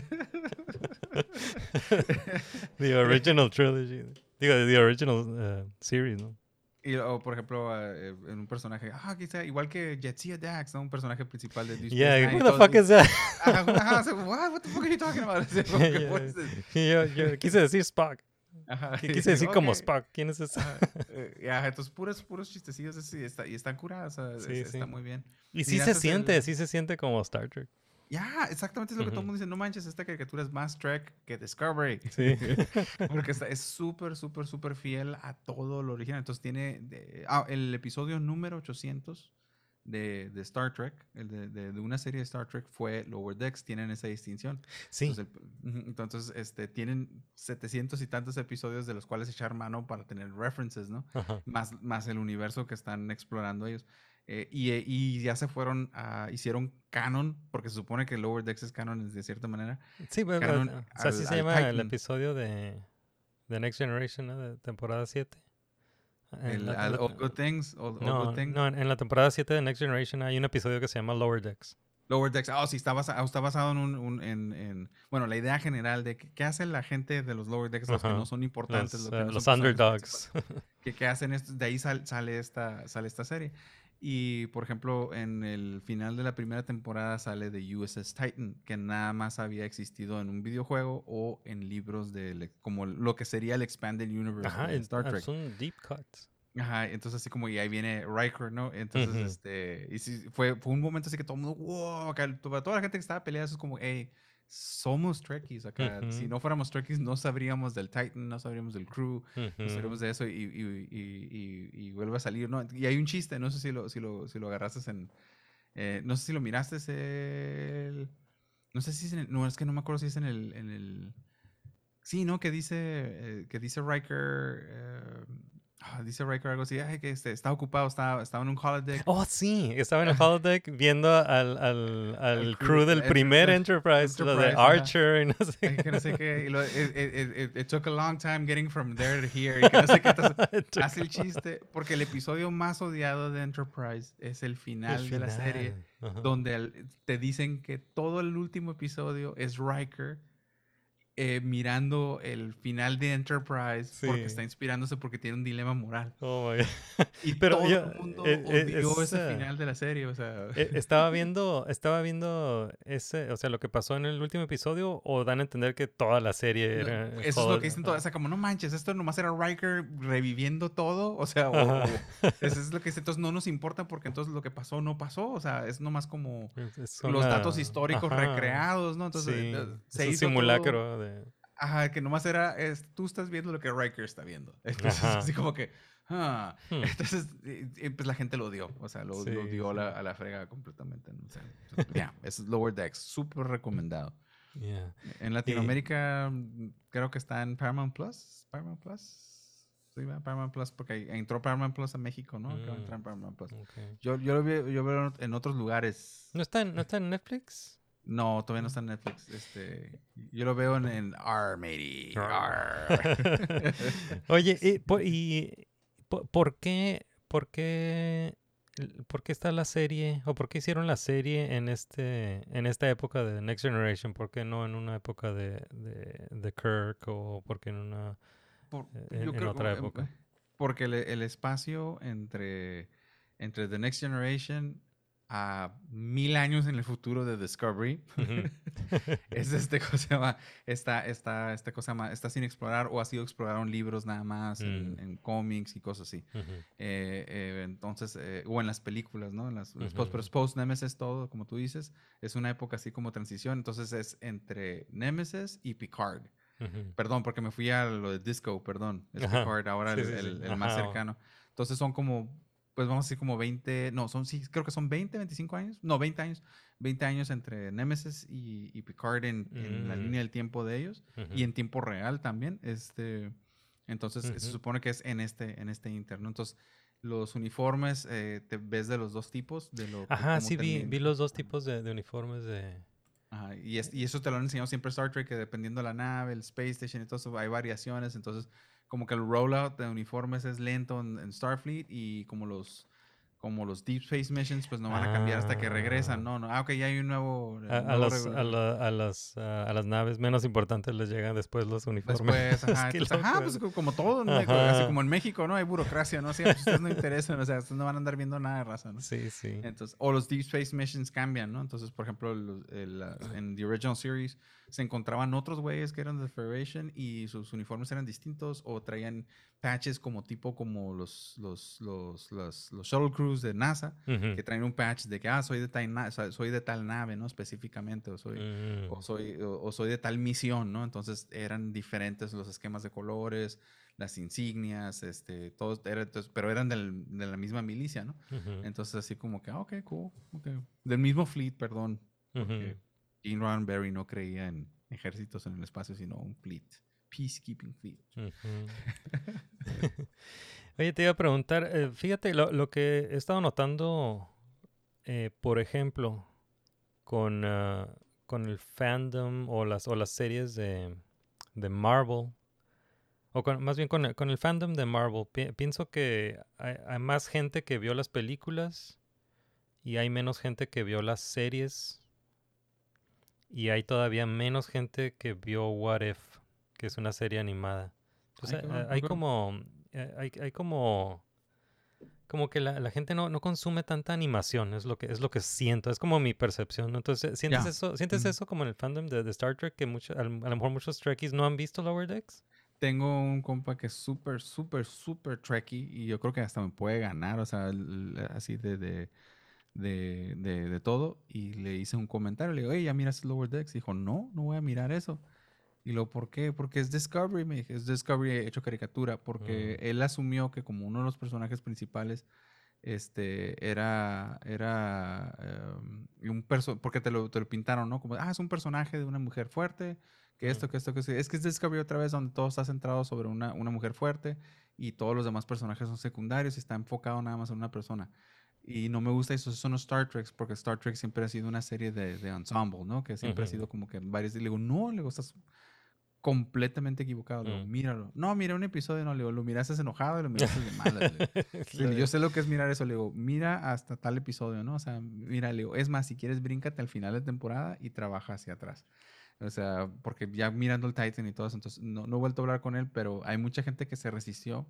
The original trilogy. Digo, the original uh, series, ¿no? Y, o, por ejemplo, eh, en un personaje, ah, quizá, igual que Jetsia Dax, ¿no? Un personaje principal de Deep Space Yeah, Nine y who the todo fuck eso. is that? Ajá, ajá, o sea, what, what the fuck are you talking about? O sea, como que, Yeah, what is this? yo, yo quise decir Spock. Ajá, Qu- Quise decir como ok. Spock. ¿Quién es ese? Ajá, eh, ajá, entonces puros, puros chistecillos así, está, y están curados, o sea, Sí, es- sí. está muy bien. Y sí Miraste se siente, el- sí se siente como Star Trek. Ya, exactamente es lo que todo el Ujú. mundo dice, no manches, esta caricatura es más Trek que Discovery. Sí. Porque está, es súper, súper, súper fiel a todo lo original. Entonces tiene, de- ah, el episodio número ochocientos de, de Star Trek, el de, de- de una serie de Star Trek fue Lower Decks, tienen esa distinción. Sí. Entonces, el- ujú, entonces este, tienen setecientos y tantos episodios de los cuales echar mano para tener references, ¿no? Ajá. Más, más el universo que están explorando ellos. Eh, y, eh, y ya se fueron a, hicieron canon, porque se supone que Lower Decks es canon de cierta manera. Sí, bueno, Canon o sea, así al- se al llama el Titan. episodio de, de Next Generation, ¿no? De temporada siete. En El, la- en al la- All Good Things. All, All no, Good Things. no, en, en la temporada siete de Next Generation hay un episodio que se llama Lower Decks. Lower Decks. Ah, sí, está, basa- está basado en un. un- en, en- bueno, la idea general de que, qué hace la gente de los Lower Decks, los que Ajá. no son importantes, Los, los, que eh, no los son personajes underdogs. principales, que, que hacen esto. De ahí sal- sale, esta, sale esta serie. Y, por ejemplo, en el final de la primera temporada sale de U S S Titan, que nada más había existido en un videojuego o en libros de le- como lo que sería el Expanded Universe Ajá, de en- Star ah, Trek. son deep cuts. Ajá, entonces así como y ahí viene Riker, ¿no? Entonces, Ujú. este, y sí, fue, fue un momento así que todo el mundo, wow, acá, toda, toda la gente que estaba peleando, eso es como, hey, somos Trekkies acá. Si Ujú. no fuéramos Trekkies, no sabríamos del Titan, no sabríamos del crew, no Ujú. sabríamos de eso y, y, y, y, y vuelve a salir, ¿no? Y hay un chiste, no sé si lo, si lo, si lo agarraste en, eh, no sé si lo miraste, es el, no sé si es en el, no, es que no me acuerdo si es en el, en el, sí, ¿no? Que dice, eh, que dice Riker, eh, ah, dice Riker algo así, ay, que este, está ocupado, estaba, estaba en un holodeck. Oh, sí, estaba en el holodeck viendo al, al, al crew crew del del primer Enterprise, Enterprise, lo de Enterprise, ajá. Archer y no sé Ay, que no sé qué, y lo- it, it- it- it- it took a long time getting from there to here, y que no sé qué, entonces, hace el chiste, porque el episodio más odiado de Enterprise es el final, El de la serie, final, ajá. donde al- te dicen que todo el último episodio es Riker eh, mirando el final de Enterprise porque Sí. está inspirándose porque tiene un dilema moral. Oh, my God. Y Pero todo yo- el mundo eh, eh, odió es, ese eh, final de la serie, o sea... Eh, Estaba viendo, estaba viendo ese, o sea, lo que pasó en el último episodio, o dan a entender que toda la serie No, era. eso es todo- lo que dicen todos, o sea, como no manches, esto nomás era Riker reviviendo todo, o sea, o, Ajá. o- eso es lo que dicen, entonces no nos importa porque entonces lo que pasó no pasó, o sea, es nomás como Es- es los una- datos históricos ajá. recreados, ¿no? Entonces Sí, eh, es se un hizo simulacro todo- de. ajá, que nomás era, es, tú estás viendo lo que Riker está viendo, entonces Ajá. así como que, ah, Hmm. entonces, eh, eh, pues la gente lo odió, o sea, lo, Sí, lo dio a sí. la, a la frega completamente, ¿no? O sea, entonces, ya, es Lower Decks, súper recomendado. Yeah. En Latinoamérica mm, creo que está en Paramount Plus. Paramount Plus. Sí, va, Paramount Plus, porque ahí entró Paramount Plus a México, ¿no? Acaba de Mm, entrar en Paramount Plus. okay. Yo, yo lo veo, yo veo en otros lugares. ¿No está, en- ¿No está en Netflix? No, todavía no está en Netflix. Este, yo lo veo en, en R, matey. Arr. R. Oye, ¿y, por, y po- por qué, por qué, por qué está la serie, o por qué hicieron la serie en este, en esta época de Next Generation? ¿Por qué no en una época de, de, de Kirk, o por qué en una Por- en, yo en creo otra que, época? Porque el, el espacio entre entre The Next Generation a mil años en el futuro de Discovery. Ujú. Es este cosa se llama, está, está, esta cosa ma- está sin explorar o ha sido explorado en libros nada más, en, Mm. en cómics y cosas así. Ujú. Eh, eh, entonces, eh, o en las películas, ¿no? En las, los post, Ujú. pero es post Nemesis todo, como tú dices, es una época así como transición. Entonces es entre Nemesis y Picard. Ujú. Perdón, porque me fui a lo de Disco, perdón. Es Ajá. Picard, ahora Sí, el, sí, sí. el- el más Ajá. cercano. Entonces son como, pues vamos a decir como veinte, no, son sí, creo que son veinte, veinticinco años. No, veinte años. veinte años entre Nemesis y, y Picard en, en la Mm. línea del tiempo de ellos. Ujú. Y en tiempo real también. Este, entonces se Ujú. supone que es en este, en este interno. Entonces los uniformes, eh, te ves de los dos tipos. De lo que- Ajá, cómo sí vi, termina. vi los dos tipos de, de uniformes de... Ajá, y, es- y eso te lo han enseñado siempre Star Trek, que dependiendo de la nave, el Space Station y todo eso, hay variaciones. Entonces, como que el rollout de uniformes es lento en, en Starfleet y como los, como los Deep Space Missions, pues no van a cambiar hasta que regresan. Ah. No, no. Ah, ok, ya hay un nuevo. A, a nuevo las, regu- a, la- a las, ah, a las naves menos importantes les llegan después los uniformes. Después, ajá, Qué entonces, ajá, loco. pues co- como todo, ¿no? Ajá. Así como en México, ¿no? Hay burocracia, ¿no? Así, pues, ustedes no interesan, o sea, ustedes no van a andar viendo nada de raza, ¿no? Sí, sí. Entonces, o los Deep Space Missions cambian, ¿no? Entonces, por ejemplo, los- el, la- en The Original Series se encontraban otros güeyes que eran de Federation y sus uniformes eran distintos o traían patches como tipo como los, los, los, los, los shuttle crews de NASA, Ujú. que traen un patch de que, ah, soy de tal, na- so- soy de tal nave, ¿no? Específicamente, o soy, Mm. o soy, o, o soy de tal misión, ¿no? Entonces, eran diferentes los esquemas de colores, las insignias, este, todos, era- entonces, pero eran del- de la misma milicia, ¿no? Ujú. Entonces, así como que, ah, ok, cool. Okay. Del mismo fleet, perdón. Porque Ujú. Gene Roddenberry no creía en ejércitos en el espacio, sino un fleet. Peacekeeping fleet. Ujú. Oye, te iba a preguntar, eh, fíjate, lo, lo que he estado notando, eh, por ejemplo, con, ah, con el fandom o las, o las series de, de Marvel, o con- más bien con el, con el fandom de Marvel, pi- pienso que hay, hay más gente que vio las películas y hay menos gente que vio las series y hay todavía menos gente que vio What If, que es una serie animada. Entonces, Ay, qué eh, bueno, hay ok. como, eh, hay, hay como, como que la, la gente no, no consume tanta animación, es lo que, es lo que siento, es como mi percepción, ¿no? Entonces, ¿sientes Ya. eso, sientes Mm. eso como en el fandom de, de Star Trek, que mucho, a, lo a lo mejor muchos Trekkies no han visto Lower Decks? Tengo un compa que es súper, súper, súper trekkie y yo creo que hasta me puede ganar, o sea, el- el- así de, de, de, de, de todo. Y le hice un comentario, le digo, hey, ¿ya miras Lower Decks? Dijo, no, no voy a mirar eso. Y luego, ¿por qué? Porque es Discovery, me dije, es Discovery hecho caricatura, porque Mm. él asumió que como uno de los personajes principales este, era, era em, un perso porque te lo, te lo pintaron, ¿no? Como, ah, es un personaje de una mujer fuerte, que esto, que esto, que esto. Es que es Discovery otra vez donde todo está centrado sobre una, una mujer fuerte y todos los demás personajes son secundarios y está enfocado nada más en una persona. Y no me gusta eso, son los Star Trek, porque Star Trek siempre ha sido una serie de, de ensemble, ¿no? Que siempre ha Ujú. sido como que varios. Y le digo, no, le digo, estás completamente equivocado. Le digo, Mm. míralo. No, mira un episodio, no, le digo, lo miraste enojado y lo miraste de malas. Le digo. Le digo, yo sé lo que es mirar eso, le digo, mira hasta tal episodio, ¿no? O sea, mira, le digo, es más, si quieres, bríncate al final de temporada y trabaja hacia atrás. O sea, porque ya mirando el Titan y todo eso, entonces no, no he vuelto a hablar con él, pero hay mucha gente que se resistió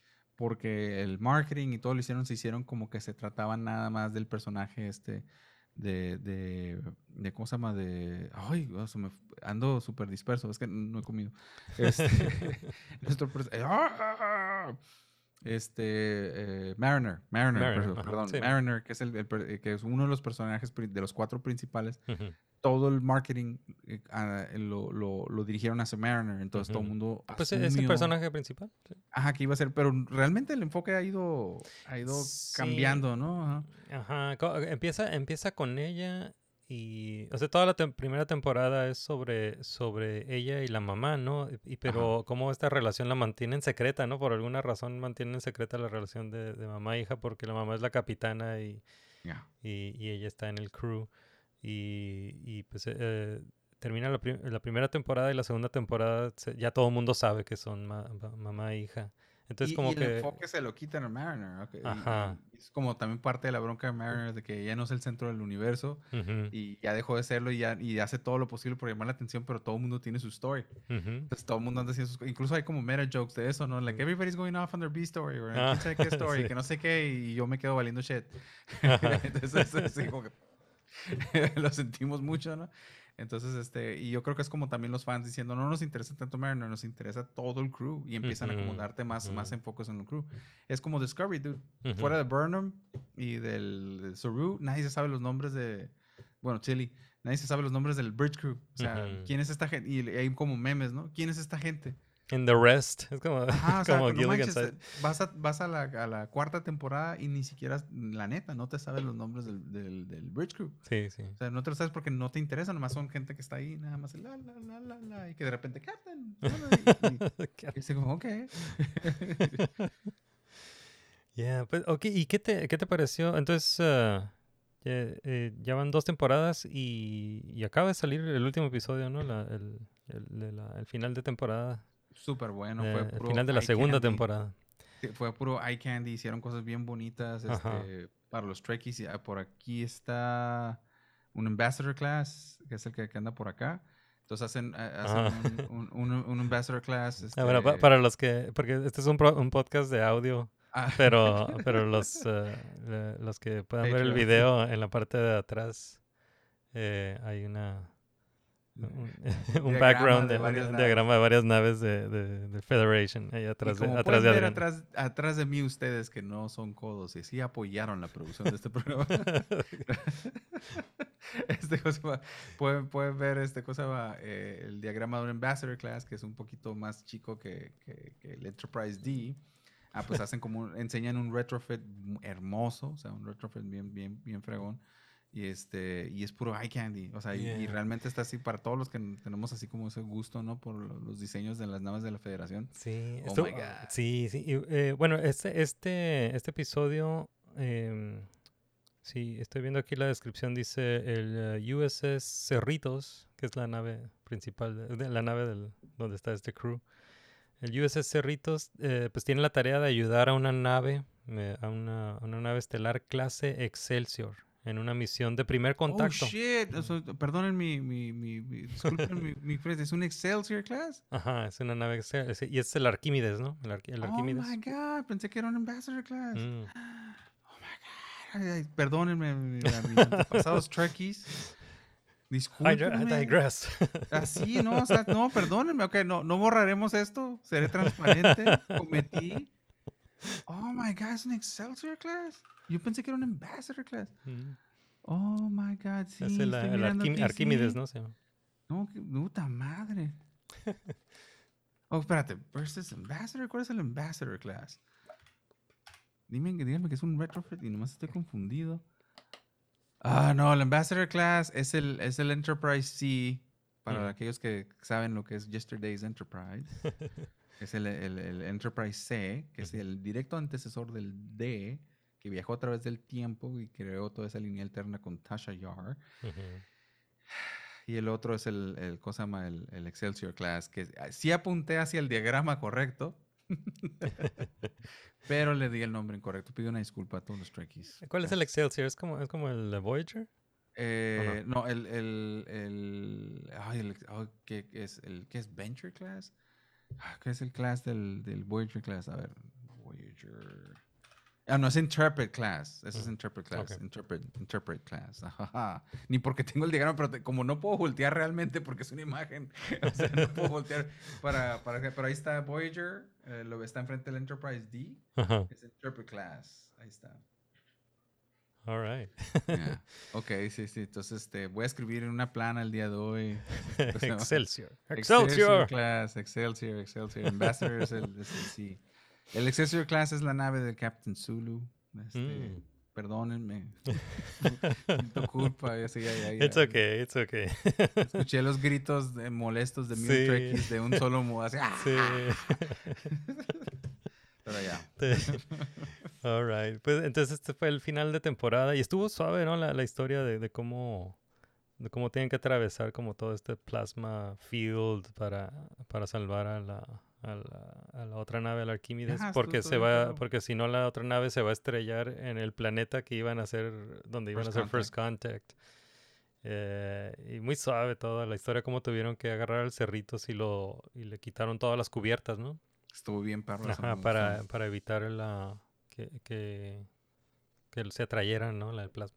porque el marketing y todo lo hicieron, se hicieron como que se trataba nada más del personaje este de, de, de ¿cómo se llama? De, ay, oh, se me f- ando súper disperso, es que no he comido. Este, nuestro pers- eh, ¡ah! Este, eh, Mariner, Mariner, Mariner, perdón, ajá, perdón, sí. Mariner, que es, el, el per- eh, que es uno de los personajes pri- de los cuatro principales. Ujú. Todo el marketing eh, ah, lo, lo, lo dirigieron hacia Mariner, entonces todo el Ujú. mundo Pues es el asumió- personaje principal. Sí. Ajá, que iba a ser, pero realmente el enfoque ha ido, ha ido Sí. cambiando, ¿no? Ajá. Ajá, co- empieza, empieza con ella y, o sea, toda la tem- primera temporada es sobre, sobre ella y la mamá, ¿no? Y pero cómo esta relación la mantienen secreta, ¿no? Por alguna razón mantienen secreta la relación de, de mamá e hija porque la mamá es la capitana y, Ya. y, y ella está en el crew y, y pues eh, termina la, prim- la primera temporada y la segunda temporada se- ya todo el mundo sabe que son ma- ma- mamá e hija. Entonces y, como y que... el enfoque se lo quitan a Mariner. Okay. Ajá. Y, y es como también parte de la bronca de Mariner de que ya no es el centro del universo Uh-huh. y ya dejó de serlo y, ya, y hace todo lo posible por llamar la atención, pero todo el mundo tiene su story. Uh-huh. Entonces todo el mundo anda haciendo sus... Incluso hay como meta jokes de eso, ¿no? Like, everybody's going off on their B-story, o Ah, quién sabe qué story, sí. que no sé qué, y yo me quedo valiendo shit. Ajá. Entonces, así como que lo sentimos mucho, ¿no? Entonces, este, y yo creo que es como también los fans diciendo, no nos interesa tanto Mariner, nos interesa todo el crew, y empiezan Uh-huh. a como darte más, Uh-huh. más enfocos en el crew. Es como Discovery, dude. Uh-huh. Fuera de Burnham y del, del Saru, nadie se sabe los nombres de, bueno, Chili, nadie se sabe los nombres del Bridge Crew. O sea, Uh-huh. ¿quién es esta gente? Y hay como memes, ¿no? ¿Quién es esta gente? And the rest. Es como, Ajá, o sea, como no Gilligan manches, Side. vas, a, vas a, la, a la cuarta temporada y ni siquiera, la neta, no te sabes los nombres del, del, del Bridge Crew. Sí, sí. O sea, no te lo sabes porque no te interesa, nomás son gente que está ahí, nada más, la, la, la, la, la, y que de repente, Captain, y, y, y dice como, ok. Yeah, pues, ok, ¿y qué te, qué te pareció? Entonces, uh, ya, eh, ya van dos temporadas y, y acaba de salir el último episodio, ¿no? La, el, el, de la- el final de temporada. Súper bueno, Eh, fue el puro final de la eye segunda candy. temporada. Sí, fue puro eye candy, hicieron cosas bien bonitas Ajá. este, para los Trekkies. Y, ah, por aquí está un Ambassador Class, que es el que, que anda por acá. Entonces hacen, eh, hacen Ajá. un, un, un- un Ambassador Class. Ah, bueno, pa- Este, para los que, porque este es un, pro- un podcast de audio, ah, pero, pero los, eh, le- los que puedan ver el Patreon. video en la parte de atrás, eh, hay una... Un, un diagrama background, de de, un varias di- naves. diagrama de varias naves de, de, de Federation ahí Y atrás de, como atrás pueden de ver Adrián. atrás, atrás de mí ustedes que no son codos y sí apoyaron la producción de este programa. este cosa va- pueden, pueden ver este cosa va, eh, el diagrama de un Ambassador Class que es un poquito más chico que, que- que el Enterprise D. Ah, pues hacen como un- enseñan un retrofit hermoso, o sea, un retrofit bien, bien, bien fregón. Y este, y es puro eye candy. O sea, y- y, Yeah. realmente está así para todos los que n- tenemos así como ese gusto, ¿no? Por lo- los diseños de las naves de la Federación. Sí, Oh esto- my God. sí, sí. y, eh, bueno, este, este, este episodio, em, sí, estoy viendo aquí la descripción, dice el eh, U S S Cerritos, que es la nave principal, de, de la nave del, donde está este crew. El U S S Cerritos, eh, pues tiene la tarea de ayudar a una nave, eh, a una, a una nave estelar clase Excelsior, en una misión de primer contacto. Oh, shit. Eso- perdonen mi, mi, mi, mi- disculpen mi, mi frase. ¿Es un Excelsior Class? Ajá, es una nave Excel- es- y es el Arquímedes, ¿no? El, Arqui- el Arquímedes. Oh, my God. Pensé que era un Ambassador Class. Mm. Oh, my God. Ay, ay, perdónenme, mi- a mis antepasados Trekkies. I, Discúlpenme. I digress. Así, no, o sea, no, perdónenme. Ok, no, no borraremos esto. Seré transparente. Cometí. Oh, my God. ¿Es un Excelsior Class? Yo pensé que era un Ambassador Class. Mm. Oh, my God. Sí, es el, estoy el mirando Arquí- aquí, Arquímedes, sí. ¿no? Se llama. No, qué puta madre. Oh, espérate. Versus Ambassador. ¿Cuál es el Ambassador Class? Dime, díganme que es un retrofit y nomás estoy confundido. Ah, no, el Ambassador Class es el, es el Enterprise C. Para Mm. aquellos que saben lo que es Yesterday's Enterprise. Es el, el- el Enterprise C, que es el directo antecesor del D, que viajó a través del tiempo y creó toda esa línea alterna con Tasha Yar. Ujú. Y el otro es el, el cosa llama el, el Excelsior Class, que ah, sí apunté hacia el diagrama correcto, pero le di el nombre incorrecto. Pido una disculpa a todos los Trekkies. ¿Cuál es el Excelsior? ¿Es como, es como el Voyager? Eh, no, el, el, el, ay, el, ay, ¿qué es el, qué es Venture Class? Ah, ¿qué es el class del, del Voyager Class? A ver, Voyager. Ah, no, es Interpret Class. Eso es Mm, Interpret Class. ok. Interpret, Interpret Class. Ajá. Ni porque tengo el diagrama, pero te- como no puedo voltear realmente porque es una imagen, o sea, no puedo voltear para, para que- pero ahí está Voyager, eh, lo está enfrente del Enterprise D. Ajá. Es Interpret Class. Ahí está. All right. Yeah. Ok, sí, sí. Entonces, este, voy a escribir en una plana el día de hoy. Este, se llama- Excelsior. Excelsior Excelsior. Class, Excelsior, Excelsior. Ambassador es el, es el sí. El Excelsior Class es la nave del Captain Zulu. Este, Mm. Perdónenme. Tu culpa. Ya, sí, ya, ya, ya. It's okay, it's okay. Escuché los gritos de- molestos de mil Sí. Trekkies de un solo mo- así, ¡ah! Sí. Pero ya. All right. Pues entonces este fue el final de temporada y estuvo suave, ¿no? La, la historia de, de cómo de cómo tienen que atravesar como todo este plasma field para, para salvar a la, a la, a la otra nave, a la Arquímedes, Ah, porque estuvo se bien va, perro. porque si no la otra nave se va a estrellar en el planeta que iban a hacer, donde iban First a hacer First Contact. Eh, y muy suave toda la historia, como tuvieron que agarrar al Cerritos y lo y le quitaron todas las cubiertas, ¿no? Estuvo bien perro. eso Ajá, me para, gustó. para evitar la que, que, que se atrayeran, ¿no? La del plasma.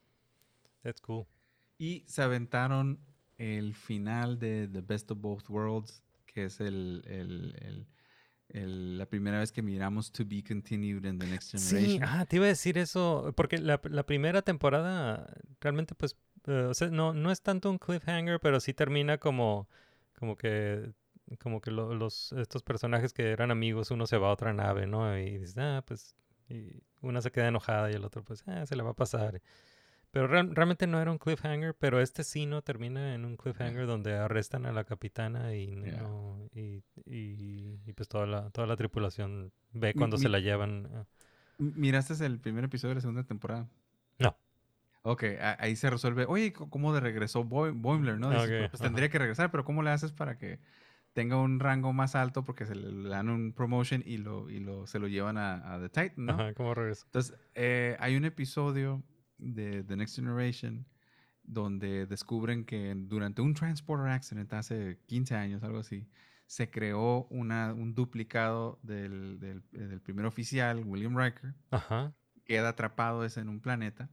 That's cool. Y se aventaron el final de The Best of Both Worlds, que es el, el, el- el- la primera vez que miramos To Be Continued in The Next Sí, Generation. ah, te iba a decir eso, porque la, la primera temporada realmente pues, eh, o sea, no, no es tanto un cliffhanger, pero sí termina como, como que, como que lo- los, estos personajes que eran amigos, uno se va a otra nave, ¿no? Y dices, ah, pues, y una se queda enojada y el otro pues, ah, se le va a pasar. Pero real- realmente no era un cliffhanger, pero este sí no termina en un cliffhanger donde arrestan a la capitana y no, Yeah. no- y, y, y, pues toda la, toda la tripulación ve Mi- cuando se mi- la llevan. ah. M- ¿Miraste el primer episodio de la segunda temporada? No. Ok, a- ahí se resuelve. Oye, c- ¿cómo de regresó Boy- Boimler, no? Dices, Ok, "Pero, pues ajá. tendría que regresar, pero ¿cómo le haces para que tenga un rango más alto? Porque se le, le dan un promotion y lo, y lo, se lo llevan a, a The Titan, ¿no? Ajá, ¿cómo regreso? Entonces, eh, hay un episodio de The Next Generation donde descubren que durante un transporter accident hace quince años, algo así, se creó una, un duplicado del, del, del primer oficial, William Riker. Ajá. Queda atrapado ese en un planeta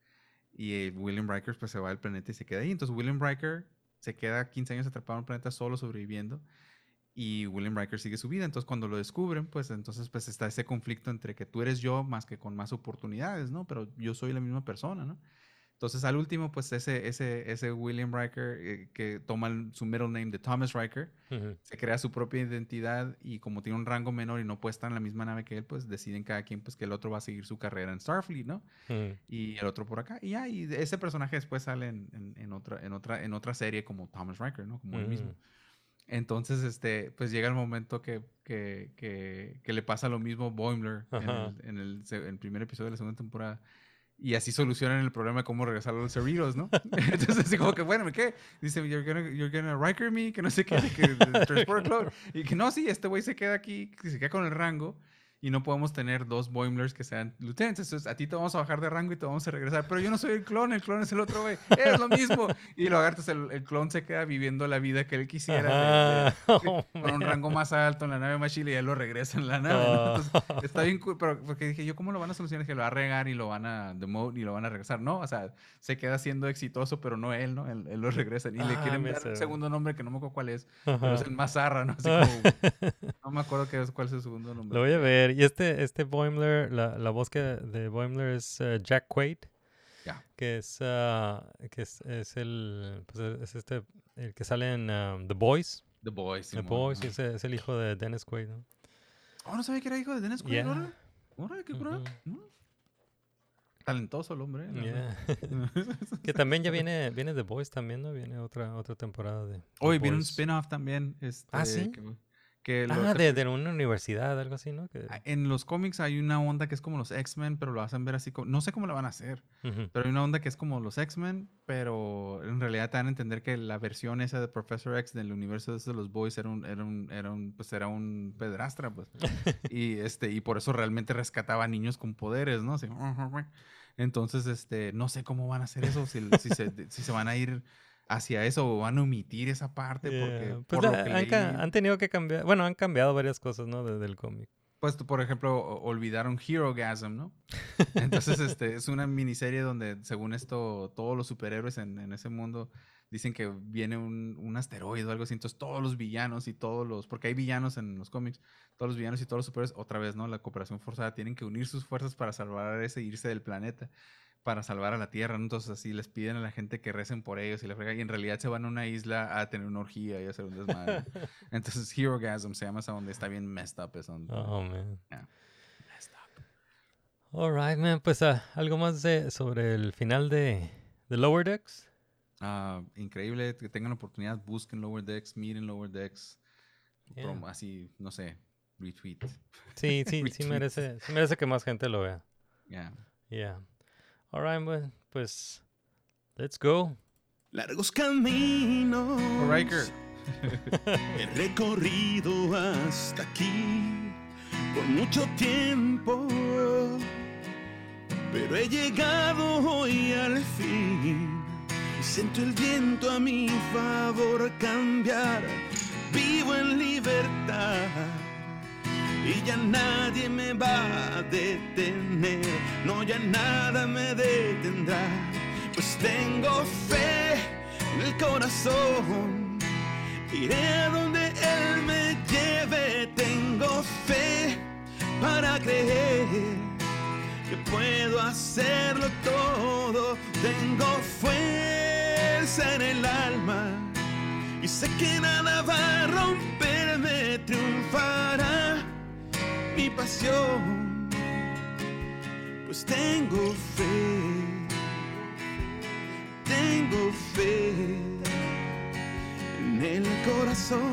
y eh, William Riker pues se va al planeta y se queda ahí. Entonces William Riker se queda quince años atrapado en un planeta solo sobreviviendo y William Riker sigue su vida. Entonces cuando lo descubren, pues entonces pues está ese conflicto entre que tú eres yo más que con más oportunidades, ¿no? Pero yo soy la misma persona, ¿no? Entonces al último pues ese, ese, ese William Riker eh, que toma el- su middle name de Thomas Riker, Ujú. se crea su propia identidad y como tiene un rango menor y no puede estar en la misma nave que él, pues deciden cada quien pues que el otro va a seguir su carrera en Starfleet, ¿no? Ujú. Y el otro por acá. Y ya, y ese personaje después sale en, en- en otra, en, otra, en otra serie como Thomas Riker, ¿no? Como él mismo. Mm. Entonces, este, pues llega el momento que, que, que, que le pasa lo mismo a Boimler en Ajá. el, en, el, se- en el primer episodio de la segunda temporada. Y así solucionan el problema de cómo regresar a los Cerritos, ¿no? Entonces, así como que, bueno, ¿qué? Dice, you're gonna, you're gonna Riker me, que no sé qué, que de Transporter Cloud. Y que no, sí, este güey se queda aquí, que se queda con el rango. Y no podemos tener dos Boimlers que sean lieutenants. Entonces, a ti te vamos a bajar de rango y te vamos a regresar. Pero yo no soy el clon, el clon es el otro güey. Es lo mismo. Y lo agarras, el, el clon se queda viviendo la vida que él quisiera. de- de- Ajá. Oh, con un man. rango más alto en la nave más chile y ya lo regresa en la nave. ¿no? Entonces, Oh. está bien cool. Pero porque dije, ¿yo cómo lo van a solucionar? Es que lo va a regar y lo van a demote y lo van a regresar. No, o sea, se queda siendo exitoso, pero no él, ¿no? Él, él lo regresa. Y le Ah, quieren me dar un sé. segundo nombre que no me acuerdo cuál es. Pero Ajá. es el más zarra, ¿no? Así como, no me acuerdo qué es, cuál es el segundo nombre. Lo voy a ver. Y este, este Boimler, la, la voz que de Boimler es eh, Jack Quaid, Ya. que es, ah, que es, es el, pues es este, el que sale en um, The Boys. The Boys. The Simón, Boys, ajá. es, es el hijo de Dennis Quaid, ¿no? Oh, no sabía que era hijo de Dennis Quaid, Yeah. órale. Órale, qué cura. Ujú. Mm. Talentoso el hombre. ¿eh? La Yeah. verdad. Que también ya viene, viene The Boys también, ¿no? Viene otra, otra temporada de The Hoy viene un Boys. spin-off también. Este, Ah, ¿sí? Que, que lo- Ah, de, de una universidad, algo así, ¿no? Que, Ah, en los cómics hay una onda que es como los X-Men, pero lo hacen ver así como... No sé cómo lo van a hacer, Ujú. pero hay una onda que es como los X-Men, pero en realidad te dan a entender que la versión esa de Professor X del universo de los Boys era un, era un, era un, pues era un pedrastra, pues. y, este, y por eso realmente rescataba a niños con poderes, ¿no? Así, entonces, este, no sé cómo van a hacer eso, si, si, se, si se van a ir hacia eso o van a omitir esa parte, porque Yeah. Pues por la- lo que han, ca- leí- han tenido que cambiar, bueno, han cambiado varias cosas, ¿no? Desde el cómic. Pues, por ejemplo, o- olvidaron Herogasm, ¿no? Entonces, este, es una miniserie donde, según esto, todos los superhéroes en, en ese mundo dicen que viene un, un asteroide o algo así. Entonces, todos los villanos y todos los... Porque hay villanos en los cómics. Todos los villanos y todos los superhéroes, otra vez, ¿no? La cooperación forzada. Tienen que unir sus fuerzas para salvar a ese, irse del planeta. Para salvar a la Tierra, ¿no? Entonces así les piden a la gente que recen por ellos y la frega, y en realidad se van a una isla a tener una orgía y a hacer un desmadre. Entonces Herogasm se llama esa donde está bien messed up. Es donde, Oh, man. yeah, messed up. All right, man. Pues ah, algo más de, sobre el final de, de Lower Decks. Ah, increíble que tengan la oportunidad, busquen Lower Decks, miren Lower Decks, Yeah. prom- así, no sé, retweet. Sí, sí, sí Retweet. merece, sí merece que más gente lo vea. Yeah. Yeah. All right, man. Pues, let's go. Largos caminos. Oh, Riker, He recorrido hasta aquí por mucho tiempo, pero he llegado hoy al fin. Y siento el viento a mi favor cambiar. Vivo en libertad y ya nadie me va a detener. No, ya nada me detendrá, pues tengo fe en el corazón. Iré a donde Él me lleve. Tengo fe para creer que puedo hacerlo todo. Tengo fuerza en el alma y sé que nada va a romperme. Triunfará mi pasión, pues tengo fe, tengo fe en el corazón.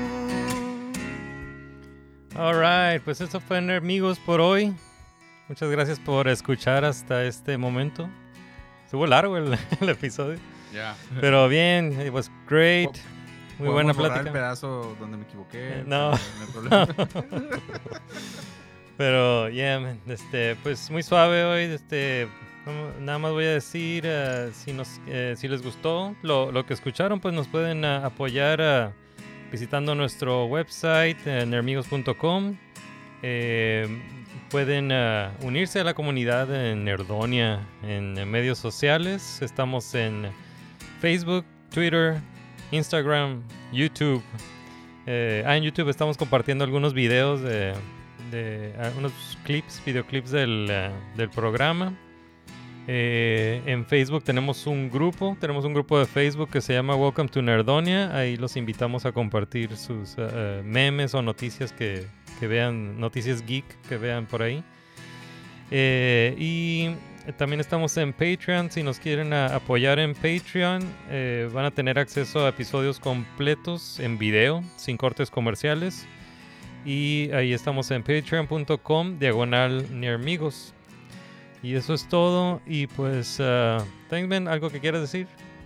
Alright, pues eso fue Nerdmigos por hoy. Muchas gracias por escuchar hasta este momento. Estuvo largo el, el episodio. Ya. Yeah. Pero bien, it was great. Muy buena plática. El pedazo donde me equivoqué. Eh, no. No hay problema. Pero, yeah, man, este, pues muy suave hoy. Este, nada más voy a decir, uh, si, nos, uh, si les gustó lo, lo que escucharon, pues nos pueden uh, apoyar uh, visitando nuestro website, uh, nerdmigos punto com. Eh, pueden uh, unirse a la comunidad de Nerdonia en, en medios sociales. Estamos en Facebook, Twitter, Instagram, YouTube. Eh, ah, en YouTube estamos compartiendo algunos videos de, de uh, unos clips, videoclips del, uh, del programa. Eh, en Facebook tenemos un grupo, tenemos un grupo de Facebook que se llama Welcome to Nerdonia. Ahí los invitamos a compartir sus uh, memes o noticias que, que vean, noticias geek que vean por ahí. Eh, y también estamos en Patreon. Si nos quieren a, apoyar en Patreon, eh, van a tener acceso a episodios completos en video, sin cortes comerciales. Y ahí estamos en patreon punto com diagonal Nerdmigos. Y eso es todo. Y pues, uh, Tankman, ¿algo que quieras decir?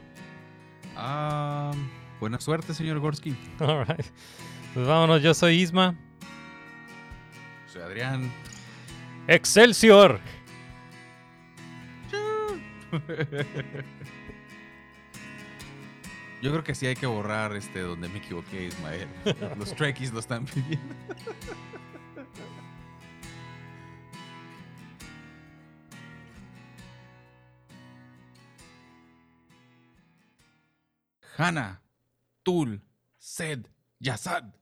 Uh, buena suerte, señor Gorski. All right. Pues vámonos, yo soy Isma. Soy Adrián. ¡Excelsior! Yo creo que sí hay que borrar este donde me equivoqué, Ismael. Los Trekkies lo están pidiendo. Hana, Tul, Sed, Yasad.